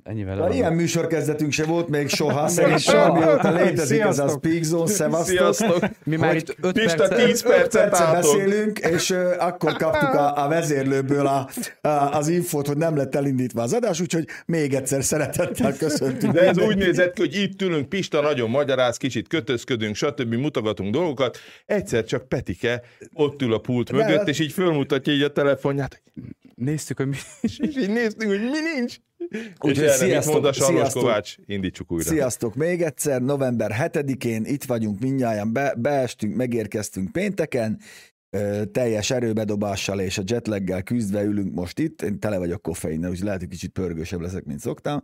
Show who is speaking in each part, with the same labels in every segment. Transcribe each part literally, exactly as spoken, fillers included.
Speaker 1: ennyivel
Speaker 2: Na, ilyen műsorkezdetünk se volt még soha, szerintem amióta létezik ez a Speak Zone, szevasztok.
Speaker 1: Mi már itt öt
Speaker 3: Pista tíz percet
Speaker 2: beszélünk, és uh, akkor kaptuk a, a vezérlőből a, a, az infót, hogy nem lett elindítva az adás, úgyhogy még egyszer szeretettel köszöntünk.
Speaker 3: De ez úgy nézett ki, hogy itt ülünk, Pista nagyon magyaráz, kicsit kötözködünk, stb. Mutogatunk dolgokat. Egyszer csak Petike ott ül a pult mögött, és így fölmutatja így a telefonját.
Speaker 1: Néztük, hogy mi...
Speaker 3: És így néztük, hogy mi nincs.
Speaker 2: Úgyhogy
Speaker 3: és erre mit
Speaker 2: sziasztok,
Speaker 3: mond a Sarlos
Speaker 2: sziasztok.
Speaker 3: Kovács? Indítsuk újra.
Speaker 2: Sziasztok még egyszer, november hetedikén itt vagyunk mindnyájan, be, beestünk, megérkeztünk pénteken, ö, teljes erőbedobással és a jetlaggel küzdve ülünk most itt, én tele vagyok koffeinnel, úgyhogy lehet, hogy kicsit pörgősebb leszek, mint szoktam,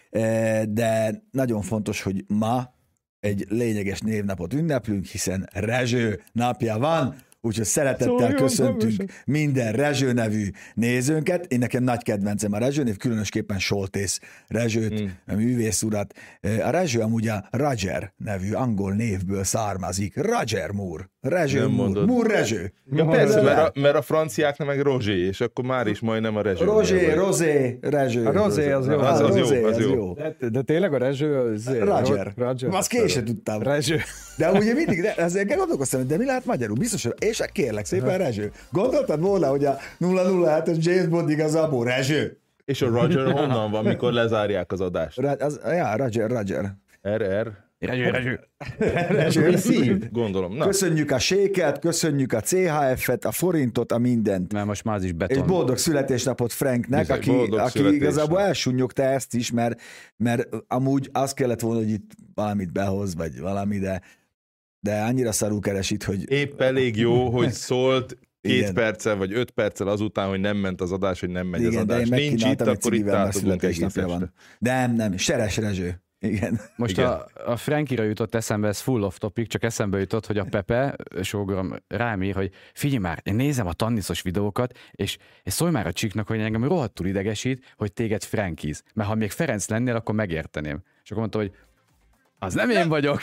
Speaker 2: de nagyon fontos, hogy ma egy lényeges névnapot ünneplünk, hiszen Rezső napja van, úgyhogy szeretettel
Speaker 3: Szóljon,
Speaker 2: köszöntünk
Speaker 3: szóljon.
Speaker 2: minden Rezső nevű nézőnket. Én nekem nagy kedvencem a Rezső név, különösképpen Soltész Rezsőt, mm. a művész urat. A Rezső amúgy a Roger nevű angol névből származik. Roger Moore. Rezső
Speaker 3: Nem
Speaker 2: Moore.
Speaker 3: mondod.
Speaker 2: Moore Rezső.
Speaker 3: Ja, persze, mert a, mert a franciáknak meg Rozsé, és akkor már is majdnem a Rezső.
Speaker 2: Rozsé, Rozé, Rezső.
Speaker 4: A Rozé az jó.
Speaker 3: Az, az,
Speaker 2: Rozé,
Speaker 3: jó, az,
Speaker 2: az
Speaker 3: jó.
Speaker 2: jó.
Speaker 4: De, de tényleg a Rezső... Az
Speaker 2: Roger.
Speaker 4: Roger.
Speaker 2: Azt ki sem tudtam.
Speaker 4: Rezső.
Speaker 2: De ugye mindig, de ezzel gondolkoztam, de mi lehet magyarul? Biztos, hogy és kérlek szépen Rezső. Gondoltad volna, hogy a nulla nulla hetes James Bond igazából Rezső?
Speaker 3: És a Roger honnan van, mikor lezárják az adást?
Speaker 2: Ra- az, ja, Roger, Roger.
Speaker 3: er er?
Speaker 1: Rezső, Rezső.
Speaker 2: Rezső szív.
Speaker 3: Gondolom. Na,
Speaker 2: Köszönjük a séket, köszönjük a cé há ef-et, a forintot, a mindent.
Speaker 1: Mert most már az is
Speaker 2: És
Speaker 1: beton.
Speaker 2: boldog születésnapot Franknek,
Speaker 3: Bizony,
Speaker 2: aki,
Speaker 3: boldog
Speaker 2: aki
Speaker 3: születésnap.
Speaker 2: igazából elsúnyogta ezt is, mert, mert amúgy az kellett volna, hogy itt valamit behoz, vagy valami, de, de annyira szarul keresít, hogy...
Speaker 3: épp elég jó, hogy szólt két
Speaker 2: Igen.
Speaker 3: perccel, vagy öt perccel azután, hogy nem ment az adás, hogy nem megy
Speaker 2: Igen,
Speaker 3: az
Speaker 2: de én
Speaker 3: adás. Nincs itt,
Speaker 2: megkínáltam, egy
Speaker 3: akkor itt
Speaker 2: civivel, mert
Speaker 3: átadunk egész
Speaker 2: születésnapja
Speaker 3: este.
Speaker 2: van. Nem, nem, Seres Rezső. Igen.
Speaker 1: Most
Speaker 3: Igen.
Speaker 1: a, a Frankira jutott eszembe, ez full off topic, csak eszembe jutott, hogy a Pepe, sógorom, rám ír, hogy figyelj már, én nézem a tanniszos videókat, és, és szólj már a csiknak, hogy engem rohadtul idegesít, hogy téged Frankiz. Mert ha még Ferenc lennél, akkor megérteném. És akkor mondta, hogy az nem én vagyok.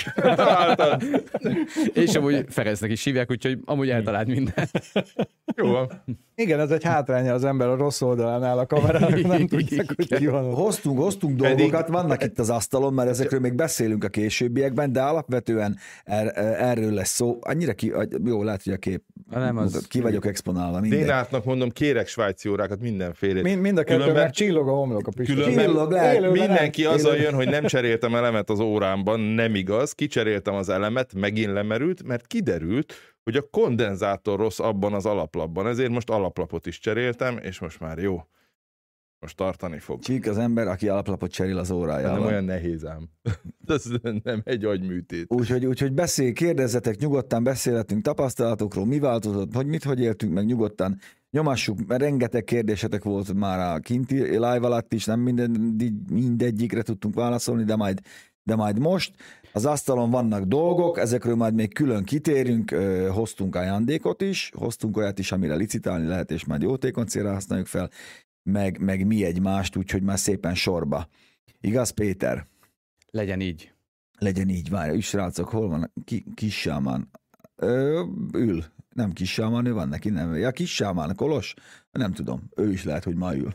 Speaker 1: És amúgy Ferencnek is hívják, úgyhogy amúgy eltalált minden.
Speaker 3: Jó van.
Speaker 4: Igen, ez egy hátránya, az ember a rossz oldalán áll a kamerának, nem tudják, hogy ki van.
Speaker 2: Hoztunk, hoztunk
Speaker 3: Pedig-
Speaker 2: dolgokat, vannak itt az asztalon, mert ezekről még beszélünk a későbbiekben, de alapvetően er, erről lesz szó. Annyira ki, jó, lehet, hogy a kép,
Speaker 1: Nem, az-
Speaker 2: ki vagyok exponálva, mindegy.
Speaker 3: Dénátnak mondom, kérek svájci órákat mindenfélét.
Speaker 4: Mind, mind a kettő,
Speaker 3: Különben-
Speaker 4: meg csillog a homlok a Pistán.
Speaker 3: Különben
Speaker 2: Csillog, lehet.
Speaker 4: Élőben
Speaker 3: mindenki
Speaker 2: nem.
Speaker 3: azzal
Speaker 2: Élőben.
Speaker 3: jön, hogy nem cseréltem elemet az órámban, nem igaz, kicseréltem az elemet, megint lemerült, mert kiderült, hogy a kondenzátor rossz abban az alaplapban, ezért most alaplapot is cseréltem, és most már jó. Most tartani fog.
Speaker 2: Csík az ember, aki alaplapot cserél az
Speaker 3: Nem
Speaker 2: órájával.
Speaker 3: olyan nehéz ám. Ez nem egy agyműtét.
Speaker 2: Úgyhogy, úgyhogy beszélj, kérdezzetek, nyugodtan beszélhetünk tapasztalatokról, mi változott, hogy mit, hogy éltünk meg, nyugodtan nyomassuk, mert rengeteg kérdésetek volt már a kinti live alatt is, nem minden, mindegyikre tudtunk válaszolni, de majd, de majd most. Az asztalon vannak dolgok, ezekről majd még külön kitérünk, ö, hoztunk ajándékot is, hoztunk olyat is, amire licitálni lehet, és majd jótékony célra használjuk fel, meg, meg mi egymást, úgyhogy már szépen sorba. Igaz, Péter?
Speaker 1: Legyen így.
Speaker 2: Legyen így, várja, is srácok, hol van? Ki, kis sámán. Ö, ül. Nem kis sámán, ő van neki, nem. Ja, kis sámán, Kolos? Nem tudom. Ő is lehet, hogy ma ül.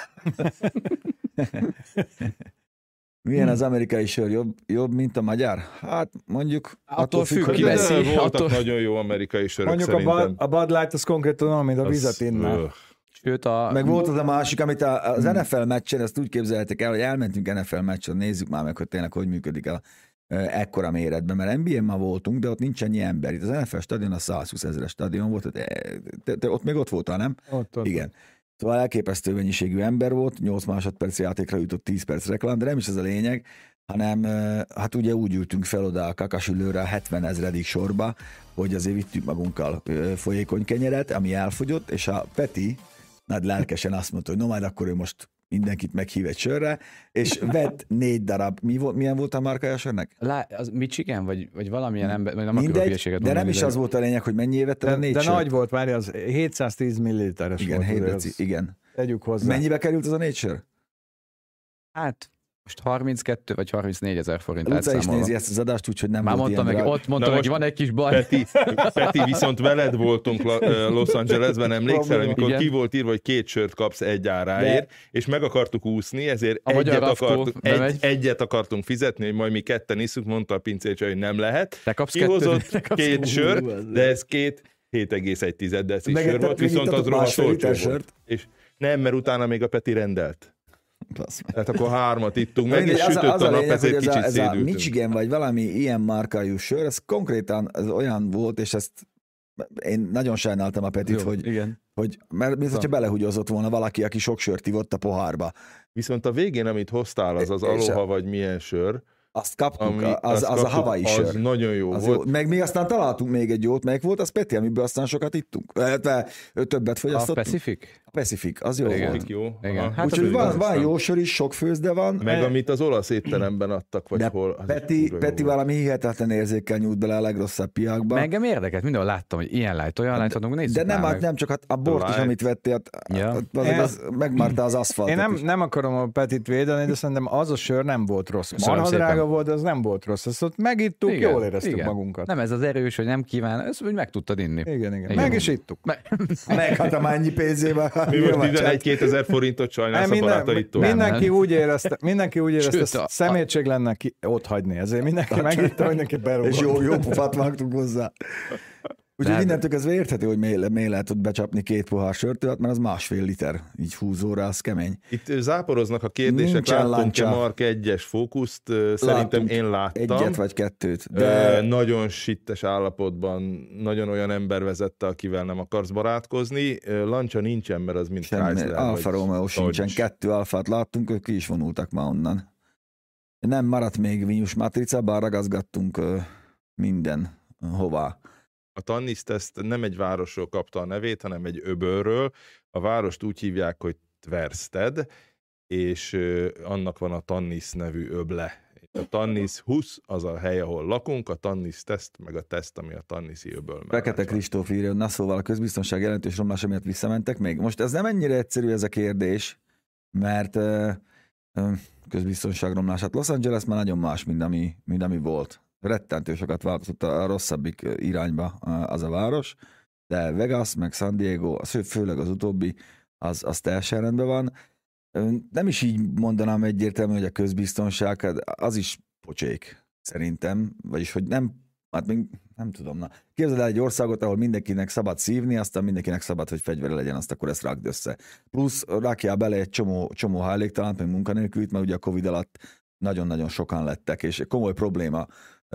Speaker 2: Milyen az amerikai sör? Jobb, jobb, mint a magyar? Hát mondjuk
Speaker 1: Attól függ,
Speaker 2: hogy
Speaker 1: ki veszi.
Speaker 3: De voltak
Speaker 1: attól-
Speaker 3: nagyon jó amerikai sörök
Speaker 4: Mondjuk a
Speaker 3: szerintem.
Speaker 4: Bud, a Bud Light az konkrétan olyan, mint a
Speaker 3: Az-
Speaker 4: vizet inná.
Speaker 3: öh.
Speaker 1: Sőt, a...
Speaker 2: meg volt az a másik, amit a, az en ef el meccsen, ezt úgy képzelhetek el, hogy elmentünk en ef el meccsen, nézzük már meg, hogy tényleg hogy működik a ekkora méretben, mert en bé á-n már voltunk, de ott nincs ennyi ember. Itt az en ef el stadion a százhúsz ezeres stadion volt, te, te, te, ott még ott voltál, nem?
Speaker 4: Ott, ott.
Speaker 2: Igen. Szóval elképesztő mennyiségű ember volt, nyolc másodperc játékra jutott tíz perc reklám, de nem is ez a lényeg, hanem hát ugye úgy ültünk fel oda a kakasülőre a hetven ezredik sorba, hogy azért vittük magunkkal folyékony kenyeret, ami elfogyott, és a Peti nagy lelkesen azt mondta, hogy no majd akkor ő most mindenkit meghív egy sörre, és vett négy darab, mi volt, milyen volt a márkája a sörnek?
Speaker 1: Lá, az Michigan, vagy, vagy valamilyen ember, vagy nem akarok
Speaker 2: Mindegy,
Speaker 1: hülyeséget
Speaker 2: de nem
Speaker 1: mondani,
Speaker 2: is az volt a lényeg, hogy mennyi évet a
Speaker 4: De,
Speaker 2: négy
Speaker 4: de
Speaker 2: sört.
Speaker 4: nagy volt, várj, az hétszáztíz milliliteres
Speaker 2: Igen,
Speaker 4: volt.
Speaker 2: hét
Speaker 4: azért,
Speaker 2: deci,
Speaker 4: az-
Speaker 2: igen.
Speaker 4: Tegyük hozzá.
Speaker 2: Mennyibe került az a négy sör?
Speaker 1: Hát, most harminckettő vagy harmincnégy ezer forint
Speaker 2: Luca is
Speaker 1: átszámolva.
Speaker 2: nézi ezt az adást, úgyhogy nem
Speaker 1: Már
Speaker 2: volt
Speaker 1: mondta
Speaker 2: ilyen
Speaker 1: meg,
Speaker 2: drága.
Speaker 1: ott mondta
Speaker 3: Na
Speaker 1: neki,
Speaker 3: most
Speaker 1: van egy kis baj.
Speaker 3: Peti, Peti, viszont veled voltunk La- Los Angelesben, emlékszel, amikor
Speaker 1: Igen.
Speaker 3: ki volt írva, hogy két sört kapsz egy áráért,
Speaker 2: De-
Speaker 3: és meg akartuk úszni, ezért
Speaker 1: A magyar
Speaker 3: egyet,
Speaker 1: Raftó
Speaker 3: akartunk,
Speaker 1: bemegy.
Speaker 3: egy, egyet akartunk fizetni, hogy majd mi ketten iszunk, mondta a pincér, hogy nem lehet.
Speaker 1: Te kapsz
Speaker 3: Kihozott
Speaker 1: kettőt, te kapsz
Speaker 3: két
Speaker 1: kettőt.
Speaker 3: sört, de ez két hét egész egy decis
Speaker 2: Meg
Speaker 3: sör
Speaker 2: ettek-
Speaker 3: volt, viszont
Speaker 2: megittetek
Speaker 3: az rohadt
Speaker 2: másfél
Speaker 3: olcsó
Speaker 2: liter
Speaker 3: volt.
Speaker 2: sört?
Speaker 3: És nem, mert utána még a Peti rendelt.
Speaker 2: Basz meg.
Speaker 3: Tehát akkor hármat ittunk meg,
Speaker 2: Mindegy,
Speaker 3: és
Speaker 2: az,
Speaker 3: sütött
Speaker 2: az
Speaker 3: a
Speaker 2: a
Speaker 3: nap,
Speaker 2: lényeg, hogy
Speaker 3: ezért
Speaker 2: ez a,
Speaker 3: kicsit
Speaker 2: ez a
Speaker 3: szédültünk.
Speaker 2: Michigan, vagy valami ilyen márkájú sör, ez konkrétan ez olyan volt, és ezt én nagyon sajnáltam a Petit,
Speaker 1: Jó,
Speaker 2: hogy,
Speaker 1: igen.
Speaker 2: hogy mert mint hogyha belehugyozott volna valaki, aki sok sört ivott a pohárba.
Speaker 3: Viszont a végén, amit hoztál, az az
Speaker 2: És a-
Speaker 3: Aloha, vagy milyen sör,
Speaker 2: Azt kaptuk,
Speaker 3: ami,
Speaker 2: az, az,
Speaker 3: azt
Speaker 2: a Hawaii
Speaker 3: kaptuk, az
Speaker 2: sör.
Speaker 3: nagyon jó
Speaker 2: Az
Speaker 3: volt.
Speaker 2: jó. Meg mi aztán találtunk még egy jót, melyik volt az Peti, amiből aztán sokat ittunk. Illetve többet
Speaker 1: A
Speaker 2: fogyasztottunk.
Speaker 1: Pacific?
Speaker 2: A Pacific, az jó
Speaker 1: Igen.
Speaker 2: volt.
Speaker 3: Jó.
Speaker 1: Igen.
Speaker 3: Aha.
Speaker 1: Hát
Speaker 2: Úgyhogy
Speaker 1: az
Speaker 2: van,
Speaker 1: igaz,
Speaker 2: van
Speaker 3: aztán.
Speaker 2: jó sör is, sok főzde van.
Speaker 3: Meg amit az olasz étteremben adtak, vagy
Speaker 2: De
Speaker 3: hol. Az is
Speaker 2: Peti,
Speaker 3: kurva jó
Speaker 2: Peti
Speaker 3: volt.
Speaker 2: valami hihetetlen érzékkel nyújt bele a legrosszabb piákba.
Speaker 1: Meg engem érdekelt, mindenhol láttam, hogy ilyen light, olyan light adunk, nézzük
Speaker 2: De nem,
Speaker 1: már
Speaker 2: hát
Speaker 1: meg.
Speaker 2: nem csak hát a bort is,
Speaker 3: Light.
Speaker 2: amit vettél,
Speaker 1: Ja.
Speaker 2: az, az, az, megmárta az aszfaltot
Speaker 4: Én nem,
Speaker 2: is.
Speaker 4: nem akarom a Petit védeni, de szerintem az a sör nem volt rossz.
Speaker 1: Köszönöm
Speaker 4: Marha
Speaker 1: szépen.
Speaker 4: drága volt, de az nem volt rossz. Azt ott megittuk,
Speaker 1: Igen,
Speaker 4: jól éreztük
Speaker 1: igen.
Speaker 4: magunkat.
Speaker 1: Nem ez az erős, hogy nem kíván, ezt úgy meg tudtad inni.
Speaker 4: Igen, igen.
Speaker 1: Igen.
Speaker 4: Meg is ittuk.
Speaker 2: Meg hát a mennyi pénzével.
Speaker 3: Mi most tizenegy-kétezer forintot sajnálsz
Speaker 4: Nem,
Speaker 3: a barátaitól?
Speaker 1: Nem,
Speaker 4: mindenki,
Speaker 1: nem.
Speaker 4: úgy érezte, mindenki úgy érezte,
Speaker 1: Sőt,
Speaker 4: ezt
Speaker 1: a-
Speaker 4: szemétség lenne ki, ott hagyni. Ezért mindenki megitta, hogy neki berúgott.
Speaker 2: És jó, jó pufát vágtunk hozzá. Úgyhogy
Speaker 1: De-
Speaker 2: innentől kezdve érthető, hogy miért miért lehet ott becsapni két pohár sörtől, mert az másfél liter, így húzóra, az kemény.
Speaker 3: Itt ö, záporoznak a kérdések,
Speaker 2: Nincsen
Speaker 3: láttunk-e
Speaker 2: láncsa.
Speaker 3: Mark egyes fókuszt, Ö, szerintem
Speaker 2: Láttunk
Speaker 3: én láttam.
Speaker 2: Egyet vagy kettőt.
Speaker 3: De...
Speaker 2: De
Speaker 3: Nagyon sittes állapotban, nagyon olyan ember vezette, akivel nem akarsz barátkozni. Ö, Lancsa nincsen, mert az mind
Speaker 2: semmi,
Speaker 3: Chrysler.
Speaker 2: Alfa
Speaker 3: vagy
Speaker 2: Romeo sincsen,
Speaker 3: Dodge.
Speaker 2: kettő alfát láttunk, ők ki is vonultak már onnan. Nem maradt még Vinyus Matrica, bár ragazgattunk ö, minden hová.
Speaker 3: A Tannis teszt nem egy városról kapta a nevét, hanem egy öbölről. A várost úgy hívják, hogy Tversted, és ö, annak van a Tannis nevű öble. A Tannis húsz az a hely, ahol lakunk, a Tannis teszt, meg a teszt, ami a Tannisi öböl mellett
Speaker 2: Fekete
Speaker 3: van.
Speaker 2: Kristóf írja, na szóval a közbiztonság jelentős romlása miatt visszamentek még. Most ez nem ennyire egyszerű ez a kérdés, mert ö, ö, közbiztonság romlását Los Angeles már nagyon más, mint ami, mint ami volt. Rettentő sokat változott a rosszabbik irányba az a város, de Vegas, meg San Diego, az fő- főleg az utóbbi, az, az teljesen rendben van. Nem is így mondanám egyértelmű, hogy a közbiztonság, hát az is pocsék, szerintem, vagyis hogy nem, hát még nem tudom, na. Képzeld el egy országot, ahol mindenkinek szabad szívni, aztán mindenkinek szabad, hogy fegyvere legyen, azt akkor ezt rakd össze. Plusz rakjál bele egy csomó, csomó hajléktalant, meg munkanélkülit, mert ugye a Covid alatt nagyon-nagyon sokan lettek, és komoly probléma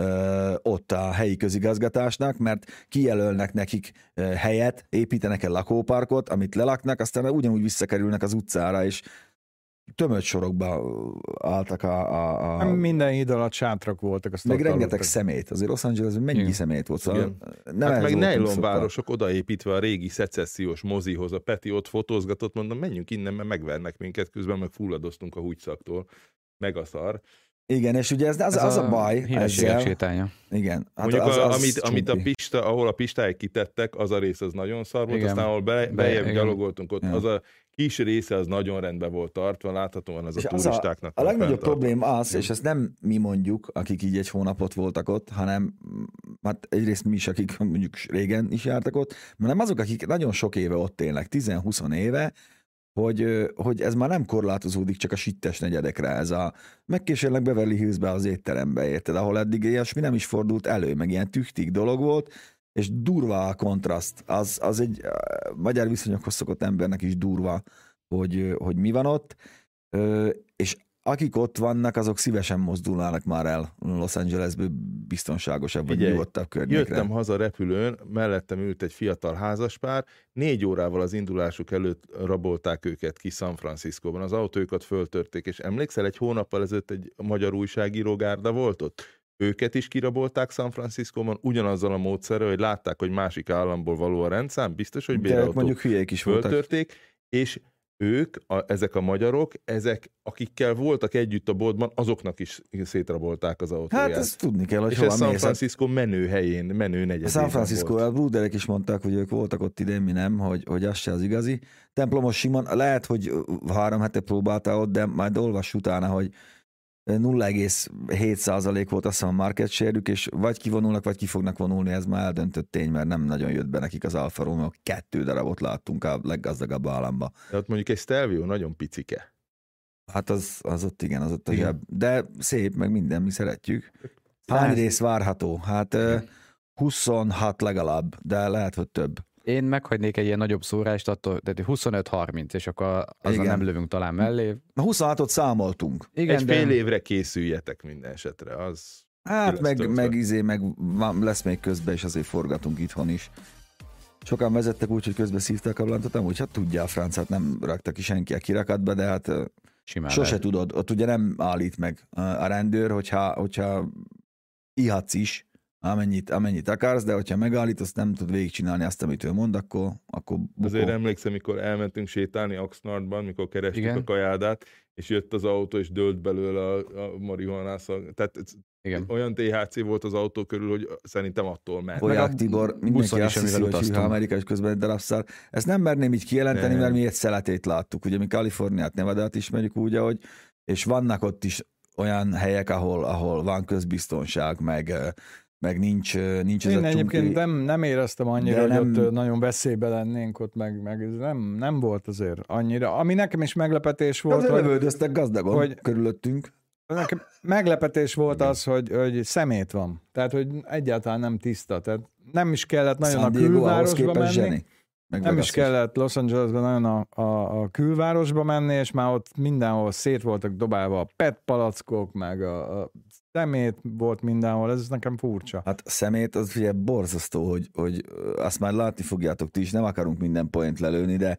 Speaker 2: ö, ott a helyi közigazgatásnak, mert kijelölnek nekik ö, helyet, építenek el lakóparkot, amit lelaknak, aztán ugyanúgy visszakerülnek az utcára, és tömött sorokba álltak a... a, a...
Speaker 4: Minden idő alatt sátrak voltak. Azt
Speaker 2: Meg
Speaker 4: ott
Speaker 2: rengeteg
Speaker 4: aludtak.
Speaker 2: szemét. Azért Los Angelesben mennyi
Speaker 1: Igen.
Speaker 2: szemét volt? Szóval
Speaker 3: Igen.
Speaker 2: nem
Speaker 3: Hát
Speaker 2: ez
Speaker 3: meg
Speaker 2: voltunk
Speaker 3: nejlonvárosok odaépítve a régi szecessziós mozihoz, a Peti ott fotózgatott, mondom, menjünk innen, mert megvernek minket, közben meg fulladoztunk a húgyszaktól. Megaszar.
Speaker 2: szokva. Igen, és ugye ez, az,
Speaker 1: Ez
Speaker 2: az a baj
Speaker 1: hírességek
Speaker 2: ezzel.
Speaker 1: sétánya.
Speaker 2: Igen. Hát
Speaker 3: Mondjuk,
Speaker 2: az,
Speaker 3: a,
Speaker 2: az
Speaker 3: amit, amit a
Speaker 2: csupi.
Speaker 3: Pista, ahol a pistáig kitettek, az a rész az nagyon szar volt,
Speaker 1: Igen.
Speaker 3: aztán ahol be,
Speaker 1: Be-
Speaker 3: bejebb
Speaker 1: igen.
Speaker 3: gyalogoltunk ott,
Speaker 2: Ja.
Speaker 3: az a kis része az nagyon rendben volt tartva, láthatóan az
Speaker 2: És
Speaker 3: a
Speaker 2: az
Speaker 3: turistáknak.
Speaker 2: A
Speaker 3: van
Speaker 2: legnagyobb
Speaker 3: fenntartva.
Speaker 2: probléma az, és ezt nem mi mondjuk, akik így egy hónapot voltak ott, hanem hát egyrészt mi is, akik mondjuk régen is jártak ott, hanem azok, akik nagyon sok éve ott élnek, tíz-húsz éve, hogy, hogy ez már nem korlátozódik csak a sittes negyedekre, ez a megkísérlek Beverly Hillsbe az étterembe, érted, ahol eddig ilyesmi nem is fordult elő, meg ilyen tüchtig dolog volt, és durva a kontraszt, az, az egy uh, magyar viszonyokhoz szokott embernek is durva, hogy, hogy mi van ott, uh, és akik ott vannak, azok szívesen mozdulnának már el Los Angelesből biztonságosabb, vagy
Speaker 3: Figyelj,
Speaker 2: nyugodtabb környékre.
Speaker 3: Jöttem haza repülőn, mellettem ült egy fiatal házaspár, négy órával az indulásuk előtt rabolták őket ki San Franciscóban, az autójukat föltörték, és emlékszel, egy hónappal ezelőtt egy magyar újságíró gárda volt ott? Őket is kirabolták San Franciscóban, ugyanazzal a módszerrel, hogy látták, hogy másik államból való a rendszám, biztos, hogy
Speaker 2: De ők
Speaker 3: bérautók
Speaker 2: mondjuk hülyék is voltak.
Speaker 3: föltörték, és ők, a, ezek a magyarok, ezek, akikkel voltak együtt a boltban, azoknak is szétrabolták az autóját.
Speaker 2: Hát ezt tudni kell, hogy
Speaker 3: és
Speaker 2: hova
Speaker 3: ez San
Speaker 2: mész.
Speaker 3: Francisco menő helyén, menő
Speaker 2: A
Speaker 3: negyedében
Speaker 2: San Francisco,
Speaker 3: volt.
Speaker 2: a Bruderek is mondták, hogy ők voltak ott idén, mi nem, hogy, hogy az se az igazi. Templomos Simon, lehet, hogy három hete próbáltál ott, de majd olvass utána, hogy nulla egész hét százalék volt azt hiszem a market share-ük, és vagy kivonulnak, vagy ki fognak vonulni, ez már eldöntött tény, mert nem nagyon jött be nekik az Alfa Romeo, kettő darabot láttunk a leggazdagabb államba.
Speaker 3: De ott mondjuk egy Stelvio nagyon picike.
Speaker 2: Hát az, az ott igen, az ott a
Speaker 1: Igen.
Speaker 2: zseb. De szép, meg minden, mi szeretjük. Hány rész várható? Hát igen. huszonhat legalább, de lehet, hogy több.
Speaker 1: Én meghagynék egy ilyen nagyobb szórást, attól, tehát huszonöt harminc, és akkor azzal nem lövünk talán mellé.
Speaker 2: huszonhatot számoltunk.
Speaker 1: Igen,
Speaker 3: egy
Speaker 1: de...
Speaker 3: fél évre készüljetek minden esetre, az...
Speaker 2: Hát meg, meg, izé, meg van, lesz még közben, és azért forgatunk itthon is. Sokan vezettek úgy, hogy közben szívták a blantot, amúgy hát tudja a francát, nem rakta ki senki a kirakatba, de hát simán sose lehet. Tudod, ott ugye nem állít meg a rendőr, hogyha, hogyha ihatsz is, amennyit, amennyit akarsz, de hogyha megállítasz, nem tud végigcsinálni azt, amit ő mond, akkor, akkor bukó.
Speaker 3: Azért emlékszem, mikor elmentünk sétálni Oxnardban, mikor kerestük
Speaker 1: igen.
Speaker 3: a kajádát, és jött az autó, és dőlt belőle a, a marihuanászag. Tehát igen. olyan té há cé volt az autó körül, hogy szerintem attól ment.
Speaker 2: Olyák Tibor, mindenki azt hiszi, hogy hűha Amerika, és közben egy darabszár. Ezt nem merném így kijelenteni, mert mi egy szeletét láttuk. Ugye mi Kaliforniát, Nevadát ismerjük úgy, ahogy, és vannak ott is olyan helyek, ahol, ahol van közbiztonság, meg meg nincs, nincs ez
Speaker 4: Én
Speaker 2: a
Speaker 4: egyébként
Speaker 2: csunkli.
Speaker 4: nem, nem éreztem annyira, hogy
Speaker 2: nem...
Speaker 4: ott nagyon veszélybe lennénk ott, meg, meg ez nem, nem volt azért annyira. Ami nekem is meglepetés volt,
Speaker 2: azért
Speaker 4: hogy...
Speaker 2: lövöldöztek gazdagon
Speaker 4: hogy,
Speaker 2: körülöttünk.
Speaker 4: Nekem meglepetés volt az, hogy, hogy szemét van. Tehát, hogy egyáltalán nem tiszta. Tehát nem is kellett nagyon
Speaker 2: San
Speaker 4: a
Speaker 2: Diego
Speaker 4: külvárosba menni.
Speaker 2: Zseni.
Speaker 4: Meg nem is kellett Los Angelesben nagyon a, a, a külvárosba menni, és már ott mindenhol szét voltak dobálva a pet palackok, meg a, a szemét volt mindenhol, ez nekem furcsa.
Speaker 2: Hát szemét, az ugye borzasztó, hogy, hogy azt már látni fogjátok ti is, nem akarunk minden point lelőni, de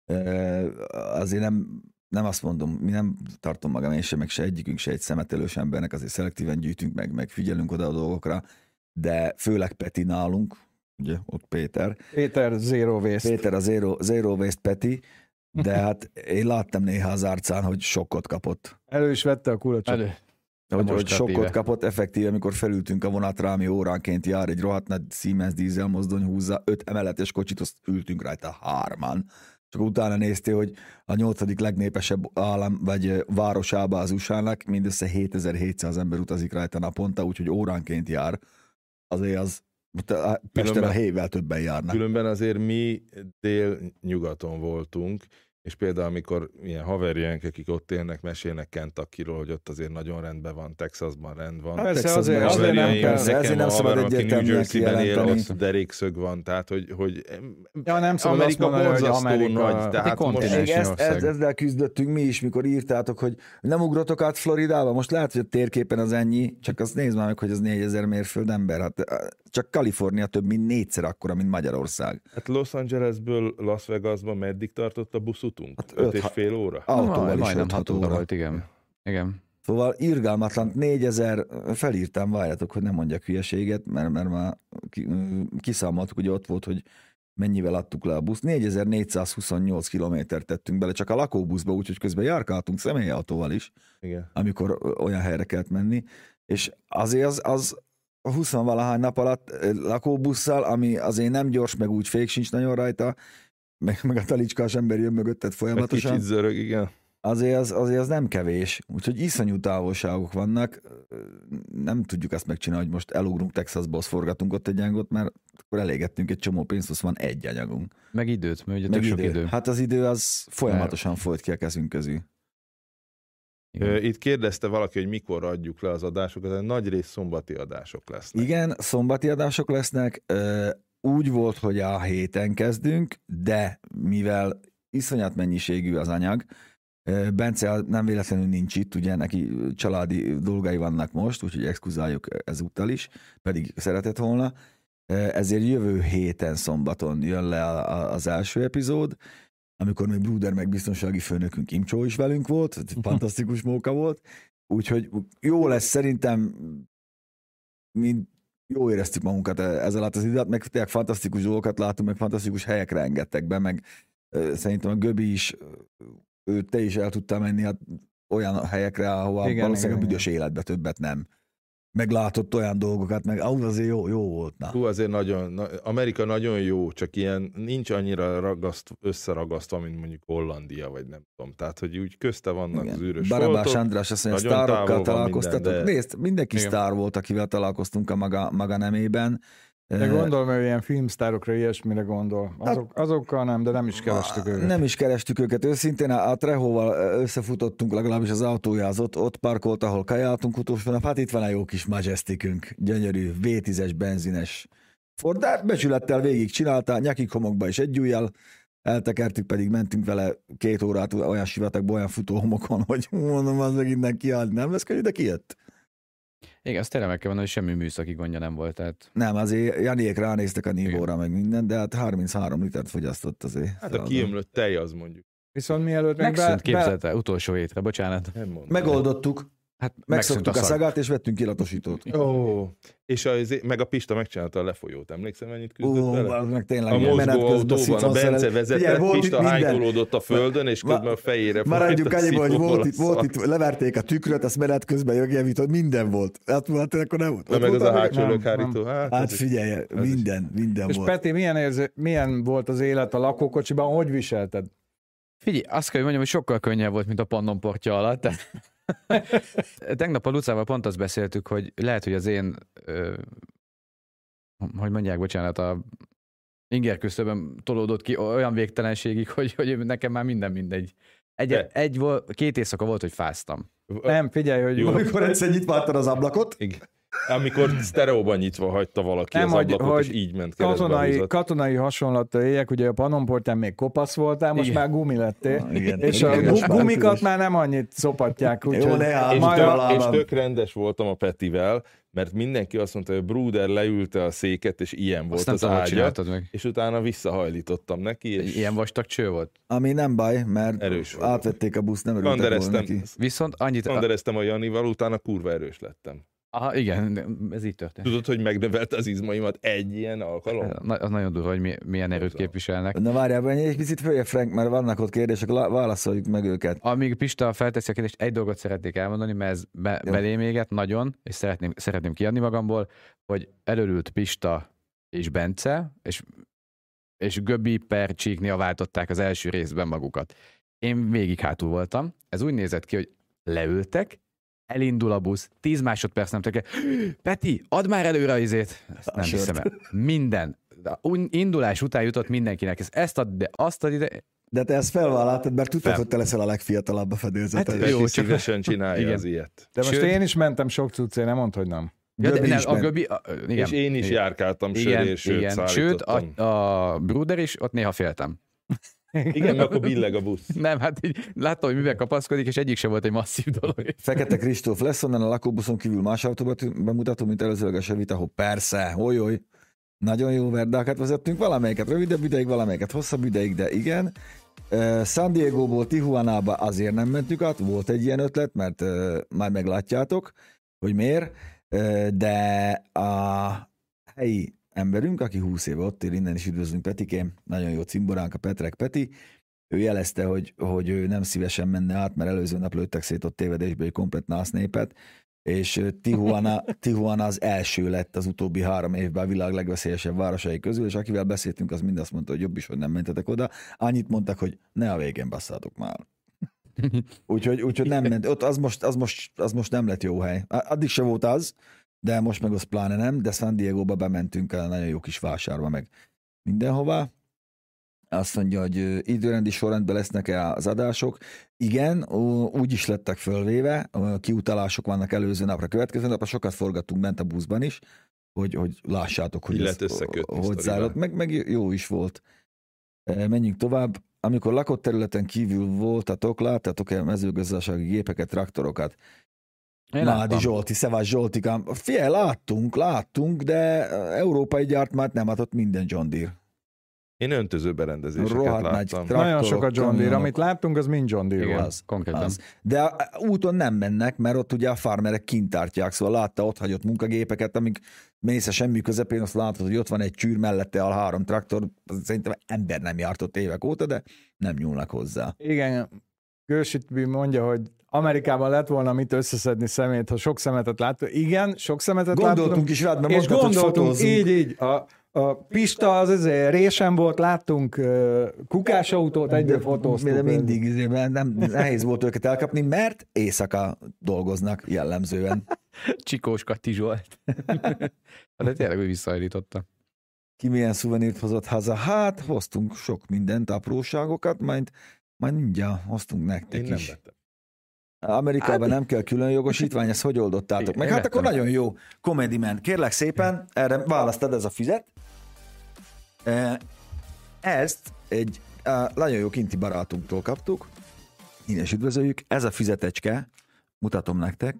Speaker 2: azért nem, nem azt mondom, mi nem tartom magam én sem, meg se egyikünk se egy szemetelős embernek, azért szelektíven gyűjtünk meg, meg figyelünk oda a dolgokra, de főleg Peti nálunk, ugye ott Péter.
Speaker 4: Péter Zero Waste.
Speaker 2: Péter a Zero, Zero Waste Peti, de hát én láttam néha az arcán, hogy sokkot kapott.
Speaker 4: Elő is vette a kulacsot.
Speaker 1: Elő.
Speaker 2: Hogy, hogy sokkot kapott, effektíve, amikor felültünk a vonatra, ami óránként jár, egy rohadt nagy Siemens dízel mozdony húzza, öt emeletes kocsit, azt ültünk rajta hárman. Csak utána néztél, hogy a nyolcadik legnépesebb állam, vagy városába az u es á-nak mindössze hétezer-hétszáz ember utazik rajta naponta, úgyhogy óránként jár. Azért az Pesten a hével többen járnak.
Speaker 3: Különben azért mi dél-nyugaton voltunk, és például amikor ilyen haverjaink, akik ott élnek, mesélnek Kentuckyról, hogy ott azért nagyon rendben van, Texasban rend van.
Speaker 4: Persze,
Speaker 2: Texasban
Speaker 4: azért, azért nem kell.
Speaker 2: Ezért nem szabad egyértelműen
Speaker 3: kijelenteni. Ott derékszög van, tehát hogy, hogy
Speaker 4: ja, nem szabad
Speaker 3: Amerika
Speaker 4: azt mondani, hogy
Speaker 3: borzasztó
Speaker 4: Amerika
Speaker 3: nagy. Tehát most
Speaker 2: ezt, ezt, ezzel küzdöttünk mi is, mikor írtátok, hogy nem ugrotok át Floridába. Most lehet, hogy a térképen az ennyi, csak azt nézd már meg, hogy az négyezer mérföld ember. Hát csak Kalifornia több mint négyszer akkora, mint Magyarország.
Speaker 3: Hát Los Angelesből Las Vegasba meddig tartott a buszutunk?
Speaker 2: Hát
Speaker 3: öt és fél óra?
Speaker 2: Autóval is
Speaker 1: majdnem
Speaker 2: öt
Speaker 1: hat óra volt, igen. igen.
Speaker 2: Szóval irgalmatlan, négyezer, felírtam, várjátok, hogy nem mondjak hülyeséget, mert, mert már kiszámoltuk, hogy ott volt, hogy mennyivel adtuk le a busz. négyezer-négyszázhuszonnyolc kilométert tettünk bele, csak a lakóbuszba, úgyhogy közben járkáltunk személyautóval is,
Speaker 3: igen.
Speaker 2: amikor olyan helyre kellett menni, és azért az, az a huszonvalahány nap alatt lakóbusszal, ami azért nem gyors, meg úgy fék sincs nagyon rajta, meg, meg a talicskás ember jön mögötted folyamatosan.
Speaker 3: Kicsit zörög, igen.
Speaker 2: Azért az, azért az nem kevés, úgyhogy iszonyú távolságok vannak, nem tudjuk azt megcsinálni, hogy most elugrunk Texasba, forgatunk ott egy anyagot, mert akkor elégettünk egy csomó pénzt, az van egy anyagunk.
Speaker 1: Meg időt, mert ugye
Speaker 2: Meg
Speaker 1: tök
Speaker 2: idő.
Speaker 1: sok idő.
Speaker 2: Hát az idő az folyamatosan folyt ki a kezünk közül.
Speaker 1: Igen.
Speaker 3: Itt kérdezte valaki, hogy mikor adjuk le az adásokat, nagy rész szombati adások lesznek.
Speaker 2: Igen, szombati adások lesznek, úgy volt, hogy a héten kezdünk, de mivel iszonyat mennyiségű az anyag, Bence nem véletlenül nincs itt, ugye neki családi dolgai vannak most, úgyhogy exkluzáljuk ezúttal is, pedig szeretett volna. Ezért jövő héten szombaton jön le az első epizód, amikor még Bruder meg biztonsági főnökünk Imcsó is velünk volt, fantasztikus móka volt, úgyhogy jó lesz szerintem, mi jó éreztük magunkat ezzel alatt az időt, meg tényleg fantasztikus dolgokat látunk, meg fantasztikus helyekre engedtek be, meg szerintem a Göbi is, ő, te is el tudtál menni hát olyan helyekre, ahova
Speaker 4: igen,
Speaker 2: valószínűleg
Speaker 4: igen,
Speaker 2: a büdös
Speaker 4: igen.
Speaker 2: életbe többet nem. meglátott olyan dolgokat, meg ahhoz azért jó, jó volt. Na.
Speaker 3: Hú, azért nagyon, na, Amerika nagyon jó, csak ilyen nincs annyira ragaszt, összeragasztva, mint mondjuk Hollandia, vagy nem tudom. Tehát, hogy úgy közte vannak
Speaker 2: Igen.
Speaker 3: az űrös
Speaker 2: Barabás
Speaker 3: foltok,
Speaker 2: András azt mondja,
Speaker 3: nagyon
Speaker 2: sztárokkal
Speaker 3: távol van
Speaker 2: találkoztatok.
Speaker 3: minden, de-
Speaker 2: Nézd, mindenki
Speaker 1: Igen.
Speaker 2: sztár volt, akivel találkoztunk a maga, maga nemében.
Speaker 4: De
Speaker 2: Eh,
Speaker 4: gondolom, hogy ilyen filmsztárokra, ilyesmire gondol. Azok, azokkal nem, de nem is kerestük őket.
Speaker 2: Nem is kerestük őket. Őszintén a, a Trehóval összefutottunk, legalábbis az autójához, ott, ott parkolt, ahol kajáltunk utolsó nap. Hát itt van egy jó kis Majesticünk, gyönyörű, vé tízes benzines Ford, de becsülettel végig csinálta, nyakig homokba is egy ujjal, eltekertük, pedig mentünk vele két órát olyan sivatagban, olyan futóhomokon, hogy mondom, az meg innen kiállni nem lesz könnyű, de kijött.
Speaker 1: Igen, azt tényleg meg kell mondani, hogy semmi műszaki gondja nem volt. Tehát...
Speaker 2: Nem, azért Janiék ránéztek a nívóra, meg minden, de hát harminchárom litert fogyasztott azért.
Speaker 3: Hát a kiömlött tej az mondjuk.
Speaker 4: Viszont mielőtt még be,
Speaker 1: Megszűnt,
Speaker 4: be,
Speaker 1: képzelte, utolsó hétre, bocsánat.
Speaker 3: Nem mondom.
Speaker 2: Megoldottuk,
Speaker 1: Hát
Speaker 2: megszoktuk a
Speaker 1: szag.
Speaker 2: szagát, és vettünk illatosítót.
Speaker 3: Ó, és az, meg a Pista megcsinálta a lefolyót, emlékszem, mennyit küzdött
Speaker 2: Ó,
Speaker 3: vele?
Speaker 2: az meg tényleg
Speaker 3: A
Speaker 2: ilyen
Speaker 3: mozgó
Speaker 2: menet közben
Speaker 3: autóban a
Speaker 2: szicon
Speaker 3: Bence
Speaker 2: szeret-
Speaker 3: vezetett,
Speaker 2: Figyelj, volt
Speaker 3: Pista
Speaker 2: itt minden.
Speaker 3: hánykolódott a földön, és közben a fejére
Speaker 2: Maradjunk
Speaker 3: folyt a
Speaker 2: annyiban, hogy volt itt,
Speaker 3: szívóval
Speaker 2: volt
Speaker 3: a
Speaker 2: itt, leverték a tükröt, azt menet közben jogjavított, minden volt. Hát volt, akkor nem volt.
Speaker 3: szar.
Speaker 2: Ott
Speaker 3: Meg az
Speaker 2: volt
Speaker 3: a
Speaker 2: még?
Speaker 3: hátsó
Speaker 4: Nem,
Speaker 3: lökhárító. Hát,
Speaker 2: Hát
Speaker 3: ez is-
Speaker 2: figyelj, minden, minden
Speaker 4: és
Speaker 2: volt.
Speaker 4: Peti, milyen, érze, milyen volt az élet a lakókocsiban, hogy viselted?
Speaker 1: Figyelj, azt kell, hogy mondjam, hogy sokkal könnyebb volt, mint a pannon portja alatt. Tegnap a Lucával pont azt beszéltük, hogy lehet, hogy az én, ö, hogy mondják, bocsánat, a inger küszöböm tolódott ki olyan végtelenségig, hogy, hogy nekem már minden mindegy. Egy,
Speaker 3: De.
Speaker 1: egy volt, két éjszaka volt, hogy fáztam.
Speaker 4: Nem, figyelj, hogy
Speaker 3: Jó.
Speaker 2: Amikor egyszer nyitváttad az ablakot,
Speaker 3: Igen. Amikor sztereóban nyitva hagyta valaki
Speaker 4: Nem,
Speaker 3: az
Speaker 4: hogy-
Speaker 3: ablakot,
Speaker 4: hogy
Speaker 3: és így ment keresztbe
Speaker 4: katonai,
Speaker 3: húzott.
Speaker 4: katonai hasonlattal éljek, ugye a Pannonportján még kopasz voltál, most
Speaker 1: Igen.
Speaker 4: már gumi lettél,
Speaker 2: Ah, igen.
Speaker 4: és
Speaker 2: Igen,
Speaker 4: a
Speaker 2: igen,
Speaker 4: gu-
Speaker 2: már
Speaker 4: gumikat
Speaker 2: különös.
Speaker 4: már nem annyit szopatják,
Speaker 2: Jó,
Speaker 4: úgyhogy
Speaker 2: ne áll,
Speaker 3: És,
Speaker 2: majd
Speaker 3: tök,
Speaker 2: alá
Speaker 3: és
Speaker 2: van.
Speaker 3: tök rendes voltam a Petivel, mert mindenki azt mondta, hogy Bruder leülte a széket, és ilyen volt
Speaker 1: Azt nem
Speaker 3: az
Speaker 1: tudom, hogy
Speaker 3: ágya,
Speaker 1: csináltad meg.
Speaker 3: és utána visszahajlítottam neki, és
Speaker 1: Ilyen vastag cső volt.
Speaker 2: ami nem baj, mert
Speaker 3: Erős vagyok.
Speaker 2: átvették a buszt, nem örültek volna
Speaker 3: kandereztem,
Speaker 2: neki.
Speaker 1: Viszont annyit... A,
Speaker 3: kandereztem a Janival, utána kurva erős lettem.
Speaker 1: aha, igen, ez így történt.
Speaker 3: Tudod, hogy megnövelte az izmaimat egy ilyen alkalom?
Speaker 1: Na- Az nagyon durva, hogy mi- milyen erőt képviselnek.
Speaker 2: Na várjál, menj egy picit följebb, Frank, mert vannak ott kérdések, lá- válaszoljuk meg őket.
Speaker 1: Amíg Pista felteszi a kérdést, egy dolgot szeretnék elmondani, mert ez be,
Speaker 2: Jó.
Speaker 1: belém éget nagyon, és szeretném, szeretném kiadni magamból, hogy előrült Pista és Bence, és, és Göbbi per Csíknél váltották az első részben magukat. Én végig hátul voltam. Ez úgy nézett ki, hogy leültek, elindul a busz, tíz másodperc nem teke. Peti, add már előre az izét. Ezt nem
Speaker 2: A sört.
Speaker 1: hiszem el. Minden. De un- indulás után jutott mindenkinek. Ez ezt ad, de azt ad ide.
Speaker 2: De te ezt felvállaltad, mert tudtad,
Speaker 1: Fel.
Speaker 2: hogy te leszel a legfiatalabb a fedélzeten.
Speaker 1: Hát
Speaker 3: Peti
Speaker 1: jó, csak-
Speaker 3: szívesen csinálja
Speaker 1: Igen.
Speaker 3: az ilyet.
Speaker 4: de most
Speaker 1: Sőt-
Speaker 4: én is mentem sok cuccé, nem mondd, hogy nem.
Speaker 1: Ja, de
Speaker 2: Göbbi
Speaker 1: nem,
Speaker 2: is
Speaker 1: a
Speaker 2: ment.
Speaker 1: Göbbi, a, igen,
Speaker 3: És én is
Speaker 1: igen.
Speaker 3: járkáltam
Speaker 1: Igen,
Speaker 3: sörés, sőt
Speaker 1: igen. Sőt,
Speaker 3: szállítottam.
Speaker 1: a, a Bruder is, ott néha féltem.
Speaker 3: Igen, mert akkor billeg a busz.
Speaker 1: Nem, hát így láttam, hogy mivel kapaszkodik, és egyik sem volt egy masszív dolog.
Speaker 2: Fekete Kristóf lesz onnan a lakóbuszon kívül más autót bemutató, mint előzőleges a vita, hogy persze, oly nagyon jó verdákat vezettünk, valamelyiket rövidebb ideig, valamelyiket hosszabb ideig, de igen. Uh, San Diegóból Tijuanába azért nem mentük át, volt egy ilyen ötlet, mert uh, már meglátjátok, hogy miért, uh, de a helyi emberünk, aki húsz éve ott él, innen is üdvözlünk Petikém, nagyon jó cimboránk a Petrek Peti, ő jelezte, hogy, hogy ő nem szívesen menne át, mert előző nap lőttek szét ott tévedésbe egy komplett nász népet, és Tijuana, Tijuana az első lett az utóbbi három évben a világ legveszélyesebb városai közül, és akivel beszéltünk, az mind azt mondta, hogy jobb is, hogy nem mentetek oda. Annyit mondtak, hogy ne a végén basszátok már. Úgyhogy, úgyhogy nem ment. Ott az most, az, most, az most nem lett jó hely. Addig se volt az, de most meg az pláne nem, de San Diegóba bementünk el nagyon jó kis vásárba meg mindenhová. Azt mondja, hogy ö, időrendi sorrendben lesznek-e az adások. Igen, ó, úgy is lettek fölvéve, ö, kiutalások vannak előző napra, következő napra, sokat forgattunk bent a buszban is, hogy, hogy lássátok, hogy
Speaker 3: Így
Speaker 2: ez,
Speaker 3: lehet összekötni
Speaker 2: hogy
Speaker 3: sztorival.
Speaker 2: zárott, meg, meg jó is volt. E, Menjünk tovább. Amikor lakott területen kívül voltatok, láttátok-e mezőgazdasági gépeket, traktorokat?
Speaker 1: Én
Speaker 2: Mádi
Speaker 1: láttam.
Speaker 2: Zsolti, Szevás Zsoltikám. Figyelj, láttunk, láttunk, de európai gyártmányt nem adott minden John Deere.
Speaker 3: Én öntöző berendezéseket
Speaker 2: Rohadt nagy
Speaker 3: láttam.
Speaker 2: traktorok,
Speaker 4: Nagyon sok a John Deere,
Speaker 2: kamionok.
Speaker 4: amit láttunk, az mind John Deere
Speaker 1: Igen,
Speaker 4: volt.
Speaker 2: az,
Speaker 1: konkrétan.
Speaker 2: Az. De a- úton nem mennek, mert ott ugye a farmerek kint tartják, szóval látta ott hagyott munkagépeket, amik mész a semmi közepén, azt látod, hogy ott van egy csűr mellette a három traktor, szerintem ember nem járt ott évek óta, de nem nyúlnak hozzá.
Speaker 4: Igen, Gősítvi mondja, hogy Amerikában lett volna mit összeszedni szemét, ha sok szemetet láttunk. Igen, sok szemetet
Speaker 2: Gondoltunk
Speaker 4: láttunk.
Speaker 2: is rád, mert
Speaker 4: És
Speaker 2: mondtad, hogy
Speaker 4: gondoltunk,
Speaker 2: fotózzunk.
Speaker 4: így, így. A, a Pista az azért résen volt, láttunk uh, kukásautót, egyből fotóztunk.
Speaker 2: De mindig izében nem, nehéz volt őket elkapni, mert éjszaka dolgoznak jellemzően.
Speaker 1: Csikós Kati Zsolt. De tényleg ő visszahajlította.
Speaker 2: Ki milyen szuvenírt hozott haza? Hát hoztunk sok mindent, apróságokat, majd, majd mindjárt hoztunk nektek
Speaker 3: Én nem
Speaker 2: is.
Speaker 3: vettem.
Speaker 2: Amerikában
Speaker 1: Hát-
Speaker 2: nem kell külön jogosítvány, ezt hogy oldottátok
Speaker 1: Igen,
Speaker 2: meg?
Speaker 1: én
Speaker 2: Hát akkor
Speaker 1: vettem.
Speaker 2: nagyon jó. Comedy Man. Kérlek szépen, erre választad, ez a füzet. Eh, Ezt egy eh, nagyon jó kinti barátunktól kaptuk. Innen is üdvözöljük. Ez a füzetecske, mutatom nektek,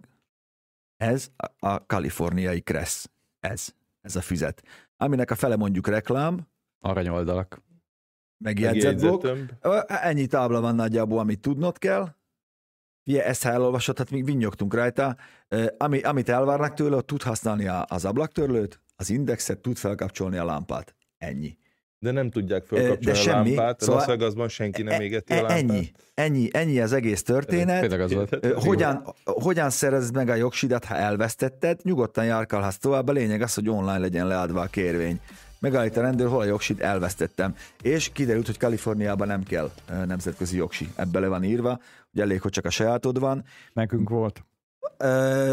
Speaker 2: ez a, a kaliforniai Kressz. Ez. Ez a füzet. Aminek a fele mondjuk reklám,
Speaker 1: Aranyoldalak.
Speaker 2: meg jegyzetblokk.
Speaker 3: Megjegyzetömb.
Speaker 2: Ö, Ennyi tábla van nagyjából, amit tudnod kell. Ugye, ezt ha elolvasod, hát még vinnyogtunk rajta. Ö, Ami, amit elvárnak tőle, hogy tud használni a- az ablaktörlőt, az indexet, tud felkapcsolni a lámpát. Ennyi.
Speaker 3: De nem tudják
Speaker 2: De
Speaker 3: fölkapcsolni a
Speaker 2: semmi.
Speaker 3: lámpát,
Speaker 2: Szóval-
Speaker 3: Las Vegasban senki nem égeti a
Speaker 2: E-
Speaker 3: lámpát.
Speaker 2: Ennyi. Ennyi. Ennyi az egész történet.
Speaker 1: Tényleg az volt.
Speaker 2: Ö, Hogyan, hogyan szerezd meg a jogsidat, ha elvesztetted? Nyugodtan járkálhatsz tovább. A lényeg az, hogy online legyen leadva a kérvény. Megállít a rendőr, hol a jogsit, elvesztettem. És kiderült, hogy Kaliforniában nem kell ö, nemzetközi jogsi. Ebbe le van írva, hogy elég, hogy csak a sajátod van.
Speaker 4: Nekünk volt.
Speaker 2: Ö,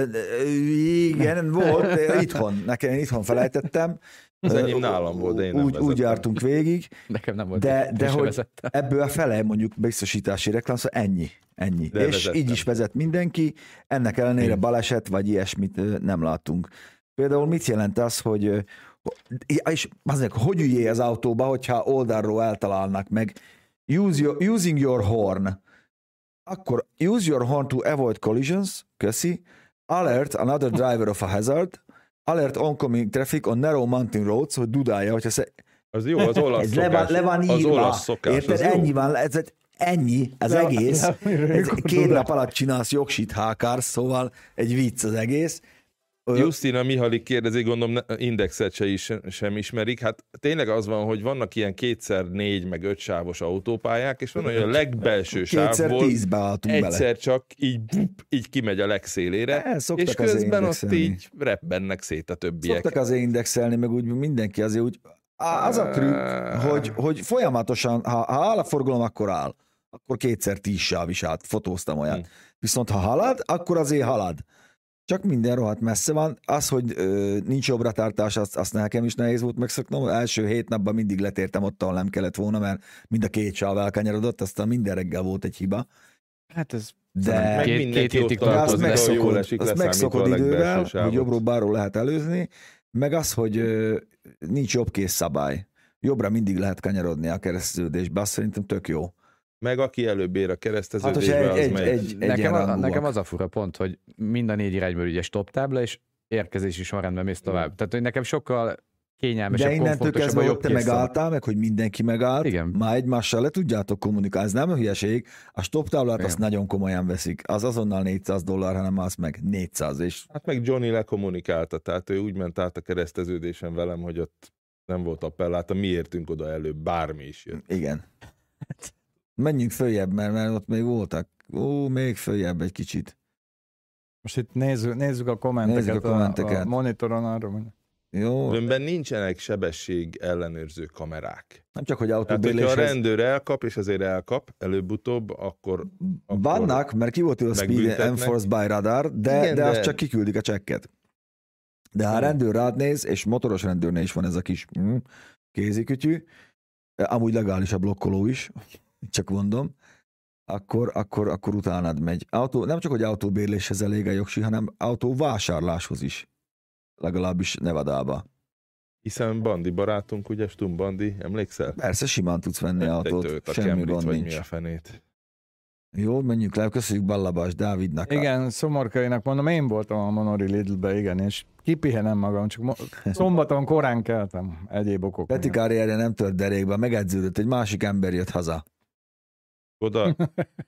Speaker 2: igen, volt, de itthon. Nekem én itthon felejtettem.
Speaker 3: Az
Speaker 2: Ö,
Speaker 3: enyém nálam volt, de én nem
Speaker 2: úgy, úgy
Speaker 3: vezettem.
Speaker 2: jártunk végig.
Speaker 1: Nekem nem volt.
Speaker 2: De,
Speaker 1: én
Speaker 2: de
Speaker 1: sem
Speaker 2: hogy
Speaker 1: vezettem.
Speaker 2: ebből a fele mondjuk biztosítási reklám, szóval ennyi. ennyi.
Speaker 3: De
Speaker 2: És
Speaker 3: vezettem.
Speaker 2: így is vezet mindenki, ennek ellenére
Speaker 1: Igen.
Speaker 2: baleset vagy ilyesmit ö, nem láttunk. Például mit jelent az, hogy ö, és azért, hogy üljél az autóba, hogyha oldalról eltalálnak meg use your, using your horn, akkor use your horn to avoid collisions, köszi, alert another driver of a hazard, alert oncoming traffic on narrow mountain roads, hogy dudálja, hogyha sze...
Speaker 3: Az jó, az olasz
Speaker 2: Ez le van,
Speaker 3: szokás.
Speaker 2: le van
Speaker 3: Az
Speaker 2: írva.
Speaker 3: olasz szokás,
Speaker 2: Érted?
Speaker 3: az jó.
Speaker 2: Ennyi van, ez, ennyi az
Speaker 4: Le-
Speaker 2: egész.
Speaker 4: le- le-
Speaker 2: Ez
Speaker 4: le-
Speaker 2: két
Speaker 4: le-
Speaker 2: nap alatt csinálsz jogsit, hákársz, szóval egy vicc az egész. Ö,
Speaker 3: Justina Mihalik kérdezi, gondolom ne- indexet se is, sem ismerik. Hát tényleg az van, hogy vannak ilyen kétszer négy, meg öt sávos autópályák, és van, hogy a legbelső
Speaker 2: Kétszer
Speaker 3: sávból
Speaker 2: tízbe álltunk bele.
Speaker 3: egyszer csak így, bup, így kimegy a legszélére,
Speaker 2: El szoktak
Speaker 3: és
Speaker 2: azért
Speaker 3: közben ott
Speaker 2: indexelni.
Speaker 3: így repbennek szét a többiek.
Speaker 2: Szoktak azért indexelni, meg úgy mindenki azért úgy, á, az a trükk, hogy, hogy folyamatosan, ha, ha áll a forgalom, akkor áll. Akkor kétszer tíz sáv is át, fotóztam olyat.
Speaker 3: Hm.
Speaker 2: Viszont ha halad, akkor azért halad. Csak minden rohadt messze van. Az, hogy ö, nincs jobbratártás, azt, azt nekem is nehéz volt megszoknom. Az első hét napban mindig letértem ott, ahol nem kellett volna, mert mind a két sáv elkanyarodott, aztán minden reggel volt egy hiba.
Speaker 1: Hát ez
Speaker 2: De,
Speaker 3: Meg
Speaker 1: Két-
Speaker 3: mindenki
Speaker 1: két
Speaker 3: ott
Speaker 1: hétig
Speaker 2: de azt
Speaker 3: tartozik, ahol
Speaker 2: megszokod,
Speaker 3: jól esik,
Speaker 2: azt
Speaker 3: leszámítva
Speaker 2: megszokod
Speaker 3: a legbelső
Speaker 2: idővel, hogy
Speaker 3: sávot.
Speaker 2: jobbról-balról lehet előzni, meg az, hogy ö, nincs jobb kész szabály. Jobbra mindig lehet kanyarodni a kereszteződésbe, azt szerintem tök jó.
Speaker 3: Meg aki előbb ér a
Speaker 2: Hát,
Speaker 3: kereszteződésbe,
Speaker 2: hogyha
Speaker 3: az
Speaker 2: egy, egy,
Speaker 3: megy.
Speaker 2: egy,
Speaker 1: nekem, a,
Speaker 2: egyenrangúak.
Speaker 1: nekem az a fura pont, hogy mind a négy irányból ugye stop tábla, és érkezési sorrendben mész tovább. Tehát, hogy nekem sokkal kényelmesebb,
Speaker 2: De innentől
Speaker 1: komfortosabb
Speaker 2: kezdve,
Speaker 1: a
Speaker 2: hogy
Speaker 1: jobb
Speaker 2: te
Speaker 1: kész szabály.
Speaker 2: megálltál, meg hogy mindenki megállt,
Speaker 1: Igen.
Speaker 2: már egymással le tudjátok kommunikálni, ez nem a hülyeség. A stop táblát
Speaker 1: Igen.
Speaker 2: azt nagyon komolyan veszik. Az azonnal négyszáz dollár, hanem az meg négyszáz, és
Speaker 3: Hát meg Johnny lekommunikálta, tehát ő úgy ment át a kereszteződésen velem, hogy ott nem volt appelláta, mi értünk oda előbb, bármi is jött.
Speaker 2: igen. Menjünk följebb, mert, mert ott még voltak. Ó, még följebb egy kicsit.
Speaker 4: Most itt nézzük, nézzük a kommenteket,
Speaker 2: Nézzük a kommenteket.
Speaker 4: A, a monitoron arról mondja.
Speaker 2: Jó,
Speaker 3: Önben nincsenek sebesség ellenőrző kamerák.
Speaker 2: nem csak, hogy
Speaker 3: Tehát, hogyha a
Speaker 2: autóbérléshez.
Speaker 3: rendőr elkap, és azért elkap, előbb-utóbb, akkor... akkor
Speaker 2: Vannak, mert ki volt a speed
Speaker 3: megbüntetnek.
Speaker 2: enforced by radar, de,
Speaker 3: Igen,
Speaker 2: de,
Speaker 3: de-
Speaker 2: azt csak kiküldik a csekket. De ha a rendőr rád néz, és motoros rendőrnél is van ez a kis mm, kézikütyű, amúgy legális a blokkoló is, csak mondom, akkor, akkor, akkor utánad megy. Autó, nem csak, hogy autóbérléshez elég a jogsi, hanem autóvásárláshoz is. Legalábbis Nevadába.
Speaker 3: Hiszen Bandi barátunk, ugye Stum Bandi, emlékszel?
Speaker 2: Persze, simán tudsz venni autót,
Speaker 3: a
Speaker 2: semmi
Speaker 3: Camry-t,
Speaker 2: gond
Speaker 3: vagy
Speaker 2: nincs.
Speaker 3: mi a fenét.
Speaker 2: Jó, menjünk le, köszönjük Ballabás Dávidnak.
Speaker 4: Igen, Szomorkainak mondom, én voltam a Monori Lidlbe, igen, és kipihenem magam, csak mo- szombaton korán keltem, egyéb okok.
Speaker 2: Peti
Speaker 4: miatt.
Speaker 2: karrierje nem tört derékbe, megedződött, egy másik ember jött haza.
Speaker 3: Oda,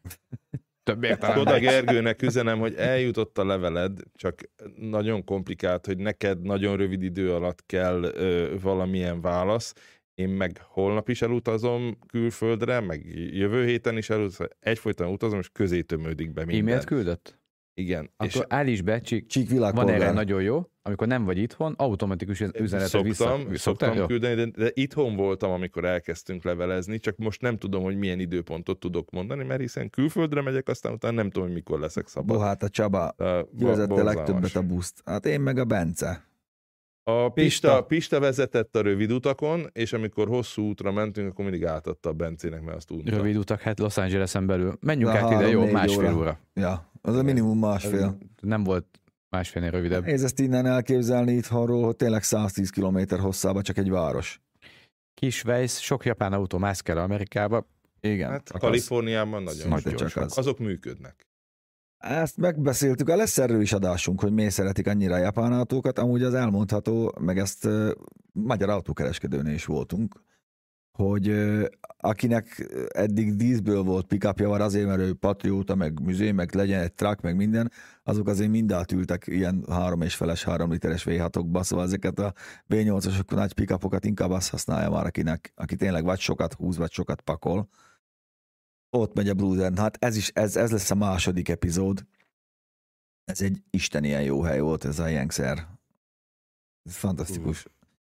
Speaker 1: Több értelem.
Speaker 3: Oda Gergőnek üzenem, hogy eljutott a leveled, csak nagyon komplikált, hogy neked nagyon rövid idő alatt kell ö, valamilyen válasz. én meg holnap is elutazom külföldre, meg jövő héten is elutazom, egyfolytában utazom, és közé tömődik be minden.
Speaker 1: E-mailt küldött?
Speaker 3: Igen.
Speaker 1: Akkor és állíts be, csík,
Speaker 2: Csík
Speaker 1: van
Speaker 2: világpolgár.
Speaker 1: erre nagyon jó, amikor nem vagy itthon, automatikus üzenetet
Speaker 3: szoktam,
Speaker 1: vissza.
Speaker 3: szoktam
Speaker 1: Szoktál?
Speaker 3: küldeni, de, de itthon voltam, amikor elkezdtünk levelezni, csak most nem tudom, hogy milyen időpontot tudok mondani, mert hiszen külföldre megyek, aztán utána nem tudom, hogy mikor leszek szabad.
Speaker 2: Bohát a Csaba kivezette legtöbbet a buszt. Hát én meg a Bence.
Speaker 3: A Pista,
Speaker 4: Pista.
Speaker 3: Pista vezetett a rövid utakon, és amikor hosszú útra mentünk, akkor mindig átadta a Bencének, mert azt unta.
Speaker 1: Rövid utak, hát Los Angelesen belül. Menjünk
Speaker 2: Na,
Speaker 1: át ide,
Speaker 2: három,
Speaker 1: jó,
Speaker 2: négy
Speaker 1: másfél óra.
Speaker 2: óra. Ja, az a minimum másfél.
Speaker 1: Nem volt másfélnél rövidebb.
Speaker 2: Nézd ezt innen elképzelni itthonról, hogy tényleg száztíz kilométer hosszában csak egy város.
Speaker 1: Kis Weiss, sok japán autó mászk el Amerikába.
Speaker 2: Igen.
Speaker 3: Hát
Speaker 2: csak
Speaker 3: Kaliforniában nagyon
Speaker 2: szinte
Speaker 3: gyorsak.
Speaker 2: csak az.
Speaker 3: Azok működnek.
Speaker 2: Ezt megbeszéltük, lesz erről is adásunk, hogy miért szeretik annyira a japán autókat. Amúgy az elmondható, meg ezt uh, magyar autókereskedőnél is voltunk, hogy uh, akinek eddig díszből volt pick-upja, van azért, mert ő patrióta, meg műzé, meg legyen egy truck, meg minden, azok azért mind átültek ilyen három és feles, három literes vé hatokba, szóval ezeket a vé nyolcasok nagy pick-upokat inkább azt használja már, akinek, aki tényleg vagy sokat húz, vagy sokat pakol. Ott megy a Blue. Hát ez is, ez, ez lesz a második epizód. Ez egy isten ilyen jó hely volt, ez a Yankszer. Ez fantasztikus.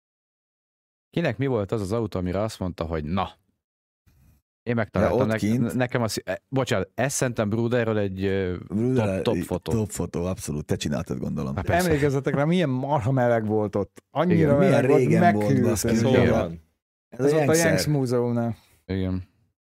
Speaker 1: Kinek mi volt az az autó, amire azt mondta, hogy na, én
Speaker 2: Ja,
Speaker 1: megtaláltam.
Speaker 2: ott
Speaker 1: Ne,
Speaker 2: kint.
Speaker 1: nekem az, eh, bocsánat, ez szerintem Bruderről egy ö,
Speaker 2: Bruder,
Speaker 1: top, top fotó.
Speaker 2: Top fotó, abszolút. Te csináltad, gondolom.
Speaker 1: Hát persze.
Speaker 4: Emlékezzetek rá, milyen marha meleg volt ott. Annyira
Speaker 1: Igen,
Speaker 2: milyen
Speaker 4: meleg volt,
Speaker 2: régen volt,
Speaker 4: meghűlt.
Speaker 2: baszki,
Speaker 4: ez
Speaker 2: hogy
Speaker 3: Hol
Speaker 4: ilyen.
Speaker 2: hol
Speaker 3: van?
Speaker 2: Ez,
Speaker 4: Ez
Speaker 2: a
Speaker 4: ott a
Speaker 2: Yankszer.
Speaker 4: Yanks Múzeumnál.
Speaker 1: Igen.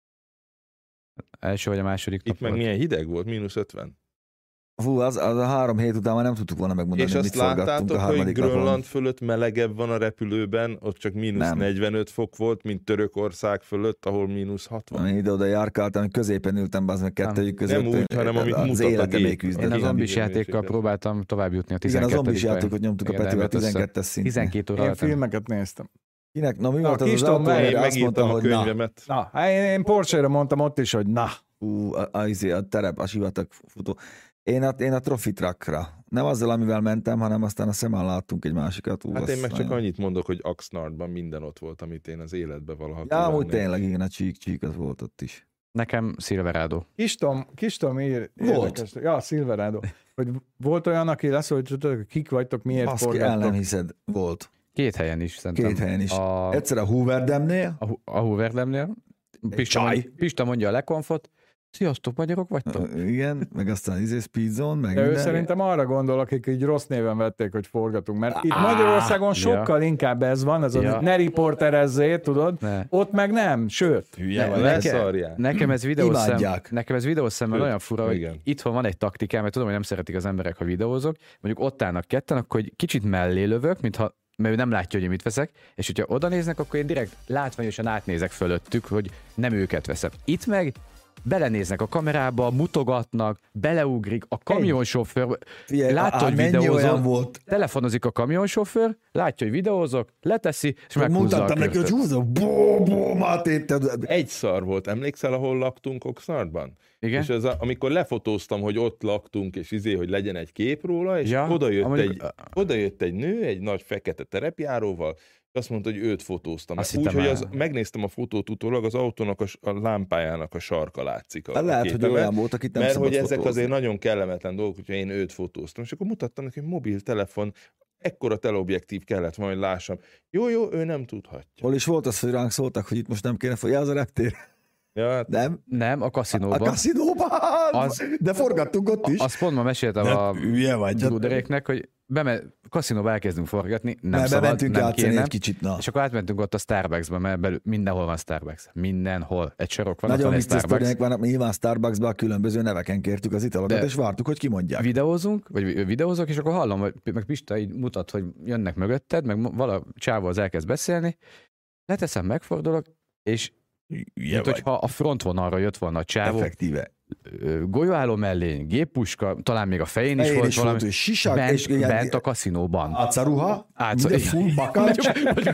Speaker 1: Első vagy a második
Speaker 3: Itt
Speaker 1: nap
Speaker 3: meg
Speaker 1: volt.
Speaker 3: milyen hideg volt, mínusz ötven.
Speaker 2: Hú, az, az a három hét után már nem tudtuk volna megmondani,
Speaker 3: És
Speaker 2: hogy
Speaker 3: azt
Speaker 2: mit forgattunk
Speaker 3: láttátok,
Speaker 2: a
Speaker 3: hogy
Speaker 2: harmadik
Speaker 3: Grönland
Speaker 2: napon.
Speaker 3: fölött melegebb van a repülőben, ott csak mínusz
Speaker 2: Nem.
Speaker 3: negyvenöt fok volt, mint Törökország fölött, ahol mínusz hatvan.
Speaker 2: Én ide-oda járkáltam, hogy középen ültem, az meg kettőjük között.
Speaker 3: Nem úgy, hanem amit
Speaker 2: az
Speaker 3: mutat a
Speaker 2: életem
Speaker 3: gép.
Speaker 2: még küzdött.
Speaker 1: Én az
Speaker 3: Igen,
Speaker 1: zombis
Speaker 3: igen,
Speaker 1: játékkal
Speaker 3: igen.
Speaker 1: próbáltam tovább jutni a
Speaker 2: Igen, a
Speaker 1: tizenkettedik
Speaker 2: zombis játékot nyomtuk a
Speaker 1: Igen,
Speaker 2: Petivel a
Speaker 1: elment össze.
Speaker 2: tizenkettes szintén.
Speaker 1: tizenkét óra
Speaker 4: Én
Speaker 1: alatt.
Speaker 4: filmeket néztem.
Speaker 2: Kinek? Na mi
Speaker 4: Na,
Speaker 2: volt az
Speaker 4: kis
Speaker 2: az
Speaker 4: Tom
Speaker 2: autó,
Speaker 4: Mary,
Speaker 2: amire
Speaker 3: Én
Speaker 2: azt mondtam,
Speaker 3: megírtam a
Speaker 2: hogy na.
Speaker 3: könyvemet.
Speaker 4: Na, hát én, én Porsche-ra mondtam ott is, hogy na.
Speaker 2: Ú, a, a, a, a terep, a sivatag futó. Én a, én a Trophy Truckra. Nem azzal, amivel mentem, hanem aztán a szemmel láttunk egy másikat. Ú,
Speaker 3: Hát
Speaker 2: az
Speaker 3: én meg csak
Speaker 2: nagyon-
Speaker 3: annyit mondok, hogy Oxnardban minden ott volt, amit én az életben valaha
Speaker 2: Ja, amúgy
Speaker 3: kívánnék.
Speaker 2: tényleg, igen, a csík, csík az volt ott is.
Speaker 1: Nekem Silverado.
Speaker 4: Kis Tom, Kis Tom ír,
Speaker 2: Volt.
Speaker 4: érdekes- Ja, Silverado. Hogy volt olyan, aki leszólította, hogy kik vagytok, miért
Speaker 2: Baszki, el nem
Speaker 4: forgattok.
Speaker 2: hiszed. Volt.
Speaker 1: Két helyen is szerintem.
Speaker 2: Két helyen is.
Speaker 1: A,
Speaker 2: Egyszer a Hoover Damnél,
Speaker 1: a, Hu- a Hooverdamnél. Pista,
Speaker 2: csaj.
Speaker 1: mond, Pista mondja a lekonfot. Sziasztok, magyarok vagytok?
Speaker 2: igen, meg aztán izé Speed Zone, meg
Speaker 4: De ő
Speaker 2: minden.
Speaker 4: szerintem arra gondol, akik így rossz néven vették, hogy forgatunk. Mert itt
Speaker 2: Á,
Speaker 4: Magyarországon
Speaker 1: ja.
Speaker 4: sokkal inkább ez van, ez
Speaker 1: Ja.
Speaker 4: a ne riporterezzé, tudod?
Speaker 1: Ne.
Speaker 4: Ott meg nem, sőt.
Speaker 2: Hülye
Speaker 1: Ne,
Speaker 2: vagy.
Speaker 1: ne-
Speaker 3: Ne szarjál.
Speaker 1: Nekem ez videószem,
Speaker 2: Imádják.
Speaker 1: nekem ez videószemmel
Speaker 3: Sőt,
Speaker 1: olyan fura, hogy
Speaker 3: igen.
Speaker 1: itthon van egy taktikám, mert tudom, hogy nem szeretik az emberek, ha videózok. Mondjuk ott állnak ketten, akkor egy kicsit mellé lövök, mintha mert ő nem látja, hogy mit veszek, és hogyha oda néznek, akkor én direkt látványosan átnézek fölöttük, hogy nem őket veszem. Itt meg belenéznek a kamerába, mutogatnak, beleugrik, a kamionsofőr,
Speaker 2: Figyelj,
Speaker 1: látja,
Speaker 2: á,
Speaker 1: hogy
Speaker 2: mennyi
Speaker 1: videózol,
Speaker 2: olyan volt.
Speaker 1: telefonozik a kamionsofőr, látja, hogy videózok, leteszi, és meghúzza a
Speaker 2: Mutattam neki, hogy
Speaker 1: körtöt.
Speaker 2: húzza, bó, bó, Máté,
Speaker 3: Egy szar volt, emlékszel, ahol laktunk Oxnardban?
Speaker 1: Igen?
Speaker 3: És ez a, amikor lefotóztam, hogy ott laktunk, és izé, hogy legyen egy kép róla, és
Speaker 1: Ja,
Speaker 3: oda, jött
Speaker 1: amúgy-
Speaker 3: egy, oda jött egy nő, egy nagy fekete terepjáróval, és azt mondta, hogy őt fotóztam.
Speaker 1: Azt
Speaker 3: Úgy,
Speaker 1: hittem
Speaker 3: hogy
Speaker 1: el.
Speaker 3: az, megnéztem a fotót utólag, az autónak a, s- a lámpájának a sarka látszik. A, a
Speaker 2: Lehet, hogy
Speaker 3: képemen,
Speaker 2: olyan volt, akit nem
Speaker 3: mert
Speaker 2: szabad
Speaker 3: hogy ezek
Speaker 2: fotózni.
Speaker 3: azért nagyon kellemetlen dolgok, hogyha én őt fotóztam. És akkor mutattam neki, hogy mobiltelefon, ekkora teleobjektív kellett volna, hogy lássam. Jó, jó, ő nem tudhatja.
Speaker 2: Hol is volt az, hogy ránk szóltak, hogy itt most nem kéne, ja, az a reptér.
Speaker 3: Ja, hát
Speaker 2: Nem?
Speaker 1: Nem, a
Speaker 2: A
Speaker 1: kaszinóban.
Speaker 2: kaszinóban!
Speaker 1: Az-
Speaker 2: De forgattunk ott is.
Speaker 1: Azt pont ma meséltem
Speaker 2: De
Speaker 1: a
Speaker 2: hülye vagy.
Speaker 1: bruderéknek, hogy beme, kaszinóba elkezdünk forgatni, nem
Speaker 2: Mert
Speaker 1: szabad,
Speaker 2: bementünk
Speaker 1: nem
Speaker 2: játszani
Speaker 1: kéne.
Speaker 2: egy kicsit, na.
Speaker 1: És akkor átmentünk ott a Starbucksba, mert belül mindenhol van Starbucks. Mindenhol. Egy sarok van, ott
Speaker 2: Nagyon
Speaker 1: van egy
Speaker 2: vicces
Speaker 1: Starbucks.
Speaker 2: sztoriák vannak, nyilván Starbucksban a különböző neveken kértük az italokat,
Speaker 1: De-
Speaker 2: és vártuk, hogy kimondják.
Speaker 1: Videózunk, vagy videózok, és akkor hallom, hogy meg Pista így mutat, hogy jönnek mögötted, meg vala csávó az elkezd beszélni, leteszem, megfordulok, és
Speaker 2: Hülye
Speaker 1: mint
Speaker 2: vagy.
Speaker 1: hogyha a frontvonalra jött volna a csávó,
Speaker 2: Effektíve.
Speaker 1: ö, golyóálló mellény, géppuska, talán még a fején is
Speaker 2: Fején
Speaker 1: volt
Speaker 2: is
Speaker 1: valami,
Speaker 2: volt, hogy sisak,
Speaker 1: bent,
Speaker 2: és ilyen-
Speaker 1: bent a kaszinóban.
Speaker 2: Ácaruha,
Speaker 1: Áca-
Speaker 2: minden full bakács.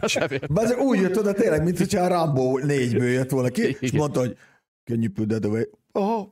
Speaker 2: Bazeg úgy jött oda tényleg, mint hogyha a Rambo négyből jött volna ki, és
Speaker 1: Igen.
Speaker 2: mondta, hogy can you put that away? Aha,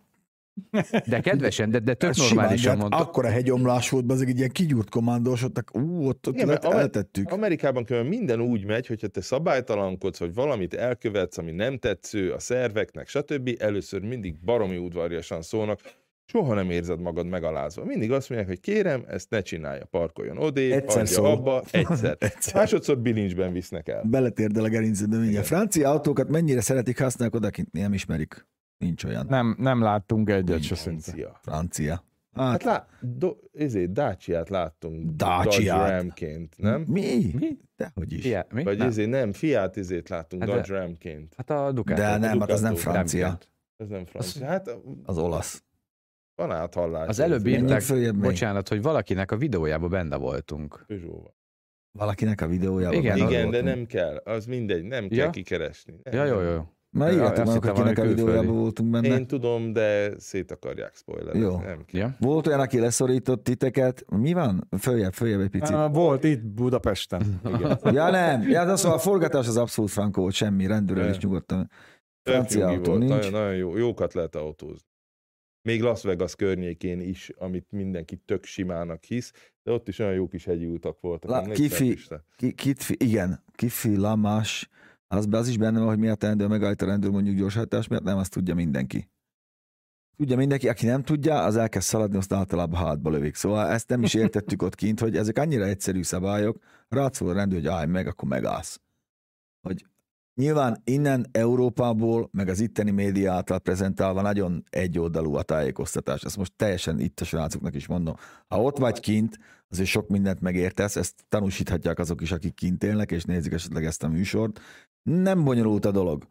Speaker 1: De kedvesen, de, de tök
Speaker 2: Ez
Speaker 1: normálisan
Speaker 2: simán, de
Speaker 1: mondta.
Speaker 2: akkora hegyomlás volt, az egy ilyen kigyúrt kommandós, ott, ú, ott, ott
Speaker 3: Igen,
Speaker 2: lett,
Speaker 3: mert
Speaker 2: eltettük.
Speaker 3: Amerikában különben minden úgy megy, hogyha te szabálytalankodsz, vagy valamit elkövetsz, ami nem tetsző a szerveknek, stb. Először mindig baromi udvariasan szólnak, soha nem érzed magad megalázva. Mindig azt mondják, hogy kérem, ezt ne csinálja, parkoljon odébb,
Speaker 2: Egyszer
Speaker 3: adja
Speaker 2: szól.
Speaker 3: abba, egyszer.
Speaker 2: Egyszer.
Speaker 3: Másodszor bilincsben visznek el.
Speaker 2: Beletérdel a gerincedbe mindjárt.
Speaker 3: Igen.
Speaker 2: Francia autókat mennyire szeretik használni, odakint nem ismerik. Nincs olyan.
Speaker 4: Nem, nem láttunk egyet
Speaker 2: Nincs
Speaker 4: se szinte.
Speaker 3: Francia.
Speaker 2: Francia.
Speaker 3: Hát
Speaker 2: Hát,
Speaker 3: lá, do, ezért Dacia-t láttunk
Speaker 2: Dacia-t.
Speaker 3: Dodge Ramként, nem?
Speaker 2: mi?
Speaker 1: Mi?
Speaker 2: Dehogy is.
Speaker 1: Fiat, mi?
Speaker 3: Vagy
Speaker 1: Nem.
Speaker 3: ezért nem, Fiat ezért láttunk
Speaker 1: Hát de-
Speaker 3: Dodge Ramként.
Speaker 1: Hát a Ducati.
Speaker 2: De nem, hát az nem
Speaker 3: Ducato,
Speaker 2: francia.
Speaker 1: Ramként.
Speaker 3: Ez nem francia. Hát
Speaker 2: Az olasz.
Speaker 3: van áthallás.
Speaker 1: Az előbb
Speaker 2: Menjünk
Speaker 1: írták,
Speaker 2: följebb még.
Speaker 1: bocsánat, hogy valakinek a videójában benne voltunk.
Speaker 3: Peugeot-val.
Speaker 2: Valakinek a videójában.
Speaker 1: Igen,
Speaker 2: benne
Speaker 3: Igen, de
Speaker 2: voltunk.
Speaker 3: nem kell. Az mindegy, nem
Speaker 1: Ja?
Speaker 3: kell kikeresni. Nem,
Speaker 1: Ja, jó,
Speaker 3: nem.
Speaker 1: jó.
Speaker 2: Na
Speaker 1: Ja,
Speaker 2: írjátok
Speaker 1: azt
Speaker 2: meg,
Speaker 1: hittem,
Speaker 2: akinek a
Speaker 1: valami
Speaker 2: videójában
Speaker 1: külföldi.
Speaker 2: voltunk benne.
Speaker 3: Én tudom, de szét akarják spoilerezni.
Speaker 2: Jó.
Speaker 3: Nem kell.
Speaker 1: Ja?
Speaker 2: Volt olyan, aki leszorított titeket. Mi van? Följebb, följebb egy picit.
Speaker 4: Ah, Volt itt Budapesten.
Speaker 3: Igen.
Speaker 2: Ja nem, ja, de szóval a forgatás az abszolút frankó volt, semmi, rendőrrel is
Speaker 3: Ne.
Speaker 2: nyugodtan.
Speaker 3: Tök
Speaker 2: Francia
Speaker 3: nyugi
Speaker 2: autó
Speaker 3: volt,
Speaker 2: nincs.
Speaker 3: Nagyon, nagyon jó, jókat lehet autózni. Még Las Vegas környékén is, amit mindenki tök simának hisz, de ott is olyan jó kis hegyi utak voltak.
Speaker 2: La,
Speaker 3: Emlékszel,
Speaker 2: kifi,
Speaker 3: Pista?
Speaker 2: ki, kitfi, igen, kifi, lamas, az, az is benne van, hogy miért a rendőr megállít a rendőr mondjuk gyorsátás miatt, nem, azt tudja mindenki. Tudja mindenki, aki nem tudja, az elkezd szaladni, azt általában hátba lövik. Szóval ezt nem is értettük ott kint, hogy ezek annyira egyszerű szabályok, rád szól a rendőr, hogy állj meg, akkor megállsz. Hogy nyilván innen Európából, meg az itteni média által prezentálva nagyon egyoldalú a tájékoztatás. Ezt most teljesen itt a srácoknak is mondom. Ha ott vagy kint, azért sok mindent megértesz, ezt tanúsíthatják azok is, akik kint élnek, és nézik esetleg ezt a műsort. Nem bonyolult a dolog.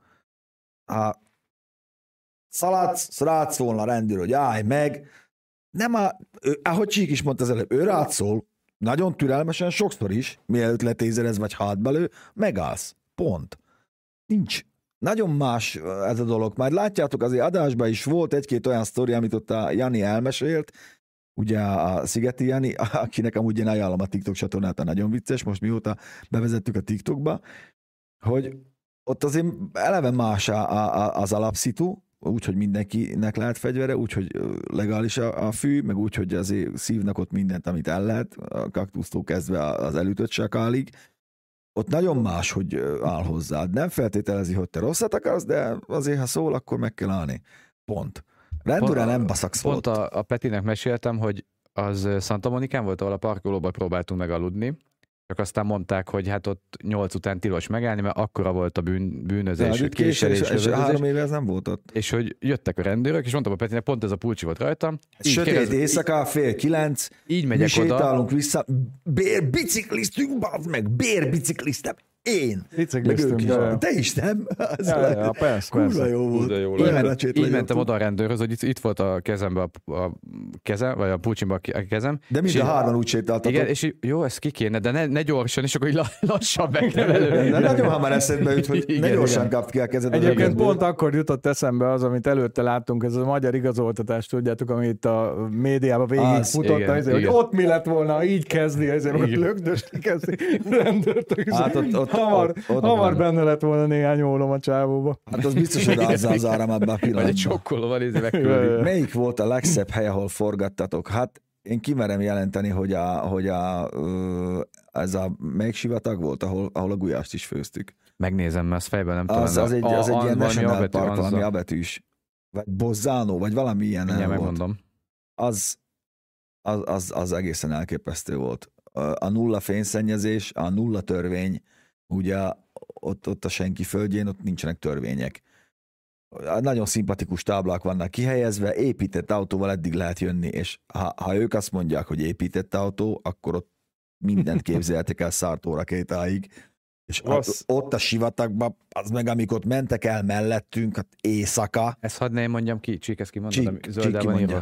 Speaker 2: Ha szaladsz, rád szólna a rendőr, hogy állj meg, nem a, ő, ahogy Csík is mondta az előbb, ő rád szól, nagyon türelmesen, sokszor is, mielőtt letézerez vagy hátbelő, megállsz. Pont. Nincs. Nagyon más ez a dolog. Majd látjátok, azért adásban is volt egy-két olyan sztori, amit ott a Jani elmesélt, ugye a Szigeti Jani, akinek amúgy én ajánlom a TikTok csatornát, a nagyon vicces, most mióta bevezettük a TikTokba, hogy ott azért eleve más a, a, az alapszitu, úgyhogy mindenkinek lehet fegyvere, úgyhogy legális a, a fű, meg úgyhogy azért szívnak ott mindent, amit el lehet, a kaktusztól kezdve az elütött sakálig. Ott nagyon más, hogy áll hozzád. Nem feltételezi, hogy te rosszat akarsz, de azért, ha szól, akkor meg kell állni. Pont. Rendőre nem baszaksz
Speaker 1: Pont
Speaker 2: volt.
Speaker 1: a, a Petinek meséltem, hogy az Santa Monicán volt, ahol a parkolóban próbáltunk meg aludni, csak aztán mondták, hogy hát ott nyolc után tilos megállni, mert akkora volt a bűn, bűnözés, hogy késelés,
Speaker 2: és, és
Speaker 1: lövöldözés,
Speaker 2: három éve ez nem volt ott.
Speaker 1: és hogy jöttek a rendőrök, és mondtam a Petinek, pont ez a pulcsi volt rajtam. Így
Speaker 2: Sötét
Speaker 1: kérdez-
Speaker 2: éjszaka, fél kilenc,
Speaker 1: Így
Speaker 2: mi
Speaker 1: megyek oda.
Speaker 2: sétálunk vissza, bérbicikliztünk, bazd meg, bérbicikliztem, én. Meg
Speaker 4: Bicikliztünk,
Speaker 2: ők is.
Speaker 4: ja, ja.
Speaker 2: Te is, nem? Ez
Speaker 4: Ja, ja, ja, persze,
Speaker 2: kurva
Speaker 4: persze.
Speaker 2: jó volt.
Speaker 3: Kurva jó
Speaker 2: Olyan
Speaker 3: lehet.
Speaker 2: lecsét
Speaker 1: Így
Speaker 2: lenyomtunk.
Speaker 1: mentem oda a rendőrhöz, hogy itt, itt volt a kezembe a, a kezem, vagy a pulcsimba a ke- a kezem.
Speaker 2: De mind
Speaker 1: És
Speaker 2: a
Speaker 1: így-
Speaker 2: hárman úgy sétáltatok.
Speaker 1: Igen, és így, jó, ez ki kéne, de ne, ne gyorsan, és akkor így la- lassan meg kell
Speaker 2: De
Speaker 1: előre.
Speaker 2: nagyon hamar eszedbe jut, hogy
Speaker 1: Igen,
Speaker 2: ne gyorsan
Speaker 1: igen.
Speaker 2: kapd ki a kezed. az
Speaker 4: Egyébként
Speaker 2: egészből.
Speaker 4: pont akkor jutott eszembe az, amit előtte láttunk, ez a magyar igazoltatás, tudjátok, amit a médiában végig
Speaker 2: Az,
Speaker 4: futott,
Speaker 1: igen,
Speaker 4: azért, hogy
Speaker 1: igen.
Speaker 4: ott mi lett volna, ha így kezdi, ezért ott
Speaker 1: Igen.
Speaker 4: lögdösni kezdi, rendőrt,
Speaker 2: Hát ott- ott-
Speaker 4: hamar,
Speaker 2: ott- ott-
Speaker 4: hamar
Speaker 2: ott-
Speaker 4: benne lett volna néhány ólom a csávóba.
Speaker 2: Hát az biztos, hogy azzal az áram abban a
Speaker 1: Vagy egy
Speaker 2: pillanatban.
Speaker 1: sokkoló van, ez
Speaker 4: Ja,
Speaker 1: megküldi.
Speaker 4: ja.
Speaker 2: Melyik volt a legszebb hely, ahol forgattatok? Hát én kimerem jelenteni, hogy, a, hogy a, ö, ez a melyik sivatag volt, ahol, ahol a gulyást is főztük.
Speaker 1: Megnézem, mert az fejben nem
Speaker 2: Az,
Speaker 1: tudom.
Speaker 2: az egy, az egy ilyen national park, valami
Speaker 1: Anza.
Speaker 2: abetűs. Vagy Bozzánó, vagy valami ilyen
Speaker 1: Mindjárt
Speaker 2: volt.
Speaker 1: megmondom.
Speaker 2: Az, az, az, az egészen elképesztő volt. A a nulla fényszennyezés, a nulla törvény, ugye ott, ott a senki földjén, ott nincsenek törvények. Nagyon szimpatikus táblák vannak kihelyezve, épített autóval eddig lehet jönni, és ha, ha ők azt mondják, hogy épített autó, akkor ott mindent képzeltek el Szartó rakétáig, és ott,
Speaker 3: Rossz.
Speaker 2: ott a sivatagban, az meg amikor ott mentek el mellettünk, hát éjszaka,
Speaker 1: Ezt hadd ne én mondjam ki, Csík, ezt kimondod,
Speaker 2: Csík-
Speaker 1: ami
Speaker 2: Csík
Speaker 1: zöldel van
Speaker 2: kimondja.
Speaker 1: írva.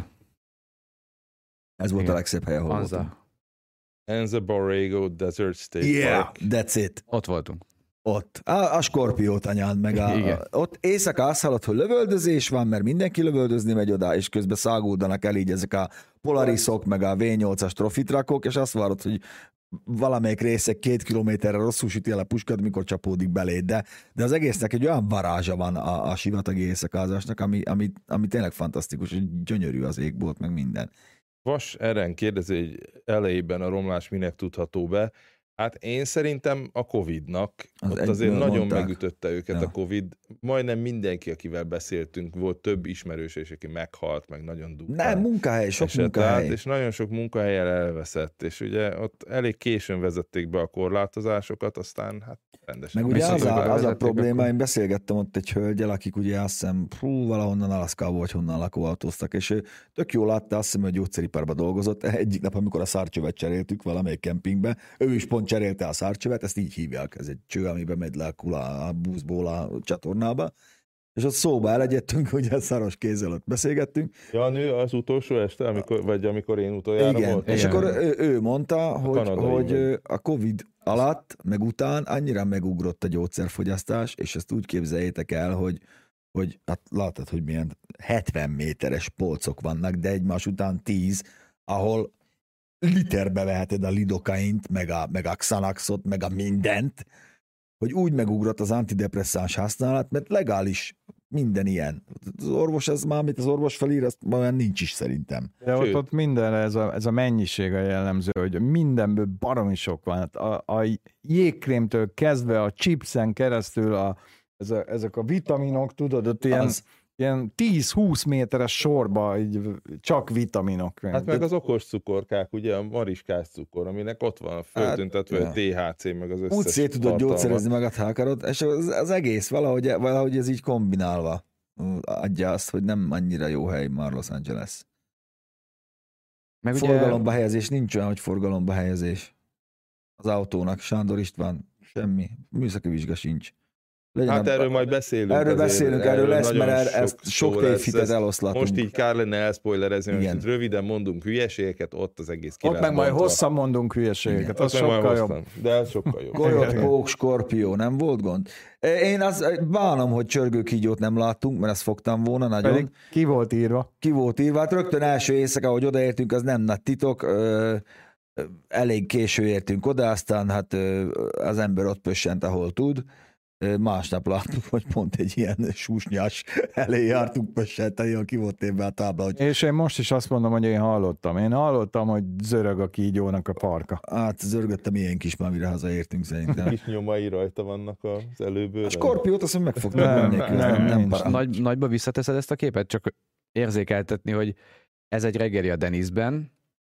Speaker 2: ez volt
Speaker 1: Igen.
Speaker 2: a legszebb hely, ahol voltunk.
Speaker 1: Anza.
Speaker 3: Anza Borrego Desert State
Speaker 2: Yeah,
Speaker 3: Park.
Speaker 2: that's it.
Speaker 1: Ott voltunk.
Speaker 2: Ott. A, a skorpiót anyád meg a,
Speaker 1: Igen.
Speaker 2: a, ott éjszaka azt hallod, hogy lövöldözés van, mert mindenki lövöldözni megy oda, és közben száguldanak el így ezek a Polarisok, meg a vé nyolcas trofitrakok, és azt várod, hogy valamelyik része két kilométerre rosszul süti el a puskát, mikor csapódik beléd, de, de az egésznek egy olyan varázsa van a, a sivatagi éjszakázásnak, ami, ami, ami tényleg fantasztikus, hogy gyönyörű az égbolt, meg minden.
Speaker 3: Vas Eren kérdezi, hogy elejében a romlás minek tudható be. Hát én szerintem a Covidnak,
Speaker 2: Az
Speaker 3: ott
Speaker 2: egy-
Speaker 3: azért nagyon
Speaker 2: mondták.
Speaker 3: megütötte őket
Speaker 2: Ja.
Speaker 3: a Covid. Majdnem mindenki, akivel beszéltünk, volt több ismerős, és aki meghalt, meg nagyon durván.
Speaker 2: Nem, munkahely, sok
Speaker 3: esett
Speaker 2: munkahely.
Speaker 3: át, és nagyon sok munkahelyen elveszett, és ugye ott elég későn vezették be a korlátozásokat, aztán hát rendesen.
Speaker 2: Meg ugye az
Speaker 1: Mexikóba
Speaker 2: a, az a
Speaker 1: vezették
Speaker 2: probléma,
Speaker 1: akkor.
Speaker 2: én beszélgettem ott egy hölgyel, akik ugye azt hiszem, hú, valahonnan Alaszkából, vagy honnan lakóautóztak, és ő tök jól látta, azt hiszem, hogy gyógyszeriparban dolgozott. Egyik nap, amikor a szárcsövet cseréltük valamelyik kempingbe, ő is pont cserélte a szárcsövet, ezt így hívják, ez egy cső, amiben megy le a kula a buszból a csatornába, és ott szóba elegyedtünk, ugye szaros kézzel ott beszélgettünk.
Speaker 3: Ja, nő az utolsó este, amikor, vagy amikor én utoljára
Speaker 2: Igen,
Speaker 3: voltam?
Speaker 2: és
Speaker 1: Igen.
Speaker 2: akkor ő, ő mondta, hogy,
Speaker 3: kanadai
Speaker 2: hogy
Speaker 3: vagy.
Speaker 2: ö, a Covid alatt, meg után annyira megugrott a gyógyszerfogyasztás, és ezt úgy képzeljétek el, hogy, hogy hát látod, hogy milyen hetven méteres polcok vannak, de egymás után tíz, ahol literbe veheted a lidokaint, meg a, meg a Xanaxot, meg a mindent, hogy úgy megugrott az antidepresszáns használat, mert legális minden ilyen. Az orvos, ez már, amit az orvos felír, azt már olyan nincs is szerintem.
Speaker 4: De ott,
Speaker 3: Sőt.
Speaker 4: ott mindenre ez a, ez a mennyiség a jellemző, hogy mindenből baromi sok van. Hát a, a jégkrémtől kezdve a chipsen keresztül a, ez a, ezek a vitaminok, tudod, ott ilyen,
Speaker 2: Az.
Speaker 4: ilyen tíz-húsz méteres sorba így csak vitaminok.
Speaker 3: Hát meg az okos cukorkák, ugye a mariskás cukor, aminek ott van föltüntetve,
Speaker 2: Hát,
Speaker 3: hogy té há cé, meg az összes
Speaker 2: Úgy szét tudod
Speaker 3: tartalma.
Speaker 2: gyógyszerezni magad, ha akarod, és az, az egész valahogy, valahogy ez így kombinálva adja azt, hogy nem annyira jó hely már Los Angeles.
Speaker 1: Meg ugye,
Speaker 2: Forgalomba helyezés, nincs olyan, hogy forgalomba helyezés. Az autónak, Sándor István, semmi, műszaki vizsga sincs. Legyen
Speaker 3: Hát
Speaker 2: a-
Speaker 3: erről majd beszélünk.
Speaker 2: erről
Speaker 3: azért,
Speaker 2: beszélünk, erről lesz,
Speaker 3: nagyon
Speaker 2: mert er- ezt
Speaker 3: szó
Speaker 2: sok
Speaker 3: lesz.
Speaker 2: tévhitet
Speaker 3: Ezt
Speaker 2: eloszlatunk.
Speaker 3: Most így kár lenne elszpoilerezni, most
Speaker 2: Igen.
Speaker 3: itt röviden mondunk hülyeségeket, ott az egész ki
Speaker 4: Ott
Speaker 3: lesz
Speaker 4: meg majd
Speaker 3: bontva.
Speaker 4: hosszan mondunk hülyeségeket,
Speaker 2: Igen.
Speaker 4: az
Speaker 3: Ott meg majd
Speaker 4: sokkal jobb.
Speaker 3: hosszan, de ez sokkal jobb.
Speaker 2: Golyot, pók, skorpió, nem volt gond? Én az, bánom, hogy csörgőkígyót nem láttunk, mert ezt fogtam volna nagyon.
Speaker 4: Pedig ki volt írva?
Speaker 2: Ki volt írva, hát rögtön első éjszaka, ahogy odaértünk, az nem nagy titok, ö, ö, elég késő értünk oda, aztán hát ö, az ember ott pössent, ahol tud. Ö, Másnap láttuk, hogy pont egy ilyen susnyás elé jártunk pössent, ahol ki volt évben a tábla, hogy
Speaker 4: És én most is azt mondom, hogy én hallottam. Én hallottam, hogy zörög a kígyónak a farka.
Speaker 2: hát zörgöttem ilyen kis, már mire hazaértünk szerintem.
Speaker 3: Kis nyomai rajta vannak az előből.
Speaker 2: A skorpiót azt mondja, megfogtam
Speaker 4: Nem,
Speaker 2: nélkül,
Speaker 4: nem,
Speaker 2: nem, nem
Speaker 4: nincs.
Speaker 2: parám.
Speaker 1: nagy, nagyba visszateszed ezt a képet, csak érzékeltetni, hogy ez egy reggeli a Denizben,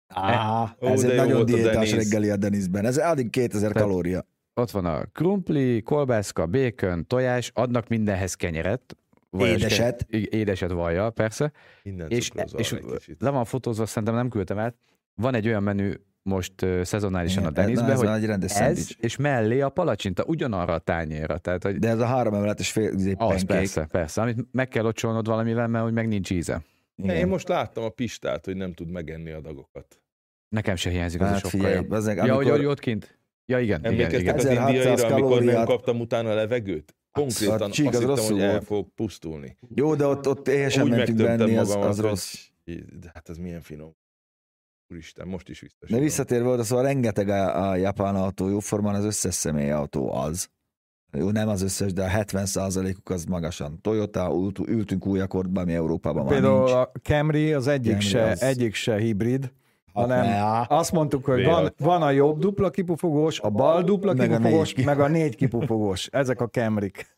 Speaker 2: Á,
Speaker 3: Ó,
Speaker 2: ez
Speaker 3: de
Speaker 2: egy
Speaker 3: jó
Speaker 2: nagyon
Speaker 3: volt a
Speaker 2: diétás
Speaker 3: Denis.
Speaker 2: reggeli a Denizben. Ez addig kétezer
Speaker 1: Tehát-
Speaker 2: kalória.
Speaker 1: ott van a krumpli, kolbászka, békön, tojás, adnak mindenhez kenyeret. vajos
Speaker 2: Édeset.
Speaker 1: Kenyeret, édeset vajjal, persze.
Speaker 3: Innen
Speaker 1: És,
Speaker 3: cukrozol
Speaker 1: és
Speaker 3: egy kicsit.
Speaker 1: le van fotózva, szerintem nem küldtem el. Van egy olyan menü most uh, szezonálisan
Speaker 2: Igen,
Speaker 1: a Denizben,
Speaker 2: ez
Speaker 1: hogy
Speaker 2: már egy rendes
Speaker 1: ez,
Speaker 2: szendvics.
Speaker 1: és mellé a palacsinta ugyanarra a tányérra. Tehát, hogy
Speaker 2: De ez a három emeletes fél izé,
Speaker 1: az
Speaker 2: pancake.
Speaker 1: persze, persze, amit meg kell ocsolnod valamivel, mert hogy meg nincs íze.
Speaker 2: Igen.
Speaker 3: Én most láttam a Pistát, hogy nem tud megenni a dagokat.
Speaker 1: Nekem se hiányzik az a
Speaker 2: Hát
Speaker 1: sokkal
Speaker 2: figyelj,
Speaker 1: jobb.
Speaker 2: ezek,
Speaker 1: Ja, hogy
Speaker 2: amikor,
Speaker 1: hogy ott kint? Ja, igen, igen,
Speaker 3: Emlékeztek
Speaker 1: igen.
Speaker 3: az
Speaker 2: ezerhatszáz
Speaker 3: indiaira, amikor nem
Speaker 2: kalóriát-
Speaker 3: kaptam utána levegőt? Konkrétan
Speaker 2: a
Speaker 3: azt
Speaker 2: csík az
Speaker 3: hittem,
Speaker 2: rosszul
Speaker 3: hogy el
Speaker 2: volt.
Speaker 3: fog pusztulni.
Speaker 2: jó, de ott, ott éhesen
Speaker 3: Úgy
Speaker 2: mentünk
Speaker 3: megtömtem
Speaker 2: benni, az,
Speaker 3: magamat,
Speaker 2: az
Speaker 3: hogy-
Speaker 2: rossz.
Speaker 3: De hát ez milyen finom. Úristen, most is
Speaker 2: De
Speaker 3: visszasírom.
Speaker 2: visszatérve oda, szóval rengeteg a, a japán autó, jóformán az összes személyautó az. Jó, nem az összes, de a hetven százalékuk az magasan. Toyota, ült, ültünk új akkordban, ami Európában már
Speaker 4: Például
Speaker 2: nincs.
Speaker 4: a Camry az egyik,
Speaker 2: Camry
Speaker 4: se,
Speaker 2: az-
Speaker 4: egyik se hibrid, hanem
Speaker 2: ne,
Speaker 4: azt mondtuk, hogy
Speaker 3: Vélet.
Speaker 4: van, van a jobb dupla kipufogós, a bal dupla
Speaker 2: Meg a
Speaker 4: kipufogós,
Speaker 2: négy.
Speaker 4: meg a négy kipufogós. Ezek a Camryk.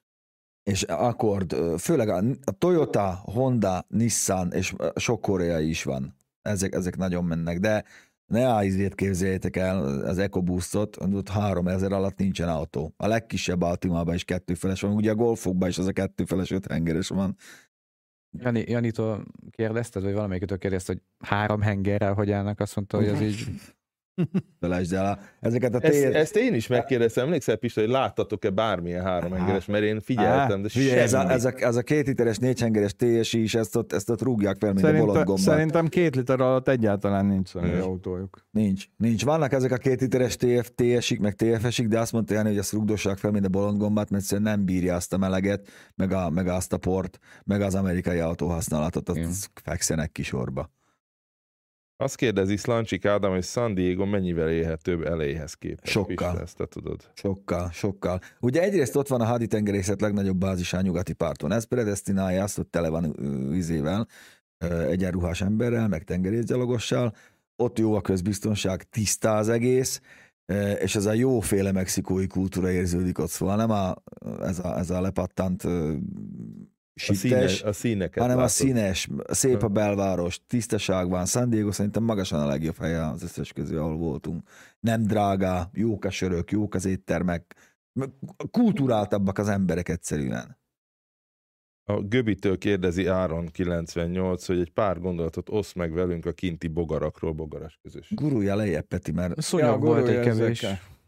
Speaker 2: És akkord, főleg a, a Toyota, Honda, Nissan, és sok koreai is van. Ezek, ezek nagyon mennek, de ne áizét képzeljétek el, az EcoBoostot, ott háromezer alatt nincsen autó. A legkisebb Altimában is kettőfeles van, ugye a Golfokban is az a kettőfeles öthengeres van.
Speaker 1: Jani, Janitól kérdezted, vagy valamelyikőtől kérdezted, hogy három hengerrel hogy állnak, azt mondta, hogy az így...
Speaker 2: Felejtsd el, ezeket a
Speaker 3: Ezt,
Speaker 2: tér...
Speaker 3: ezt én is megkérdeztem, emlékszel Pista, hogy láttatok-e bármilyen háromengeres, mert én figyeltem, de
Speaker 2: Figyelj,
Speaker 3: semmi.
Speaker 2: ez, a, ez, a, ez a két literes, négyhengeres té es i is, ezt ott, ezt ott rúgják fel, mint a bolond
Speaker 4: Szerintem,
Speaker 2: gombát.
Speaker 4: szerintem két liter alatt egyáltalán nincs olyan
Speaker 3: Nincs.
Speaker 4: autójuk.
Speaker 2: Nincs, nincs. Vannak ezek a két literes té ef, té es-ik, meg té ef es-ik, de azt mondta Jani, hogy ezt rugdossák fel, mint a bolondgombát, mert egyszerűen nem bírja azt a meleget, meg, a, meg azt a port, meg az amerikai autóhasználatot,
Speaker 1: Igen.
Speaker 2: azt fekszenek kisorba.
Speaker 3: Azt kérdezi Szlancsik Ádám, hogy San Diego mennyivel élhetőbb eléhez képest.
Speaker 2: Sokkal.
Speaker 3: Pista, ezt te tudod.
Speaker 2: Sokkal, sokkal. Ugye egyrészt ott van a haditengerészet legnagyobb bázisán nyugati parton. Ez predestinálja azt, hogy tele van vizével, egyenruhás emberrel, meg tengerészgyalogossal. Ott jó a közbiztonság, tiszta az egész, és ez a jóféle mexikói kultúra érződik ott, szóval nem a, ez, a, ez a lepattant
Speaker 3: A, színe,
Speaker 2: sittes,
Speaker 3: a színeket
Speaker 2: hanem
Speaker 3: látod.
Speaker 2: a színes, szép a belváros, tisztaság van. San Diego szerintem magasan a legjobb helye az összes közül, ahol voltunk. Nem drága, jók a sörök, jók az éttermek, kulturáltabbak az emberek egyszerűen.
Speaker 3: A Göbitől kérdezi Áron kilencvennyolc, hogy egy pár gondolatot oszd meg velünk a kinti bogarakról, bogaras közösség.
Speaker 2: Gurulja lejjebb, Peti, mert
Speaker 1: Szonyog volt egy kevés.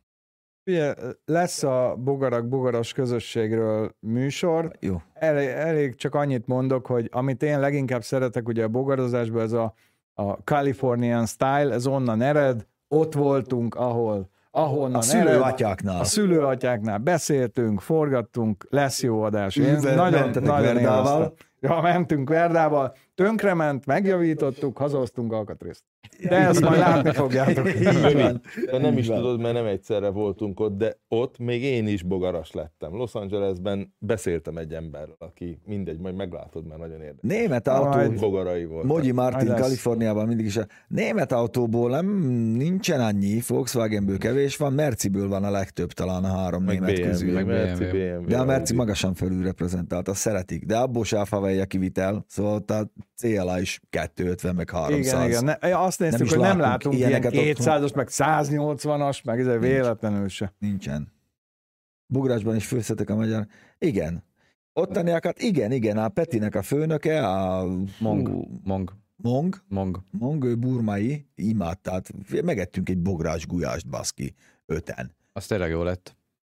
Speaker 4: Ugye, lesz a bogarak bogaras közösségről műsor.
Speaker 2: jó.
Speaker 4: Elég, elég csak annyit mondok, hogy amit én leginkább szeretek ugye a bogarozásban, ez a, a Californian style, ez onnan ered, ott voltunk, ahol ahonnan
Speaker 2: A szülőatyáknál.
Speaker 4: A szülőatyáknál beszéltünk, forgattunk, lesz jó adás. Én
Speaker 2: Ülve,
Speaker 4: nagyon,
Speaker 2: mentetek
Speaker 4: nagyon
Speaker 2: Verdával.
Speaker 4: élveztem. Ja, mentünk Verdával, tönkrement, megjavítottuk, hazahoztunk alkatrészt. De ezt majd látni fogjátok.
Speaker 3: Göbi, de nem is
Speaker 2: Így van.
Speaker 3: tudod, mert nem egyszerre voltunk ott, de ott még én is bogaras lettem. Los Angelesben beszéltem egy emberrel, aki mindegy, majd meglátod, mert nagyon érdekes.
Speaker 2: Német
Speaker 4: Majd
Speaker 2: autó,
Speaker 3: Bogarai volt.
Speaker 2: Mogyi Martin,
Speaker 4: Majd lesz.
Speaker 2: Kaliforniában mindig is a német autóból nem, nincsen annyi, Volkswagenből kevés van, Merciből van a legtöbb talán a három
Speaker 3: Meg
Speaker 2: német
Speaker 3: bé em vé,
Speaker 2: közül.
Speaker 3: meg
Speaker 1: Meg
Speaker 3: Merci,
Speaker 1: bé em vé.
Speaker 3: bé em vé.
Speaker 2: De a Merci
Speaker 3: Audi.
Speaker 2: magasan felül reprezentált, azt szeretik. De abból se alfavelje kivitel, szóval ott a cé el á is kétszázötven, meg háromszáz.
Speaker 4: Igen, igen. Ne, azt néztük,
Speaker 2: Nem is
Speaker 4: hogy nem
Speaker 2: látunk
Speaker 4: látunk ilyen
Speaker 2: ilyeneket otthon.
Speaker 4: kétszázas, meg száznyolcvanas, meg ez véletlenül se.
Speaker 2: Nincsen. Bugrásban is főztetek a magyar. Igen. Ottaniakat, igen, igen, a Petinek a főnöke, a
Speaker 1: Mong,
Speaker 2: Hú,
Speaker 1: mong,
Speaker 2: Mong,
Speaker 1: mong.
Speaker 2: Mong, ő burmai, imád, tehát megettünk egy bográs gulyást, baszki, öten.
Speaker 1: Az tényleg jó lett.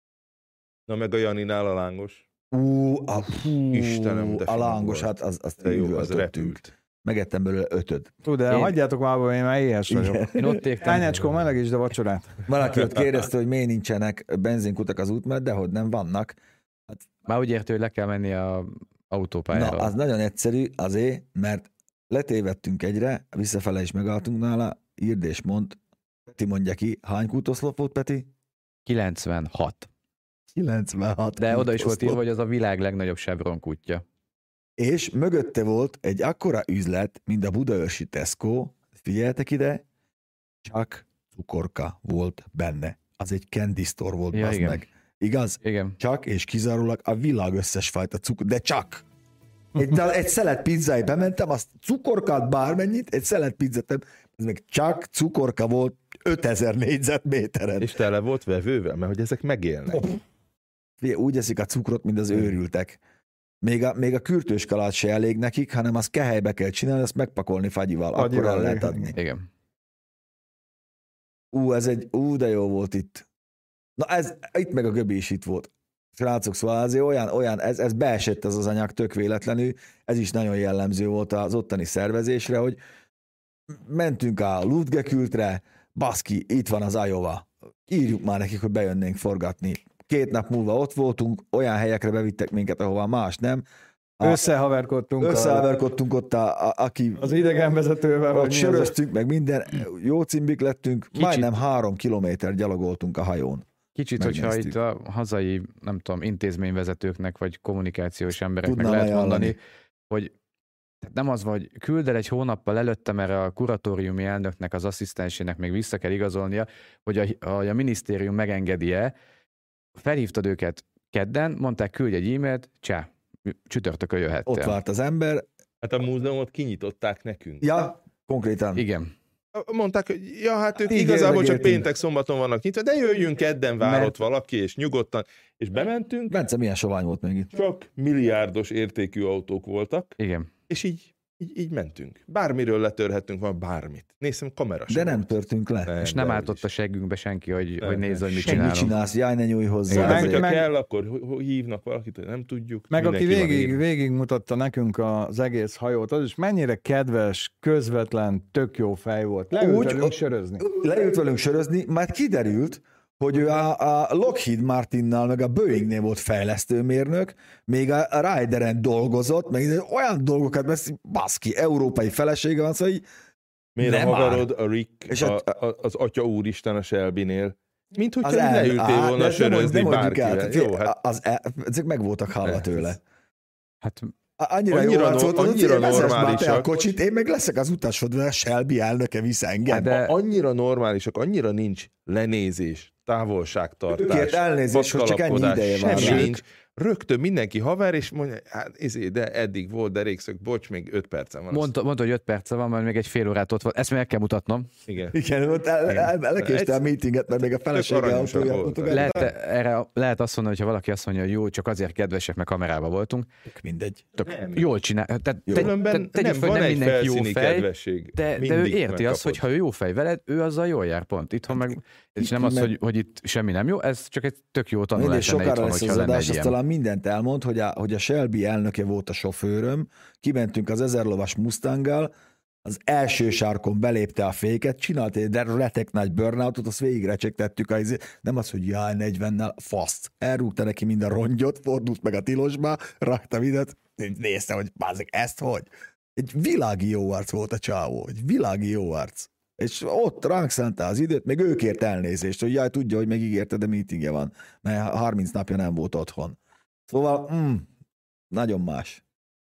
Speaker 3: Na meg a Janinál a lángos.
Speaker 2: Ú, a, hú,
Speaker 3: Istenem, de
Speaker 2: a
Speaker 3: finom
Speaker 2: lángos,
Speaker 3: volt.
Speaker 2: hát az, azt
Speaker 3: De jó, az
Speaker 2: üvöltöttünk.
Speaker 3: repült.
Speaker 2: Megettem belőle ötöt.
Speaker 4: Tud, de
Speaker 1: Én-
Speaker 4: hagyjátok már, én már éhes vagyok.
Speaker 2: Igen.
Speaker 1: Én ott égtem.
Speaker 4: Tányácskó, melegítsd a vacsorát.
Speaker 2: Valaki ott kérdezte, hogy miért nincsenek benzinkutak az út mellett, de hogy nem vannak.
Speaker 1: Már úgy értő, hogy le kell menni a
Speaker 2: Na,
Speaker 1: autópályára.
Speaker 2: az nagyon egyszerű azért, mert letévedtünk egyre, visszafele is megálltunk nála, írd és mond, Peti mondja ki, hány kútoszlop volt, Peti?
Speaker 1: kilencvenhat.
Speaker 2: kilencvenhat.
Speaker 1: De oda is volt
Speaker 2: kútoszlop.
Speaker 1: írva, hogy az a világ legnagyobb Chevron kútja.
Speaker 2: És mögötte volt egy akkora üzlet, mint a budaörsi Tesco, figyeljetek ide, csak cukorka volt benne. Az egy candy store volt,
Speaker 1: Ja,
Speaker 2: bazd
Speaker 1: igen.
Speaker 2: meg. Igaz?
Speaker 1: Igen.
Speaker 2: Csak és kizárólag a világ összes fajta cukor, de csak. Egy, de egy szelet pizzáig bementem, azt cukorkát bármennyit, egy szelet pizzát, ez meg csak cukorka volt ötezer négyzetméteren.
Speaker 3: És tele volt vevővel, mert hogy ezek megélnek.
Speaker 2: Figyelj, úgy eszik a cukrot, mint az őrültek. Még a, még a kürtős kalács se elég nekik, hanem azt kehelybe kell csinálni, azt megpakolni fagyival, akkor
Speaker 4: Fagyival,
Speaker 2: el lehet
Speaker 4: igen.
Speaker 2: adni.
Speaker 1: Igen.
Speaker 2: Ú, ez egy, ú, de jó volt itt. Na ez, itt meg a Göbi is itt volt. Srácok, szóval azért olyan, olyan ez, ez beesett ez az anyag tök véletlenül, ez is nagyon jellemző volt az ottani szervezésre, hogy mentünk a Lutgekültre, baszki, itt van az Iowa, írjuk már nekik, hogy bejönnénk forgatni. Két nap múlva ott voltunk, olyan helyekre bevittek minket, ahova más nem. A-
Speaker 4: Összehaverkodtunk a,
Speaker 2: Összeverkodtunk ott, a, a, aki
Speaker 4: az idegenvezetővel.
Speaker 2: ott
Speaker 4: vagy mi az a-
Speaker 2: söröztünk, meg minden, jó cimbik lettünk,
Speaker 1: Kicsit.
Speaker 2: majdnem három kilométer gyalogoltunk a hajón.
Speaker 1: Kicsit, hogyha
Speaker 2: Megnéztük.
Speaker 1: itt a hazai, nem tudom, intézményvezetőknek, vagy kommunikációs embereknek
Speaker 2: Tudnám
Speaker 1: lehet
Speaker 2: ajánlani.
Speaker 1: mondani, hogy tehát nem az van, hogy küld el egy hónappal előttem erre a kuratóriumi elnöknek, az asszisztensének még vissza kell igazolnia, hogy a, a, a minisztérium megengedi-e. Felhívtad őket kedden, mondták, küldj egy e-mailt, csá, csütörtökön jöhettél.
Speaker 2: Ott várt az ember,
Speaker 3: Hát a múzeumot kinyitották nekünk.
Speaker 2: ja, konkrétan.
Speaker 1: Igen.
Speaker 3: Mondták, hogy ja, hát ők
Speaker 2: Így
Speaker 3: igazából csak
Speaker 2: érdekéltünk.
Speaker 3: péntek, szombaton vannak nyitva, de jöjjünk kedden, vár
Speaker 1: Mert-
Speaker 3: ott valaki, és nyugodtan. És bementünk,
Speaker 2: Bence milyen sovány volt még itt.
Speaker 3: csak milliárdos értékű autók voltak,
Speaker 1: Igen.
Speaker 3: és így, így, így mentünk. Bármiről letörhettünk van bármit. Nézem, kamera
Speaker 2: De
Speaker 3: sem
Speaker 2: nem
Speaker 3: volt.
Speaker 2: törtünk le.
Speaker 3: Nem,
Speaker 1: És nem
Speaker 3: de
Speaker 1: állt ott
Speaker 3: is.
Speaker 1: a seggünkbe senki, hogy,
Speaker 3: Nem,
Speaker 1: hogy nézze,
Speaker 3: nem.
Speaker 1: hogy mit
Speaker 3: Senki
Speaker 2: Mit
Speaker 1: csinálunk.
Speaker 2: csinálsz? Jaj, ne nyújj hozzá.
Speaker 1: Igen.
Speaker 4: Meg-
Speaker 2: Azért.
Speaker 3: Hogyha
Speaker 4: meg-
Speaker 3: kell, akkor ho- ho- hívnak valakit, hogy nem tudjuk.
Speaker 4: Meg aki
Speaker 3: Mindenki van
Speaker 4: végig,
Speaker 3: írva.
Speaker 4: végig mutatta nekünk az egész hajót, az is mennyire kedves, közvetlen, tök jó fej volt. Leült
Speaker 2: Úgy-
Speaker 4: velünk sörözni.
Speaker 2: Leült velünk sörözni, majd kiderült, hogy ő a, a Lockheed Martinnal, meg a Boeingnél volt fejlesztőmérnök, még a, a Ryderen dolgozott, meg olyan dolgokat beszél, baszki, európai felesége van, szóval így
Speaker 3: Miért
Speaker 2: Nem
Speaker 3: havarod a Rick,
Speaker 2: És
Speaker 3: a,
Speaker 2: a-
Speaker 3: a, az atya úristen a Shelby-nél? Mint hogyha
Speaker 2: Az
Speaker 3: így
Speaker 2: el-
Speaker 3: leültél
Speaker 2: Á,
Speaker 3: volna
Speaker 2: de ez nem mondj-
Speaker 3: sörözni
Speaker 2: nem mondjuk el.
Speaker 3: bárkivel.
Speaker 2: Tehát
Speaker 3: Jó, hát
Speaker 2: az, el- ezek meg voltak hallva tőle.
Speaker 1: Hát
Speaker 2: Annyira,
Speaker 3: Annyira
Speaker 2: jó arc
Speaker 3: no-
Speaker 2: volt,
Speaker 3: annyira
Speaker 2: hogy vezess már te a
Speaker 3: normálisak.
Speaker 2: kocsit, én meg leszek az utasod, mert a Shelby elnöke visz engem.
Speaker 1: de-
Speaker 3: a- annyira normálisak, annyira nincs lenézés, távolságtartás,
Speaker 2: Kért elnézést, hogy csak ennyi
Speaker 3: paszkalapkodás,
Speaker 2: ideje van
Speaker 3: semmi
Speaker 2: rá.
Speaker 3: nincs. Rögtön mindenki haver, és mondja, hát izé, de eddig volt derékszök, bocs, még öt percem van.
Speaker 1: mondta, mondta, hogy öt perce van, majd még egy fél órát ott van. Ezt még el kell mutatnom.
Speaker 3: Igen.
Speaker 2: Igen, ott el, el, elekéste a meetinget, mert még a felesége
Speaker 3: aranyosak
Speaker 2: autóját
Speaker 3: voltak.
Speaker 2: mutogatta.
Speaker 1: Lehet, erre, lehet azt mondani, hogy ha valaki azt mondja, hogy jó, csak azért kedvesek, mert kamerában voltunk,
Speaker 2: Mindegy.
Speaker 1: tök
Speaker 3: Nem.
Speaker 1: jól csinál. Tehát te, te,
Speaker 3: Különben
Speaker 1: tegyük
Speaker 3: nem,
Speaker 1: föl,
Speaker 3: van
Speaker 1: nem
Speaker 3: egy
Speaker 1: mindenki jó
Speaker 3: felszíni
Speaker 1: fej,
Speaker 3: kedvesség.
Speaker 1: de, de ő
Speaker 3: Mindig
Speaker 1: érti
Speaker 3: megkapod.
Speaker 1: azt, hogy ha ő jó fej veled, ő azzal jól jár pont. Itthon meg, és nem az,
Speaker 2: meg-
Speaker 1: hogy, hogy itt semmi nem jó, ez csak egy tök jó
Speaker 2: Mindegy,
Speaker 1: tanulás lenne
Speaker 2: sokára
Speaker 1: itthon,
Speaker 2: lesz
Speaker 1: hogyha
Speaker 2: az
Speaker 1: lenne
Speaker 2: adás,
Speaker 1: egy
Speaker 2: azt
Speaker 1: ilyen.
Speaker 2: talán mindent elmond, hogy a, hogy a Shelby elnöke volt a sofőröm, kimentünk az ezer lovas Mustanggal, az első sárkon belépte a féket, csinált egy retek nagy burnoutot, azt végig recsegtettük, a izé- nem az, hogy jaj, negyvennel, faszt. Elrúgta neki mind a rongyot, fordult meg a tilosba, rakta mindent, nézte, hogy bázik, ezt hogy? Egy világi jó arc volt a csávó, egy világi jó arc. És ott ránk szánta az időt, még ő kért elnézést, hogy jaj, tudja, hogy megígérte, de meetingje van, mert harminc napja nem volt otthon. Szóval, mm, nagyon más.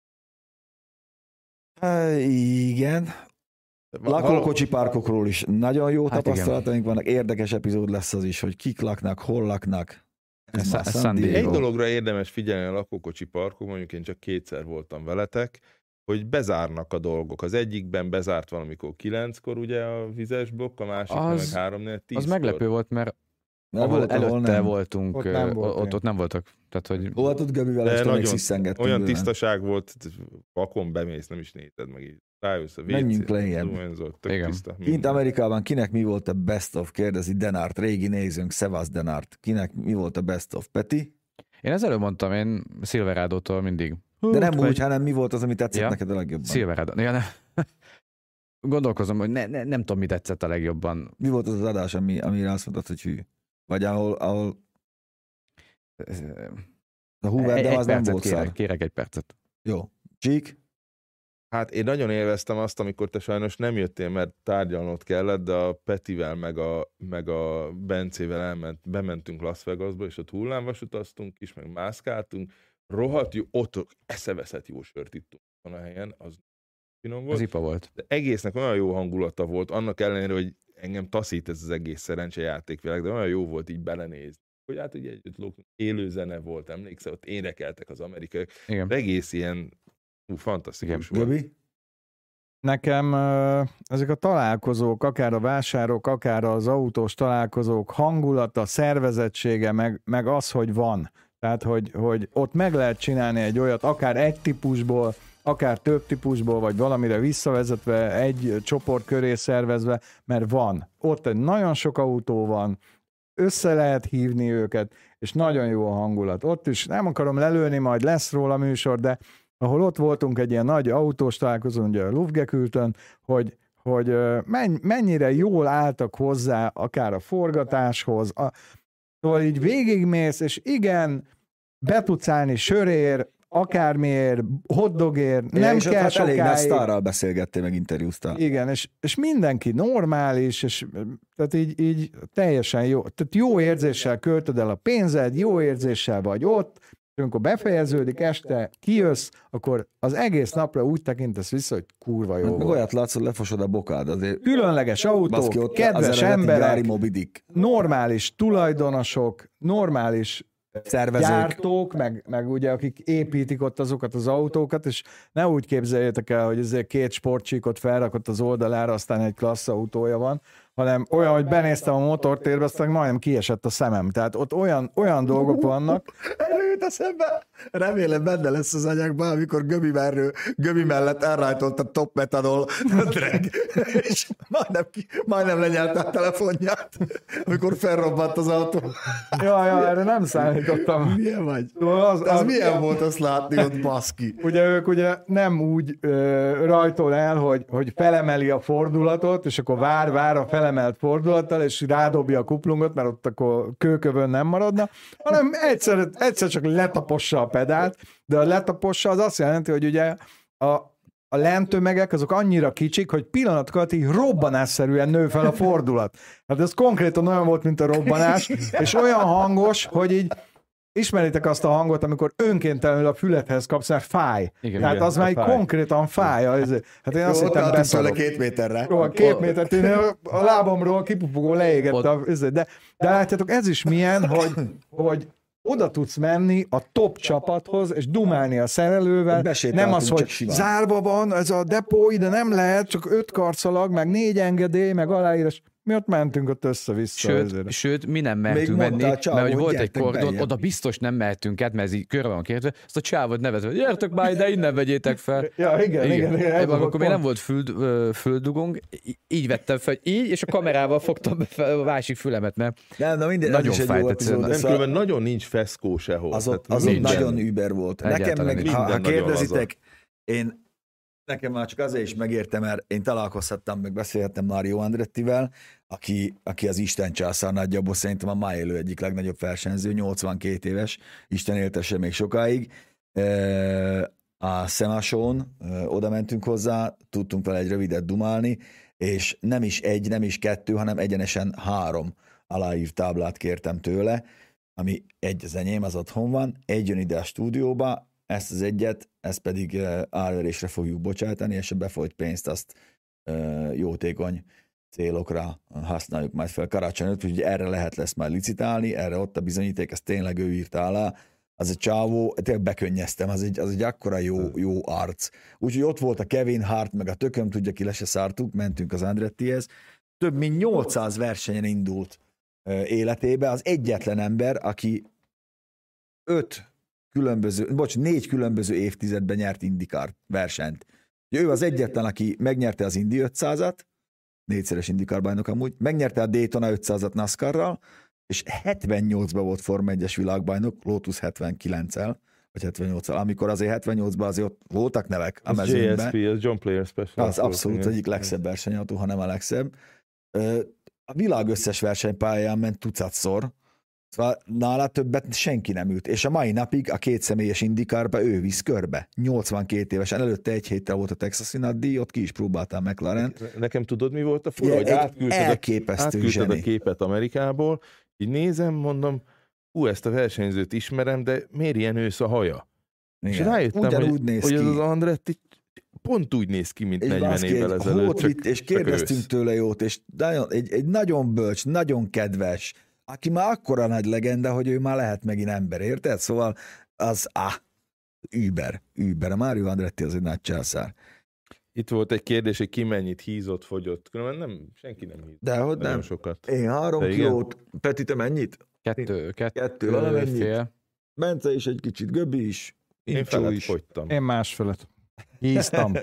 Speaker 2: Há, igen. Lakókocsi parkokról is nagyon jó
Speaker 1: Hát
Speaker 2: tapasztalataink vannak, érdekes epizód lesz az is, hogy kik laknak, hol laknak.
Speaker 1: Ez
Speaker 2: már
Speaker 1: San
Speaker 2: San
Speaker 1: Diego.
Speaker 3: Egy
Speaker 2: Diego.
Speaker 3: dologra érdemes figyelni a lakókocsi parkon, mondjuk én csak kétszer voltam veletek, hogy bezárnak a dolgok. Az egyikben bezárt valamikor kilenckor ugye a vizes blokk, a másikban
Speaker 1: Az-
Speaker 3: meg három négy tízkor.
Speaker 1: Az meglepő volt, mert
Speaker 2: Mert
Speaker 1: ahol
Speaker 2: volt, ahol
Speaker 1: előtte
Speaker 2: nem.
Speaker 1: voltunk,
Speaker 4: Ott
Speaker 1: ott
Speaker 4: nem
Speaker 1: nem,
Speaker 4: volt
Speaker 1: ott,
Speaker 4: ilyen.
Speaker 1: ott nem voltak. Tehát, hogy
Speaker 2: Volt ott Göbivel,
Speaker 3: De
Speaker 2: este még
Speaker 3: nagyon
Speaker 2: sziszengettünk
Speaker 3: olyan
Speaker 2: bőven.
Speaker 3: tisztaság volt, vakon bemész, nem is nézed meg így. Rájössz a
Speaker 2: Menjünk
Speaker 3: vécére,
Speaker 2: lejjebb.
Speaker 3: zuhanyzol, tök
Speaker 1: Igen.
Speaker 3: tiszta.
Speaker 2: Kint
Speaker 3: minden.
Speaker 2: Amerikában kinek mi volt a best of? Kérdezi Denart, régi nézőnk, Szevasz Denart. Kinek mi volt a best of? Peti?
Speaker 1: én ezzel mondtam, én Silverado-tól mindig.
Speaker 2: De nem
Speaker 1: Vagy-
Speaker 2: úgy, hanem mi volt az, ami tetszett
Speaker 1: Ja.
Speaker 2: neked a legjobban?
Speaker 1: Silverado. Ja, nem. Gondolkozom, hogy ne, ne, nem tudom, mi tetszett a legjobban.
Speaker 2: Mi volt az az adás, ami, amire azt mondtad, hogy hű? Vagy ahol, ahol a Hoover,
Speaker 1: egy,
Speaker 2: de
Speaker 1: egy
Speaker 2: az nem
Speaker 1: percet
Speaker 2: volt
Speaker 1: kérek,
Speaker 2: szar.
Speaker 1: kérek egy percet.
Speaker 2: Jó. Csík?
Speaker 3: Hát én nagyon élveztem azt, amikor te sajnos nem jöttél, mert tárgyalnod kellett, de a Petivel meg a, meg a Bencével elment, bementünk Las Vegasba, és ott hullámvasutaztunk is, meg mászkáltunk. Rohadt jó, ott eszeveszett jó sört ittunk van a helyen, az finom volt.
Speaker 1: Az ipa volt.
Speaker 3: De egésznek olyan jó hangulata volt, annak ellenére, hogy engem taszít ez az egész szerencsejátékvilág, de olyan jó volt így belenézni. Hogy hát ugye együtt lógtunk, élő zene volt, emlékszel, ott énekeltek az amerikaiak.
Speaker 1: Igen.
Speaker 3: Egész ilyen, hú, fantasztikus volt.
Speaker 2: Göbi?
Speaker 4: Nekem ö, ezek a találkozók, akár a vásárok, akár az autós találkozók hangulata, szervezettsége, meg, meg az, hogy van. Tehát, hogy, hogy ott meg lehet csinálni egy olyat, akár egy típusból, akár több típusból, vagy valamire visszavezetve, egy csoport köré szervezve, mert van. Ott egy nagyon sok autó van, össze lehet hívni őket, és nagyon jó a hangulat. Ott is nem akarom lelőni, majd lesz róla műsor, de ahol ott voltunk egy ilyen nagy autós találkozón, ugye a Luftgekühltön, hogy, hogy ö, menny- mennyire jól álltak hozzá akár a forgatáshoz, a, szóval így végigmész, és igen, be tudsz állni sörér, akármiért, hotdogért, nem
Speaker 2: és ott
Speaker 4: kell
Speaker 2: hát elég nagy
Speaker 4: sokáig.
Speaker 2: sztárral beszélgettél, meg interjúztál.
Speaker 4: Igen, és, és mindenki normális, és tehát így, így teljesen jó. Tehát jó érzéssel költöd el a pénzed, jó érzéssel vagy ott, és amikor befejeződik este, kijössz, akkor az egész napra úgy tekintesz vissza, hogy kurva jó
Speaker 2: Hát meg
Speaker 4: volt.
Speaker 2: olyat látsz, hogy lefosod a bokád. Azért
Speaker 4: Különleges autók,
Speaker 2: baszki, ott az
Speaker 4: kedves
Speaker 2: eredeti
Speaker 4: emberek,
Speaker 2: gyári Moby Dick.
Speaker 4: normális tulajdonosok, normális
Speaker 2: Szervezők.
Speaker 4: gyártók, meg, meg ugye akik építik ott azokat az autókat, és ne úgy képzeljétek el, hogy ezért két sportcsíkot felrakott az oldalára, aztán egy klassz autója van, hanem olyan, hogy benéztem a motortérbe, aztán majdnem kiesett a szemem. Tehát ott olyan, olyan dolgok vannak.
Speaker 2: Erőt eszembe. Remélem benne lesz az anyagban, amikor Göbi, merő, Göbi mellett elrájtolt a top metanol drag, és majdnem, ki, majdnem lenyelte a telefonját, amikor felrobbant az autó.
Speaker 4: Ja, ja, erre nem számítottam.
Speaker 2: Milyen vagy?
Speaker 4: Az,
Speaker 2: Az milyen volt azt látni ott, baszki?
Speaker 4: Ugye ők ugye nem úgy ö, rajtol el, hogy, hogy felemeli a fordulatot, és akkor vár, vár a felemelt fordulattal, és rádobja a kuplungot, mert ott akkor kőkövön nem maradna, hanem egyszer, egyszer csak letapossa a pedált, de a letapossa az azt jelenti, hogy ugye a a lenttömegek azok annyira kicsik, hogy pillanat alatt így robbanásszerűen nő fel a fordulat. Hát ez konkrétan olyan volt, mint a robbanás, és olyan hangos, hogy így ismeritek azt a hangot, amikor önkéntelenül a fülethez kapsz, mert fáj.
Speaker 1: Igen,
Speaker 4: hát
Speaker 1: igen,
Speaker 4: az már így konkrétan fáj. Hát én azt hittem beszarok.
Speaker 2: két méterre.
Speaker 4: Jó, két métert, én a lábamról kipufogó leégett. A, de, de látjátok, ez is milyen, hogy, hogy oda tudsz menni a top csapathoz, és dumálni a szerelővel. Nem az, hogy zárva van, ez a depó, ide nem lehet, csak öt karcalag, meg négy engedély, meg aláírás. Mi ott mentünk ott össze-vissza.
Speaker 1: Sőt, sőt, mi nem mertünk menni, mert hogy volt egy kordon, oda biztos nem mehetünk át, mert ez így körbe van kértve, azt a csávot nevezve, gyertek már ide, innen vegyétek fel.
Speaker 4: Ja, igen, igen. igen, igen
Speaker 1: akkor még nem volt föld, földugong, így vettem fel, így, és a kamerával fogtam be fel a másik fülemet, mert
Speaker 2: nem, na minden,
Speaker 1: nagyon fájt egyszerűen.
Speaker 3: Nem, különben nagyon nincs feszkó sehol.
Speaker 2: Az ott, az ott nagyon über volt. Nekem meg, ha, ha kérdezitek, én nekem már csak azért is megértem, mert én találkozhattam, meg beszélhettem Mario Andrettivel, aki, aki az Isten császár nagyjából szerintem a ma élő egyik legnagyobb versenyző, nyolcvankét éves, Isten éltesse még sokáig. A Szemasón oda mentünk hozzá, tudtunk vele egy rövidet dumálni, és nem is egy, nem is kettő, hanem egyenesen három aláírt táblát kértem tőle, ami egy az enyém, az otthon van, egy jön ide a stúdióba, ezt az egyet, ezt pedig árverésre fogjuk bocsátani, és a befolyt pénzt azt jótékony célokra használjuk majd fel karácsony előtt, úgyhogy erre lehet lesz majd licitálni, erre ott a bizonyíték, ezt tényleg ő írta alá, az a csávó, tényleg bekönnyeztem, az egy, az egy akkora jó, jó arc. Úgyhogy ott volt a Kevin Hart, meg a tököm tudja, ki le se szártuk, mentünk az Andrettihez, több mint nyolcszáz versenyen indult életébe, az egyetlen ember, aki öt különböző, bocs, négy különböző évtizedben nyert IndyCar versenyt. Ő az egyetlen, aki megnyerte az Indy ötszázat, négyszeres IndyCar bajnok amúgy, megnyerte a Daytona ötszázat NASCAR-ral, és hetvennyolcban volt Forma egyes világbajnok, Lotus hetvenkilenccel, vagy hetvennyolccal, amikor azért hetvennyolcban azért ott voltak nevek a mezőnyben.
Speaker 3: jé es pé, az John Player Special.
Speaker 2: Az abszolút egyik legszebb versenyautó, ha nem a legszebb. A világ összes versenypályán ment tucatszor, szóval nála többet senki nem ült. És a mai napig a két személyes IndyCarba ő visz körbe. nyolcvankét évesen, előtte egy héttel volt a Texasi nagydíj, ott ki is próbáltam McLaren.
Speaker 3: Nekem tudod, mi volt a fura? Hogy átküldted, a, átküldted a képet Amerikából, így nézem, mondom, ú, ezt a versenyzőt ismerem, de miért ilyen ősz a haja? Igen. És rájöttem, hogy, néz hogy ez az Andretti pont úgy néz ki, mint és negyven évvel ezelőtt. Csak,
Speaker 2: itt, és kérdeztünk ősz. Tőle jót, és nagyon, egy, egy nagyon bölcs, nagyon kedves, aki már akkora nagy legenda, hogy ő már lehet megint ember, érted? Szóval az, ah, über, über. A Mario Andretti az egy nagy császár.
Speaker 3: Itt volt egy kérdés, hogy ki mennyit hízott, fogyott. Különben nem, senki nem hízott.
Speaker 2: Dehogy nem.
Speaker 3: Sokat.
Speaker 2: Én három kilót. Peti, te mennyit?
Speaker 1: Kettő, kettő,
Speaker 2: kettő valamennyit. Bence is egy kicsit, Göbbi is.
Speaker 3: Én felett is. Fogytam.
Speaker 4: Én másfelet. Híztam.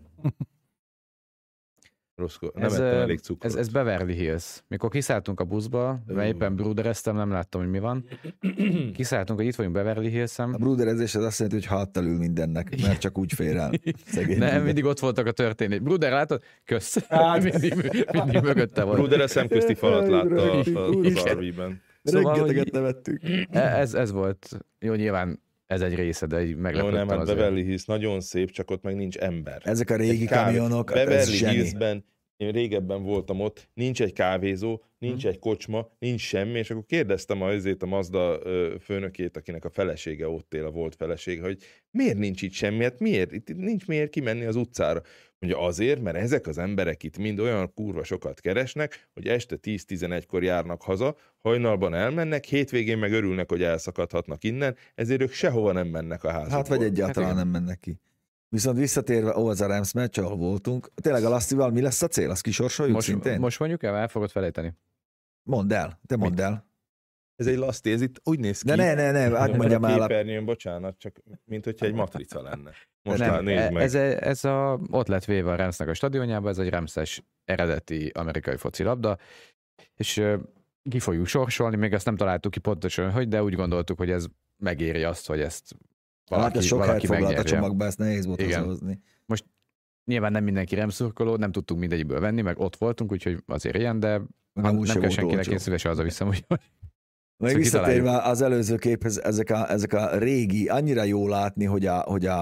Speaker 3: Rosszkó, nem ez, ettem elég cukrot.
Speaker 1: Ez, ez Beverly Hills. Mikor kiszálltunk a buszba, mert éppen brudereztem, nem láttam, hogy mi van. Kiszálltunk, hogy itt vagyunk Beverly Hills-en.
Speaker 2: A bruderezés az azt jelenti, hogy háttal ül mindennek, mert csak úgy fér el.
Speaker 1: Szegény nem, bruder. Mindig ott voltak a történés. Bruder, látod? Kösz. mindig, mindig mögötte volt.
Speaker 3: Bruder a szemközti falat látta az er vé-ben.
Speaker 2: Szóval, rengeteget nevettük.
Speaker 1: Ez, ez volt. Jó, nyilván ez egy része, de így meglepődtem.
Speaker 3: Jó, nem, hát Beverly Hills nagyon szép, csak ott meg nincs ember.
Speaker 2: Ezek a régi kamionok,
Speaker 3: Beverly Hillsben, én régebben voltam ott, nincs egy kávézó, nincs hmm. egy kocsma, nincs semmi, és akkor kérdeztem azért a Mazda főnökét, akinek a felesége ott él, a volt felesége, hogy miért nincs itt semmi, hát miért? Itt nincs miért kimenni az utcára. Mondja, azért, mert ezek az emberek itt mind olyan kurva sokat keresnek, hogy este tíz-tizenegykor járnak haza, hajnalban elmennek, hétvégén meg örülnek, hogy elszakadhatnak innen, ezért ők sehova nem mennek a házukból.
Speaker 2: Hát vagy egyáltalán hát nem mennek ki. Viszont visszatérve, ó, az a Rams meccs, ahol voltunk, tényleg a Lasztival mi lesz a cél? Azt kisorsoljuk
Speaker 1: most,
Speaker 2: szintén?
Speaker 1: Most mondjuk el, el fogod felejteni.
Speaker 2: Mondd el, te mondd el.
Speaker 3: Ez egy Laszti, ez itt úgy néz ki.
Speaker 2: De ne, ne, ne, hát mondjam el.
Speaker 3: A képernyőn, bocsánat, csak mint hogyha egy matrica lenne. Most
Speaker 1: nem,
Speaker 3: már nézd meg.
Speaker 1: Ez, ez a, ott lett véve a Ramsnek a stadionjába, ez egy Ramses eredeti amerikai focilabda, és uh, ki fogjuk sorsolni, még ezt nem találtuk ki pontosan, hogy, de úgy gondoltuk, hogy ez megéri azt, hogy ezt valaki, hát,
Speaker 2: sok
Speaker 1: valaki megnyerje.
Speaker 2: A csomagba, ezt nehéz volt hazahozni.
Speaker 1: Most nyilván nem mindenki Rams szurkoló, nem tudtunk mindegyikből venni, meg ott voltunk, úgyhogy azért ilyen, de nem, nem kell senkinek, én szívesen hazaviszem, hogy
Speaker 2: meg visszatérve az előző képhez, ezek a, ezek a régi, annyira jó látni, hogy a, hogy a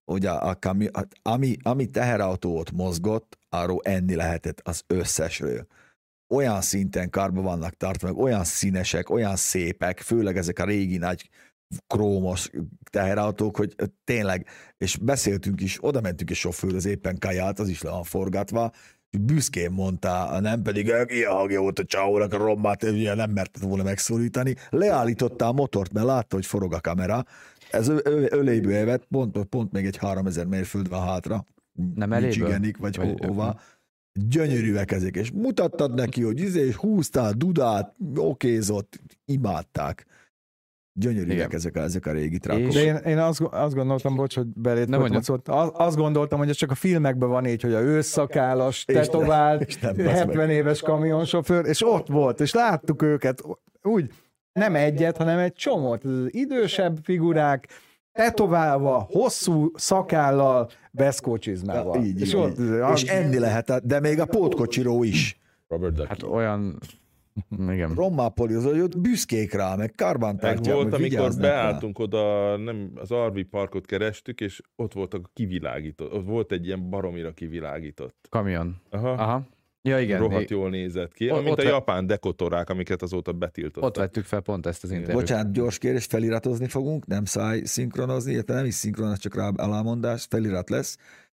Speaker 2: hogy a, a kami, a, ami, ami teherautó ott mozgott, arról enni lehetett az összesről. Olyan szinten karba vannak tartva, meg olyan színesek, olyan szépek, főleg ezek a régi nagy krómos teherautók, hogy tényleg, és beszéltünk is, oda mentünk egy sofőrhöz, éppen kajált, az is le van forgatva, büszkén mondta, nem pedig ilyen hangja volt a csávónak a rommát, nem mertet volna megszólítani, leállította a motort, mert látta, hogy forog a kamera, ez öléből elvett, pont, pont még egy háromezer mérföld van hátra,
Speaker 1: nem eléből?
Speaker 2: Vagy, vagy ho- hova. Gyönyörűek ezek, és mutattad neki, hogy izé, és húztál, dudát, okézott, imádták. Gyönyörűek ezek a, ezek a régi trákok.
Speaker 4: De én, én azt, azt gondoltam, bocs, hogy belét szólt, az, azt gondoltam, hogy ez csak a filmekben van így, hogy a ősszakállas, tetovált, hetven éves kamionsofőr, és ott volt, és láttuk őket úgy, nem egyet, hanem egy csomót. Idősebb figurák, tetoválva, hosszú szakállal, veszkócsizmával.
Speaker 2: Ja, így,
Speaker 4: és,
Speaker 2: így,
Speaker 4: ott,
Speaker 2: így.
Speaker 4: az...
Speaker 2: és enni lehet, de még a pótkocsiró is.
Speaker 1: Hát olyan... Igen.
Speaker 2: Rommápolis, hogy ott büszkék rá, meg karbántartják.
Speaker 3: Volt, amikor beálltunk rá. Oda, nem, az er vé parkot kerestük, és ott voltak a kivilágított, ott volt egy ilyen baromira kivilágított.
Speaker 1: Kamion.
Speaker 3: Aha.
Speaker 1: Aha. Ja, igen.
Speaker 3: Rohadt jól nézett ki.
Speaker 1: O-
Speaker 3: mint a
Speaker 1: ve-
Speaker 3: japán dekotorák, amiket azóta betiltottak.
Speaker 1: Ott vettük fel pont ezt az interjút.
Speaker 2: Bocsánat, gyors kérdés, feliratozni fogunk, nem száj szinkronozni, illetve nem is szinkronoz, csak rá alámondás, felirat lesz.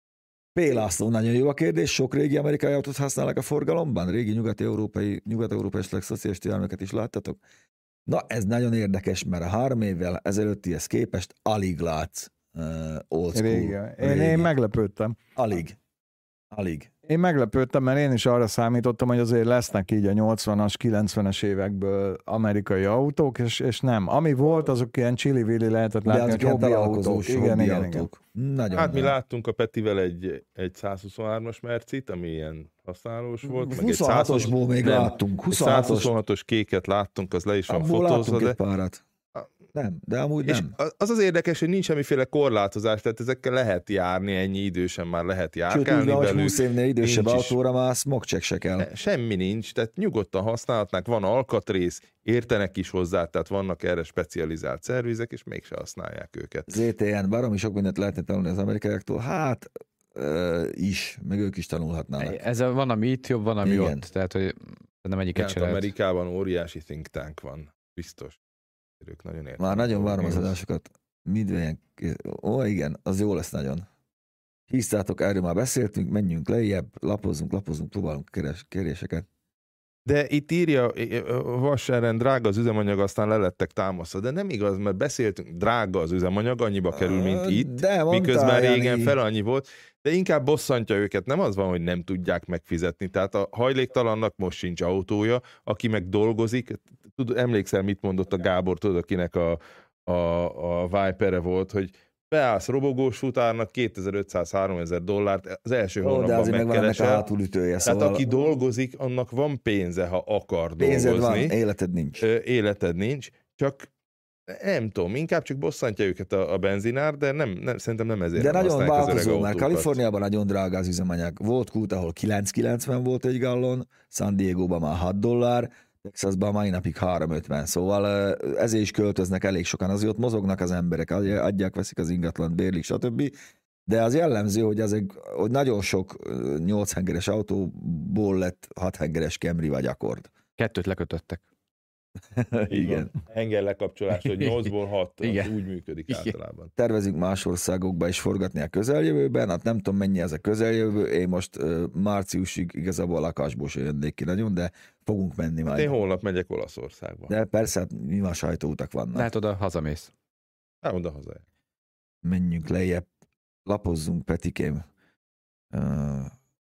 Speaker 2: P. László, nagyon jó a kérdés, sok régi amerikai autót használnak a forgalomban? Régi nyugat-európai, nyugat-európai és szociális termelőket is láttatok? Na, ez nagyon érdekes, mert a három évvel ezelőttihez képest alig látsz uh, old school.
Speaker 4: Régi. Én, én meglepődtem.
Speaker 2: Alig. Alig.
Speaker 4: Én meglepődtem, mert én is arra számítottam, hogy azért lesznek így a nyolcvanas, kilencvenes évekből amerikai autók, és, és nem. Ami volt, azok ilyen csili-vili lehetett látni, hogy hobbi autók. Igen, igen, igen.
Speaker 2: Nagyon
Speaker 3: hát mi
Speaker 2: nem.
Speaker 3: láttunk a Petivel egy, egy százhuszonhármas Mercit, ami ilyen használós volt.
Speaker 2: huszonhatosból még
Speaker 3: nem,
Speaker 2: láttunk.
Speaker 3: százhuszonhatos kéket láttunk, az le is van
Speaker 2: abból
Speaker 3: fotózva.
Speaker 2: De...
Speaker 3: De...
Speaker 2: párat. Nem, de amúgy
Speaker 3: és
Speaker 2: nem.
Speaker 3: az az érdekes, hogy nincs semmiféle korlátozás, tehát ezekkel lehet járni, ennyi idősen már lehet járkálni.
Speaker 2: Sőt, úgy van, hogy
Speaker 3: velük.
Speaker 2: húsz évnél idősebb
Speaker 3: Nincs
Speaker 2: autóra már smogcheck se kell.
Speaker 3: Semmi nincs, tehát nyugodtan használhatnák, van alkatrész, értenek is hozzá, tehát vannak erre specializált szervizek, és mégse használják őket.
Speaker 2: zé té en, baromi sok mindent lehetne tanulni az amerikaiaktól, hát uh, is, meg ők is tanulhatnának.
Speaker 1: Ez a, van, ami itt jobb, van, ami
Speaker 2: Igen.
Speaker 1: ott. Tehát, hogy nem egyiket
Speaker 3: Hát
Speaker 1: se lehet.
Speaker 3: Amerikában óriási think tank van, biztos. Ők nagyon értenek.
Speaker 2: Már nagyon várom az adásokat. Mindvégyen, ó igen, az jó lesz nagyon. Hisztátok, erről már beszéltünk, menjünk lejjebb, lapozzunk, lapozzunk, próbálunk keres, kéréseket.
Speaker 3: De itt írja, Vasseren, drága az üzemanyag, aztán lelettek támasztva. De nem igaz, mert beszéltünk, drága az üzemanyag, annyiba kerül, mint itt,
Speaker 2: de
Speaker 3: miközben régen
Speaker 2: Jani.
Speaker 3: fel annyi volt, de inkább bosszantja őket, nem az van, hogy nem tudják megfizetni. Tehát a hajléktalannak most sincs autója, aki meg dolgozik, tud, emlékszel, mit mondott a Gábor, tudod, akinek a, a, a Viper-e volt, hogy beállsz robogós futárnak kétezer-ötszáz-háromezer dollárt az első
Speaker 2: Ó,
Speaker 3: hónapban
Speaker 2: de azért meg van ennek a
Speaker 3: megkeresel.
Speaker 2: hátulütője,
Speaker 3: Tehát
Speaker 2: szóval
Speaker 3: aki dolgozik, annak van pénze, ha akar
Speaker 2: pénzed
Speaker 3: dolgozni.
Speaker 2: van, életed nincs.
Speaker 3: Ö, életed nincs, csak nem tudom, inkább csak bosszantja őket a, a benzinár, de nem, nem, szerintem nem ezért
Speaker 2: De
Speaker 3: nem
Speaker 2: nagyon
Speaker 3: használják az öreg
Speaker 2: változó, mert
Speaker 3: autókat.
Speaker 2: Kaliforniában nagyon drága az üzemanyag. Volt kút, ahol kilenc kilencven volt egy gallon, San Diegóban már hat dollár, Texasban mai napig három ötven, szóval ezért is költöznek elég sokan, azért ott mozognak az emberek, adják, veszik az ingatlant, bérlik, stb. De az jellemző, hogy, ezek, hogy nagyon sok nyolc hengeres autóból lett hat hengeres Camry vagy Accord.
Speaker 1: Kettőt lekötöttek.
Speaker 2: Igen.
Speaker 3: Henger lekapcsolás, hogy nyolcból hat, az
Speaker 1: Igen.
Speaker 3: úgy működik
Speaker 1: Igen.
Speaker 3: általában.
Speaker 2: Tervezünk más országokba is forgatni a közeljövőben, hát nem tudom mennyi ez a közeljövő, én most uh, márciusig igazából a lakásból se jönnék ki nagyon, de fogunk menni majd.
Speaker 3: Én holnap megyek Olaszországba.
Speaker 2: De persze, hát mi már sajtóutak vannak.
Speaker 1: Lehet oda hazamész.
Speaker 3: Hát oda haza.
Speaker 2: Menjünk lejjebb, lapozzunk, Petikém. Uh,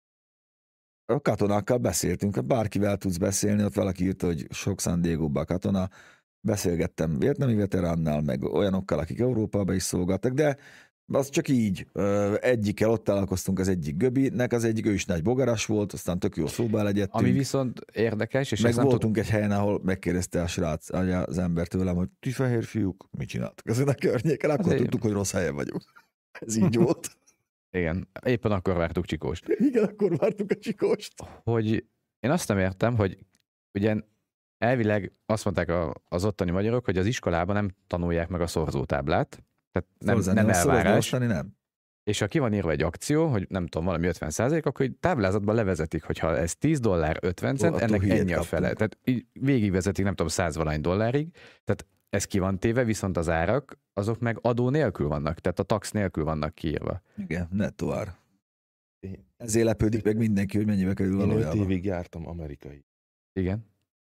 Speaker 2: a katonákkal beszéltünk, bárkivel tudsz beszélni, ott valaki írta, hogy sok San Diegóban a katona, beszélgettem vietnami veteránnál, meg olyanokkal, akik Európába is szolgáltak, de az csak így, egyikkel ott találkoztunk, az egyik Göbinek, az egyik, ő is nagy bogaras volt, aztán tök jó szóba legyettünk.
Speaker 1: Ami viszont érdekes, és
Speaker 2: meg
Speaker 1: ezt nem
Speaker 2: voltunk egy helyen, ahol megkérdezte a srác, az ember tőlem, hogy ti fehér fiúk, mit csináltak ezen a környéken, akkor
Speaker 1: Azért-
Speaker 2: tudtuk, hogy rossz helyen vagyunk. Ez így volt.
Speaker 1: Igen, éppen akkor vártuk Csikóst.
Speaker 2: Igen, akkor vártuk a Csikóst.
Speaker 1: Hogy én azt nem értem, hogy ugye elvileg azt mondták a, az ottani magyarok, hogy az iskolában nem tanulják meg a szorzótáblát, tehát nem,
Speaker 2: Szorozni,
Speaker 1: nem
Speaker 2: azt szorozni,
Speaker 1: elvárás.
Speaker 2: osztani nem.
Speaker 1: és ha ki van írva egy akció, hogy nem tudom, valami ötven százalék, akkor így táblázatban levezetik, hogyha ez tíz dollár ötven cent,
Speaker 2: Attól
Speaker 1: ennek
Speaker 2: hülyét
Speaker 1: ennyi a
Speaker 2: kaptunk.
Speaker 1: fele. Tehát így végigvezetik, nem tudom, száz valány dollárig, tehát ez ki van téve, viszont az árak, azok meg adó nélkül vannak, tehát a tax nélkül vannak kiírva.
Speaker 2: Igen, nettó ár. Ezért lepődik meg mindenki, hogy mennyibe kerül
Speaker 3: Én öt
Speaker 2: valójában.
Speaker 3: évig jártam amerikai.
Speaker 1: Igen.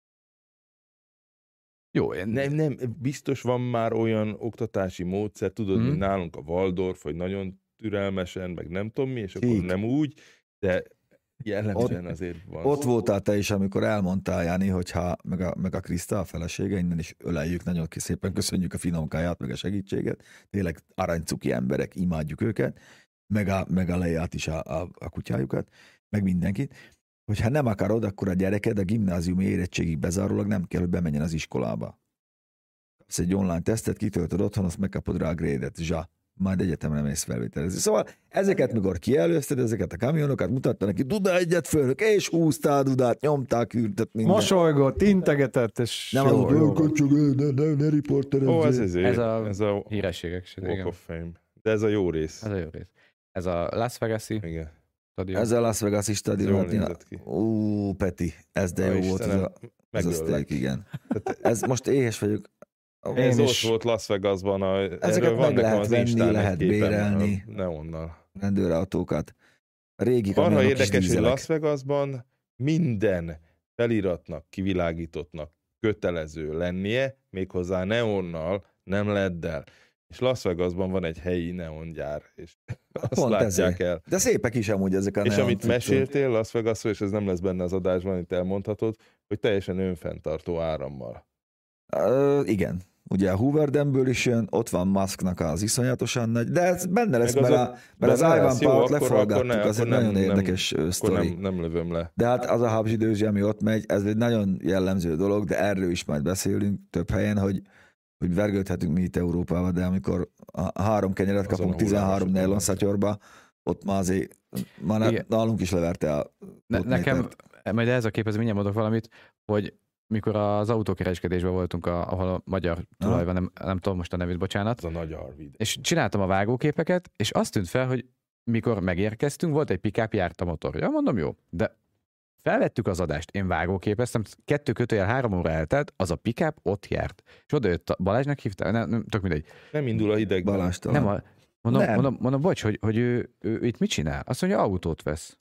Speaker 1: Jó, én...
Speaker 3: Nem, nem, biztos van már olyan oktatási módszer, tudod,
Speaker 1: Hmm.
Speaker 3: mint nálunk a Waldorf, hogy nagyon türelmesen, meg nem tudom mi, és akkor
Speaker 2: Csík.
Speaker 3: nem úgy, de jellemzően
Speaker 2: Ott-
Speaker 3: azért van.
Speaker 2: Ott voltál te is, amikor elmondtál, Jáni, hogyha, meg a, meg a Kriszta, a felesége, innen is öleljük, nagyon ki szépen köszönjük a finomkáját, meg a segítséget. Tényleg aranycuki emberek, imádjuk őket, meg a, meg a Leát is, a, a, a kutyájukat, meg mindenkit. Hogyha nem akarod, akkor a gyereked a gimnáziumi érettségig bezárólag nem kell, hogy bemenjen az iskolába. Kapsz egy online tesztet, kitöltöd otthon, azt megkapod rá a grédet, zsa. Majd egyetemre mész felvételezni. Szóval ezeket, mikor kielőzted, ezeket a kamionokat, mutatta neki, Duda egyet fölök, és húztál Dudát, nyomták, küldött minden.
Speaker 4: Mosolygott, integetett, és
Speaker 2: Nem
Speaker 4: jó,
Speaker 2: az,
Speaker 4: jó
Speaker 2: hogy
Speaker 4: volt.
Speaker 2: csak ne, ne, ne riporterezzél.
Speaker 3: Ó, ez, ezért,
Speaker 1: Ez a
Speaker 3: ez a
Speaker 1: hírességek se,
Speaker 3: Walk
Speaker 1: igen.
Speaker 3: of Fame. De ez a jó rész.
Speaker 1: Ez a jó rész. Ez a Las Vegas-i
Speaker 3: Igen.
Speaker 1: stadion.
Speaker 2: Ez a Las Vegas-i
Speaker 3: Ez jól
Speaker 2: stadion.
Speaker 3: nézett ki.
Speaker 2: Ú, Peti, ez de jó
Speaker 3: Ó,
Speaker 2: volt ez
Speaker 3: Istenem,
Speaker 2: a, ez a
Speaker 3: megöllek.
Speaker 2: steak, igen. Ez most éhes vagyok.
Speaker 4: Én
Speaker 3: Ez
Speaker 4: is.
Speaker 3: ott volt Las Vegasban. A,
Speaker 2: Ezeket
Speaker 3: erről van
Speaker 2: meg
Speaker 3: nekem
Speaker 2: lehet
Speaker 3: az
Speaker 2: venni,
Speaker 3: Instán egy
Speaker 2: lehet
Speaker 3: képem,
Speaker 2: bérelni.
Speaker 3: a Neonnal.
Speaker 2: Rendőrautókat. A régi
Speaker 3: Arra
Speaker 2: kamionok is
Speaker 3: érdekes, hogy
Speaker 2: dízelek.
Speaker 3: Las Vegasban minden feliratnak, kivilágítottnak kötelező lennie, méghozzá neonnal, nem leddel. És Las Vegasban van egy helyi neongyár, és azt
Speaker 2: Pont
Speaker 3: látják
Speaker 2: ezért.
Speaker 3: el.
Speaker 2: De szépek is amúgy ezek a
Speaker 3: És
Speaker 2: neon
Speaker 3: amit
Speaker 2: cuccok.
Speaker 3: meséltél Las Vegasról, és ez nem lesz benne az adásban, amit elmondhatod, hogy teljesen önfenntartó árammal.
Speaker 2: Ö, igen. Ugye a Hoover Damből is jön, ott van Musknak az iszonyatosan nagy, de ez benne lesz,
Speaker 3: Meg az
Speaker 2: mert, a, mert az
Speaker 3: benne
Speaker 2: Ivan
Speaker 3: lesz, jó,
Speaker 2: Powell-t
Speaker 3: akkor-
Speaker 2: leforgattuk,
Speaker 3: akkor ne,
Speaker 2: az egy
Speaker 3: akkor
Speaker 2: nagyon
Speaker 3: nem-
Speaker 2: érdekes nem,
Speaker 3: Akkor
Speaker 2: sztori.
Speaker 3: nem, nem lövöm le.
Speaker 2: De hát az a habzsidőzsi, ami ott megy, ez egy nagyon jellemző dolog, de erről is majd beszélünk több helyen, hogy, hogy vergődhetünk mi itt Európába, de amikor a három kenyeret
Speaker 3: Azon
Speaker 2: kapunk
Speaker 3: a
Speaker 2: tizenhárom
Speaker 3: hullámos
Speaker 2: nylon
Speaker 3: után.
Speaker 2: szatyorba, ott már azért, már
Speaker 1: Igen.
Speaker 2: nálunk is leverte a
Speaker 1: Ne, nekem,
Speaker 2: métert.
Speaker 1: majd ez a képhez mindjárt mondok valamit, hogy mikor az autókereskedésben voltunk, a, ahol a magyar tulaj van, nem, nem tudom most a nevét, bocsánat,
Speaker 3: Az a nagy Arvid.
Speaker 1: és csináltam a vágóképeket, és azt tűnt fel, hogy mikor megérkeztünk, volt egy pick-up, járt a motorja. Mondom, jó, de felvettük az adást, én vágóképeztem, kettő kötőjel három óra eltelt, az a pick-up ott járt. És oda jött a Balázsnak hívta, nem, nem tök mindegy.
Speaker 3: Nem indul a hidegben.
Speaker 2: Balástól.
Speaker 1: Nem, a, mondom,
Speaker 2: Nem.
Speaker 1: mondom, mondom, bocs, hogy, hogy ő, ő, ő, itt mit csinál? Azt mondja, autót vesz.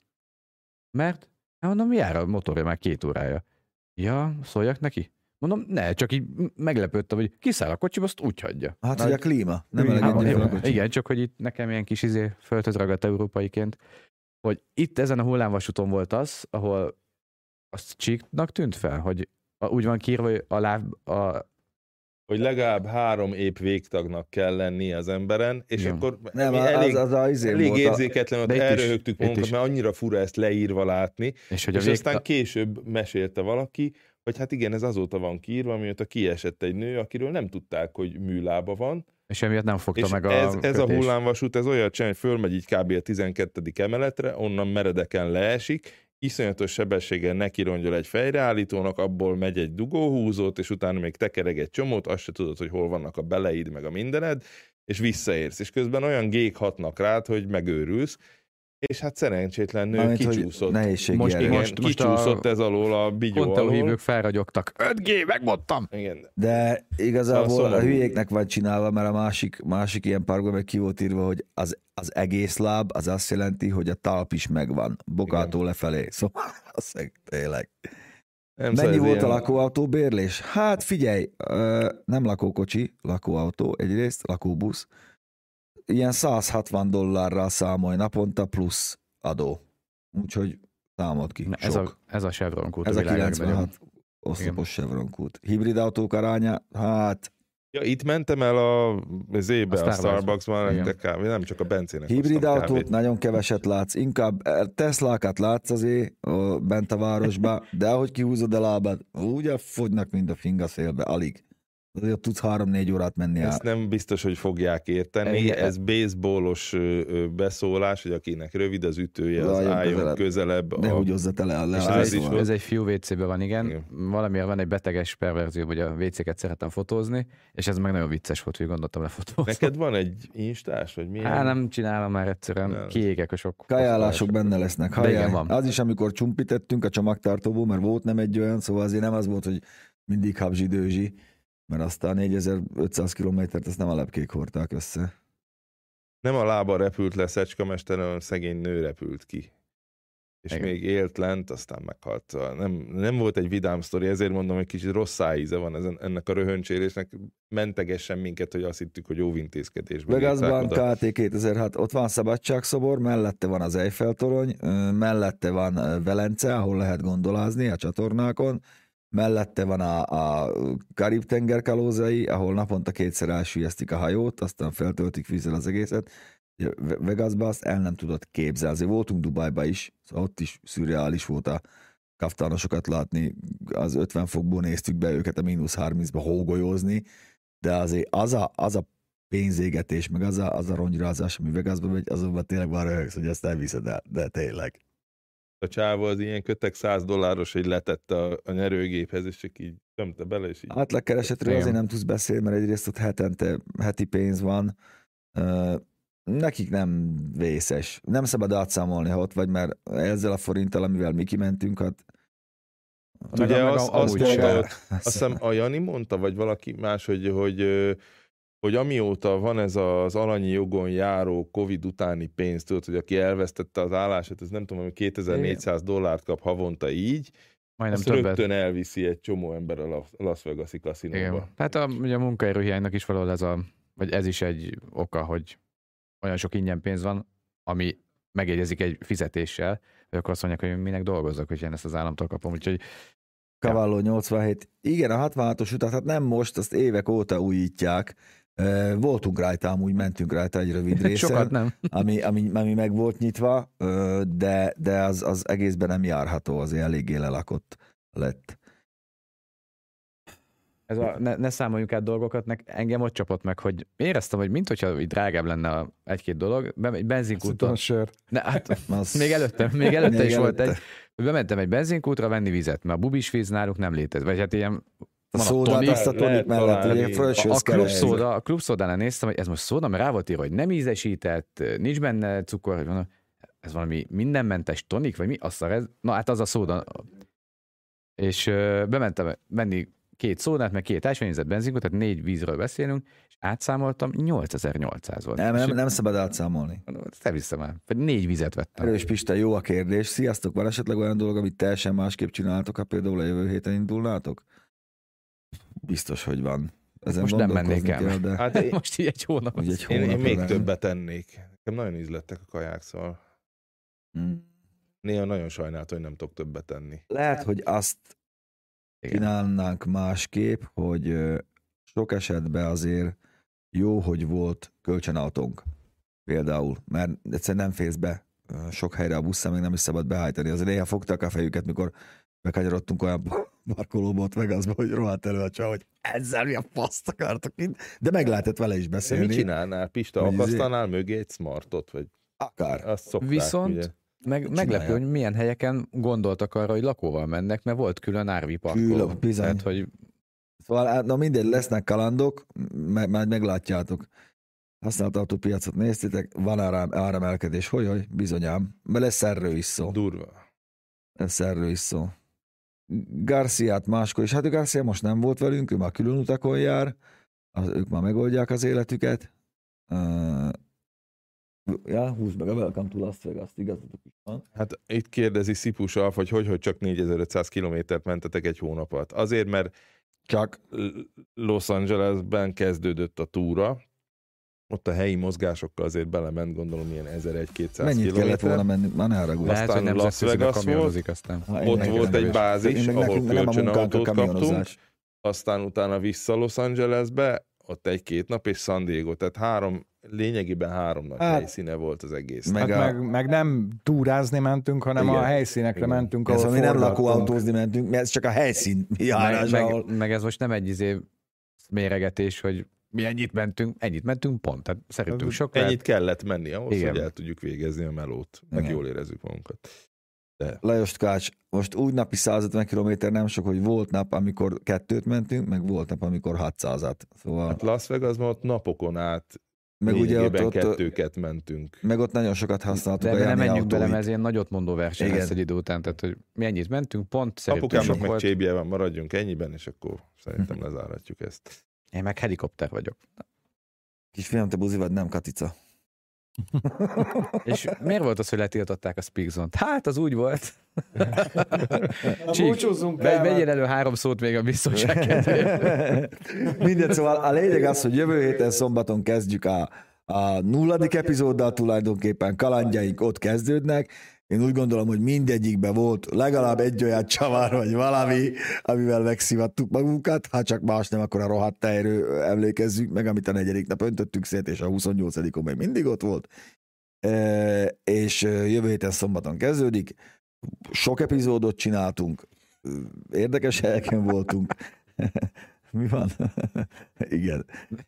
Speaker 1: Mert? Hát mondom, jár a motorja már két órája. Ja, szóljak neki? Mondom, ne, csak így meglepődtem, hogy kiszáll a kocsiba, azt úgy hagyja.
Speaker 2: Hát, hogy a klíma, nem
Speaker 4: Hát,
Speaker 2: elegendő
Speaker 1: jó,
Speaker 2: fel a kocsi.
Speaker 1: igen, csak hogy itt nekem ilyen kis izé földhöz ragadt európaiként, hogy itt ezen a hullámvasúton volt az, ahol azt csíknak tűnt fel, hogy a- úgy van kiírva, hogy a láb, a,
Speaker 3: Hogy legalább három épp végtagnak kell lenni az emberen, és
Speaker 1: Igen.
Speaker 3: akkor
Speaker 2: Nem,
Speaker 3: mi
Speaker 2: az,
Speaker 3: elég,
Speaker 2: az a izé
Speaker 3: elég
Speaker 2: volt a,
Speaker 3: érzéketlen, ott
Speaker 1: De itt is,
Speaker 3: elröhögtük
Speaker 1: itt
Speaker 3: magunkat,
Speaker 1: is.
Speaker 3: mert annyira fura ezt leírva látni,
Speaker 1: és hogy a
Speaker 3: és
Speaker 1: vég,
Speaker 3: aztán később mesélte valaki, hogy hát igen, ez azóta van kiírva, mióta kiesett egy nő, akiről nem tudták, hogy műlába van,
Speaker 1: és emiatt nem fogta
Speaker 3: és
Speaker 1: meg a
Speaker 3: ez, ez a
Speaker 1: kötés.
Speaker 3: hullámvasút, ez olyan csinál, hogy fölmegy így kb. A tizenkettedik emeletre, onnan meredeken leesik, iszonyatos sebességgel nekirongyol egy fejreállítónak, abból megy egy dugóhúzót, és utána még tekereg egy csomót, azt se tudod, hogy hol vannak a beleid, meg a mindened, és visszaérsz. És közben olyan gék hatnak rád, hogy megőrülsz, és hát szerencsétlen nő
Speaker 2: mármint, hogy
Speaker 3: kicsúszott.
Speaker 2: nehézségi
Speaker 1: Most
Speaker 2: erő.
Speaker 3: Igen,
Speaker 1: most- most
Speaker 3: kicsúszott
Speaker 1: a-
Speaker 3: ez alól a bigyó
Speaker 1: Konteó
Speaker 3: alól.
Speaker 1: hívők felragyogtak. öt G, megmondtam!
Speaker 3: Igen.
Speaker 2: De igazából
Speaker 3: Szóval
Speaker 2: a
Speaker 3: szomorú.
Speaker 2: hülyéknek van csinálva, mert a másik, másik ilyen parkban meg ki volt írva, hogy az, az egész láb, az azt jelenti, hogy a talp is megvan, bokától lefelé. Szóval az tényleg.
Speaker 3: Nem,
Speaker 2: Mennyi
Speaker 3: szóval ez
Speaker 2: volt a
Speaker 3: ilyen-
Speaker 2: lakóautó bérlés? Hát figyelj, ö, nem lakókocsi, lakóautó egyrészt, lakóbusz. Ilyen száz hatvan dollárral számolj naponta plusz adó. Úgyhogy számolt ki.
Speaker 1: Na, ez,
Speaker 2: Sok.
Speaker 1: a, ez a Chevron kút.
Speaker 2: Ez a
Speaker 1: világ legnagyobb.
Speaker 2: kilencvenhat oszlopos Chevron kút. Hibrid autók aránya, hát
Speaker 3: Ja, itt mentem el a zébe,
Speaker 1: A
Speaker 3: a, a
Speaker 1: Starbucksba.
Speaker 3: Starbucksban,
Speaker 1: Igen.
Speaker 3: de kávé, nem csak a bencének
Speaker 2: hibrid
Speaker 3: hoztam
Speaker 2: autót
Speaker 3: kávét.
Speaker 2: nagyon keveset látsz, inkább eh, Teslákat látsz azért ó, bent a városba, de ahogy kihúzod a lábad, úgy fogynak, mint a finga szélbe, alig. Azért tudsz három-négy órát menni el.
Speaker 3: Ezt nem biztos, hogy fogják érteni.
Speaker 1: Igen.
Speaker 3: Ez baseballos ö, ö, beszólás, hogy akinek rövid az ütője, az
Speaker 2: Álljon
Speaker 3: álljon
Speaker 2: közelebb.
Speaker 3: közelebb.
Speaker 2: Ne
Speaker 3: a...
Speaker 2: húgyozza tele a
Speaker 1: És ez,
Speaker 2: leházóval.
Speaker 1: egy, ez egy fiú vé cében van, igen.
Speaker 3: Igen.
Speaker 1: Valamiért van egy beteges perverzió, hogy a vé céket szeretem fotózni, és ez meg nagyon vicces volt, hogy gondoltam lefotózni.
Speaker 3: Neked van egy instás, vagy milyen?
Speaker 1: Á, nem csinálom már egyszerűen,
Speaker 3: Nem.
Speaker 1: kiégek a sok.
Speaker 2: Kajálások benne lesznek.
Speaker 1: De igen,
Speaker 2: Hallják.
Speaker 1: van.
Speaker 2: Az is, amikor csumpitettünk a csomagtartóból, mert volt nem egy olyan, szóval azért nem az volt, hogy mindig habzsi-dőzsi, mert aztán négyezer-ötszáz kilométert azt nem a lepkék hordták össze.
Speaker 3: Nem a lába repült le Szecskamesteren, hanem szegény nő repült ki. És
Speaker 1: Igen.
Speaker 3: még élt lent, aztán meghalt. Szóval nem, nem volt egy vidám sztori, ezért mondom, hogy kicsit rossz szájíze van ezen, ennek a röhöncsélésnek. Mentegessen minket, hogy azt hittük, hogy óvintézkedésben
Speaker 2: Vegasban ká té kétezer-hat, ott van Szabadságszobor, mellette van az Eiffel-torony, ö, mellette van ö, Velence, ahol lehet gondolázni a csatornákon, mellette van a, a Karib-tenger kalózai, ahol naponta kétszer elsüllyesztik a hajót, aztán feltöltik vízzel az egészet. Vegasban azt el nem tudod képzelni. Azért voltunk Dubajba is, szóval ott is szürreális volt a kaftánosokat látni, az ötven fokból néztük be őket a mínusz harmincba hógolyózni, de azért az a, az a pénzégetés, meg az a, az a rongyrázás, ami Vegasban megy, azonban tényleg már röhögsz, hogy ezt elviszed el, de tényleg.
Speaker 3: A csávó az ilyen kötek száz dolláros, hogy letette a, a nyerőgéphez, és csak így tömte bele, és így...
Speaker 2: Átlagkeresetről
Speaker 1: Igen.
Speaker 2: azért nem tudsz beszélni, mert egyrészt ott hetente, heti pénz van, Ö, nekik nem vészes. Nem szabad átszámolni, ha ott vagy, mert ezzel a forinttal, amivel mi kimentünk, hát
Speaker 3: Ugye
Speaker 1: meg
Speaker 3: az,
Speaker 1: a-
Speaker 3: azt
Speaker 1: amúgy se.
Speaker 3: mondta, azt hiszem a Jani mondta, vagy valaki más, hogy, hogy, hogy amióta van ez az alanyi jogon járó Covid utáni pénz, tudod, hogy aki elvesztette az állását, ez nem tudom, hogy kétezer-négyszáz dollárt kap havonta így,
Speaker 1: Majdnem
Speaker 3: azt
Speaker 1: többet.
Speaker 3: rögtön elviszi egy csomó ember a La- Las Vegas-i kaszinóba.
Speaker 1: Igen. Hát a, ugye a munkaerőhiánynak is valahol ez a, vagy ez is egy oka, hogy olyan sok ingyen pénz van, ami megjegyezik egy fizetéssel, hogy akkor azt mondják, hogy minek dolgozok, hogy én ezt az államtól kapom. Úgyhogy
Speaker 2: Cavallo nyolcvanhét. Igen, a hatvanhatos utat, hát nem most, azt évek óta újítják. Ö, Voltunk rajta, amúgy mentünk rajta egy rövid részen,
Speaker 1: sokat nem.
Speaker 2: ami, ami, ami meg volt nyitva, ö, de, de az, az egészben nem járható, azért eléggé lelakott lett.
Speaker 1: Ez a, ne, ne számoljunk át dolgokat, nek, engem ott csapott meg, hogy éreztem, hogy minthogyha így drágább lenne a egy-két dolog, be, egy benzinkúton.
Speaker 4: A sör.
Speaker 1: Ne, hát,
Speaker 2: Az-
Speaker 1: még előtte, még előtte
Speaker 2: Még
Speaker 1: is volt
Speaker 2: előtte.
Speaker 1: egy, hogy bementem egy benzinkútra venni vizet, mert a bubis víz náluk nem létezik. Vagy hát ilyen
Speaker 2: A
Speaker 1: van a
Speaker 2: szódát
Speaker 1: tonik,
Speaker 2: azt a tonik
Speaker 3: lehet
Speaker 2: mellett,
Speaker 3: találni.
Speaker 2: ugye felső
Speaker 1: a klub szóda, a klub szódánál néztem, hogy ez most szóda, mert rá volt írva, hogy nem ízesített, nincs benne cukor, hogy mondom, ez valami mindenmentes tonik, vagy mi? Azt a, na hát az a szóda. És ö, bementem venni két szódát, meg két ásványvizet, benzinkot, tehát négy vízről beszélünk, és átszámoltam, nyolcezer-nyolcszáz volt.
Speaker 2: Nem,
Speaker 1: És
Speaker 2: nem, nem szabad átszámolni.
Speaker 1: mondom, ezt elviszem el. Vagy négy vizet vettem.
Speaker 2: Erős Pista, jó a kérdés. Sziasztok, van esetleg olyan dolog, amit teljesen másképp csináltok, ha például a jövő héten indulnátok? Biztos, hogy van. Ezen
Speaker 1: Most nem
Speaker 2: gondolkozni
Speaker 1: mennék el.
Speaker 2: kell, de
Speaker 3: Hát én,
Speaker 1: Most így egy hónap.
Speaker 2: úgy egy
Speaker 3: én, én
Speaker 2: hónapra
Speaker 3: még
Speaker 2: rá-
Speaker 3: többet tennék. Nekem nagyon ízlettek a kaják, szóval
Speaker 2: Mm.
Speaker 3: néha nagyon sajnáltam, hogy nem tudok többet tenni.
Speaker 2: Lehet, hogy azt
Speaker 1: Igen.
Speaker 2: csinálnánk másképp, hogy ö, sok esetben azért jó, hogy volt kölcsönautónk például, mert egyszerűen nem fész be ö, sok helyre a busszal, még nem is szabad behajtani. Azért néha fogták a fejüket, mikor bekanyarodtunk olyan parkolóba ott Vegasba, hogy rohadt elő a csav, hogy ezzel mi a faszt akartok itt, de meg lehetett vele is
Speaker 3: De
Speaker 2: beszélni.
Speaker 3: mit csinálnál? Pista,
Speaker 2: Hogy
Speaker 3: akasztanál mögé egy smartot? Vagy
Speaker 2: Akár.
Speaker 3: azt szokták,
Speaker 1: Viszont
Speaker 3: ugye?
Speaker 1: meg, meglepő, hogy milyen helyeken gondoltak arra, hogy lakóval mennek, mert volt külön er vé parkoló.
Speaker 2: Külön, bizony.
Speaker 1: Tehát, hogy
Speaker 2: Szóval, hát, na mindegy, lesznek kalandok, me- majd meglátjátok. Használt autópiacot néztétek, van áram, áremelkedés, hogy, hogy, bizonyám. Mert lesz erről is szó.
Speaker 3: Durva.
Speaker 2: Lesz erről is szó. Garciát máskor is, hát Garcia most nem volt velünk, ő már külön utakon jár, az, ők már megoldják az életüket. Uh, ja, húzd meg a Welcome to Las Vegas, igazatok is van.
Speaker 3: Hát itt kérdezi Szipus Alf, hogy hogy, hogy csak négyezer-ötszáz kilométert mentetek egy hónapot. Azért, mert
Speaker 2: Csak
Speaker 3: L- Los Angelesben kezdődött a túra, ott a helyi mozgásokkal azért belement, gondolom, ilyen ezer-kétszáz
Speaker 2: mennyit kellett
Speaker 3: kilométer.
Speaker 2: volna menni, már ne haragudj.
Speaker 1: lehet,
Speaker 3: Aztán
Speaker 1: hogy nem
Speaker 3: Las Vegas
Speaker 1: kamionozik aztán.
Speaker 2: Ha én
Speaker 3: Ott
Speaker 2: meg-
Speaker 3: volt
Speaker 2: nem
Speaker 3: egy
Speaker 2: is.
Speaker 3: bázis,
Speaker 2: Én meg
Speaker 3: ahol
Speaker 2: nekünk nem a munkánk a
Speaker 3: kölcsönautót kaptunk,
Speaker 2: kamionozás.
Speaker 3: aztán utána vissza Los Angelesbe, ott egy-két nap, és San Diego, tehát három, lényegében három nagy
Speaker 2: Hát,
Speaker 3: helyszíne volt az egész.
Speaker 2: meg
Speaker 4: Hát
Speaker 2: a-
Speaker 4: meg, meg nem túrázni mentünk, hanem
Speaker 3: Igen.
Speaker 4: a helyszínekre
Speaker 3: Igen.
Speaker 4: mentünk,
Speaker 2: Ez,
Speaker 4: ahol
Speaker 2: ami nem
Speaker 4: forgattunk.
Speaker 2: lakóautózni mentünk, mert ez csak a helyszín
Speaker 1: Meg,
Speaker 2: járás,
Speaker 1: meg,
Speaker 2: ahol...
Speaker 1: meg, ez most nem egy izé méregetés, hogy mi ennyit mentünk, ennyit mentünk, pont. Tehát szerintünk sok
Speaker 3: Ennyit
Speaker 1: lehet.
Speaker 3: kellett menni ahhoz,
Speaker 1: Igen.
Speaker 3: hogy el tudjuk végezni a melót, meg
Speaker 2: Igen.
Speaker 3: jól érezzük magunkat. De
Speaker 2: Lajos Tkács, most úgy napi száz ötven kilométer nem sok, hogy volt nap, amikor kettőt mentünk, meg volt nap, amikor hatszázat. Szóval,
Speaker 3: hát Las Vegasban ott napokon át
Speaker 2: meg ugye ott,
Speaker 3: lényegében
Speaker 2: ott,
Speaker 3: kettőket mentünk.
Speaker 2: meg ott nagyon sokat használtuk
Speaker 1: De
Speaker 2: a
Speaker 1: ebbe nem
Speaker 2: Jani
Speaker 1: menjünk bele, mert
Speaker 2: autóit.
Speaker 1: ez ilyen nagyot mondó verseny
Speaker 2: Igen.
Speaker 1: lesz egy idő után, tehát hogy mi ennyit mentünk, pont szerintünk
Speaker 3: Apukámnak
Speaker 1: sok
Speaker 3: meg
Speaker 1: volt.
Speaker 3: Csébiában maradjunk ennyiben, és akkor szerintem lezáratjuk ezt.
Speaker 1: Én meg helikopter vagyok.
Speaker 2: Kisfiam, te buzi vagy, nem Katica.
Speaker 1: És miért volt az, hogy letiltották a Speakzone-t? Hát, az úgy volt. Csík,
Speaker 4: Búcsúzzunk
Speaker 1: Megy,
Speaker 4: el.
Speaker 1: menjen elő három szót még a biztonság kedvéért.
Speaker 2: Mindegy, szóval a lényeg az, hogy jövő héten szombaton kezdjük a, a nulladik epizóddal, tulajdonképpen kalandjaink ott kezdődnek. Én úgy gondolom, hogy mindegyikben volt legalább egy olyan csavar, vagy valami, amivel megszivattuk magunkat, ha csak más nem, akkor a rohadt tejről emlékezzünk meg, amit a negyedik nap öntöttük szét, és a huszonnyolcadikon még mindig ott volt. E, és jövő héten szombaton kezdődik. Sok epizódot csináltunk, érdekes helyeken voltunk. Mi van? Igen.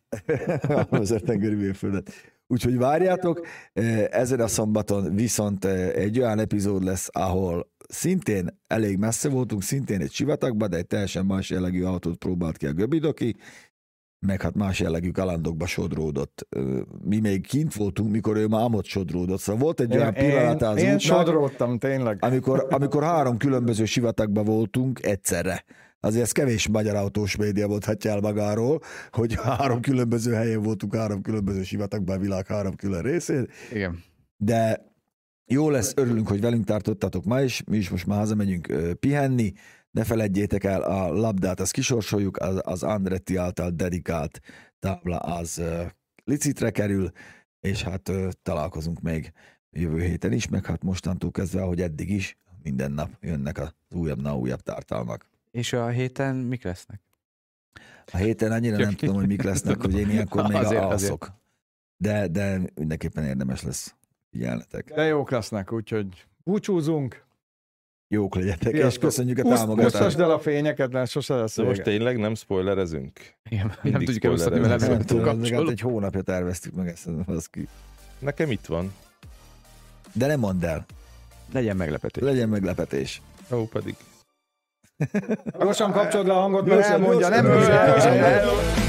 Speaker 2: A tengeri mérföldet. Úgyhogy várjátok, ezen a szombaton viszont egy olyan epizód lesz, ahol szintén elég messze voltunk, szintén egy sivatagban, de egy teljesen más jellegű autót próbált ki a Göbidoki, meg hát más jellegű kalandokba sodródott. Mi még kint voltunk, mikor ő már amott sodródott. Szóval volt egy olyan pillanat az
Speaker 4: Én, én
Speaker 2: útnak,
Speaker 4: sodródtam, tényleg.
Speaker 2: amikor, amikor három különböző sivatagban voltunk egyszerre. Azért ez kevés magyar autós média mondhatja el magáról, hogy három különböző helyen voltunk, három különböző sivatagban, a világ három külön részén.
Speaker 1: Igen.
Speaker 2: De jó lesz, örülünk, hogy velünk tartottatok ma is, mi is most már hazamegyünk ö, pihenni, ne feledjétek el a labdát, azt kisorsoljuk, az, az Andretti által dedikált tábla az ö, licitre kerül, és hát ö, találkozunk még jövő héten is, meg hát mostantól kezdve, ahogy eddig is, minden nap jönnek az újabb-na újabb tartalmak.
Speaker 1: És a héten mik lesznek?
Speaker 2: A héten annyira nem tudom, hogy mik lesznek, hogy én ilyenkor még
Speaker 1: Azért,
Speaker 2: alszok. De, de mindenképpen érdemes lesz. Figyelnetek.
Speaker 4: De jók lesznek, úgyhogy búcsúzunk.
Speaker 2: Jók legyetek, és
Speaker 4: Sziasztok.
Speaker 2: köszönjük a
Speaker 4: Pusz-
Speaker 2: támogatást.
Speaker 4: Pusztasd el a fényeket, mert sose lesz
Speaker 3: De most
Speaker 4: vége.
Speaker 3: tényleg nem spoilerezünk?
Speaker 1: Igen, nem
Speaker 3: Mindig
Speaker 1: tudjuk elosztatni, mert
Speaker 3: spoilerezünk.
Speaker 1: nem tudunk
Speaker 2: Nem tudom, legalább
Speaker 1: kapcsolni.
Speaker 2: egy hónapja terveztük meg ezt, az ki.
Speaker 3: Nekem itt van.
Speaker 2: De nem mondd el,
Speaker 1: Legyen meglepetés.
Speaker 2: legyen meglepetés.
Speaker 3: Ó, pedig.
Speaker 4: Gyorsan kapcsolod le a hangot, mert
Speaker 2: Gyorsan,
Speaker 4: elmondja,
Speaker 2: gyorsan,
Speaker 4: nem
Speaker 2: gyorsan,
Speaker 4: ő.
Speaker 2: gyorsan.
Speaker 4: el- el-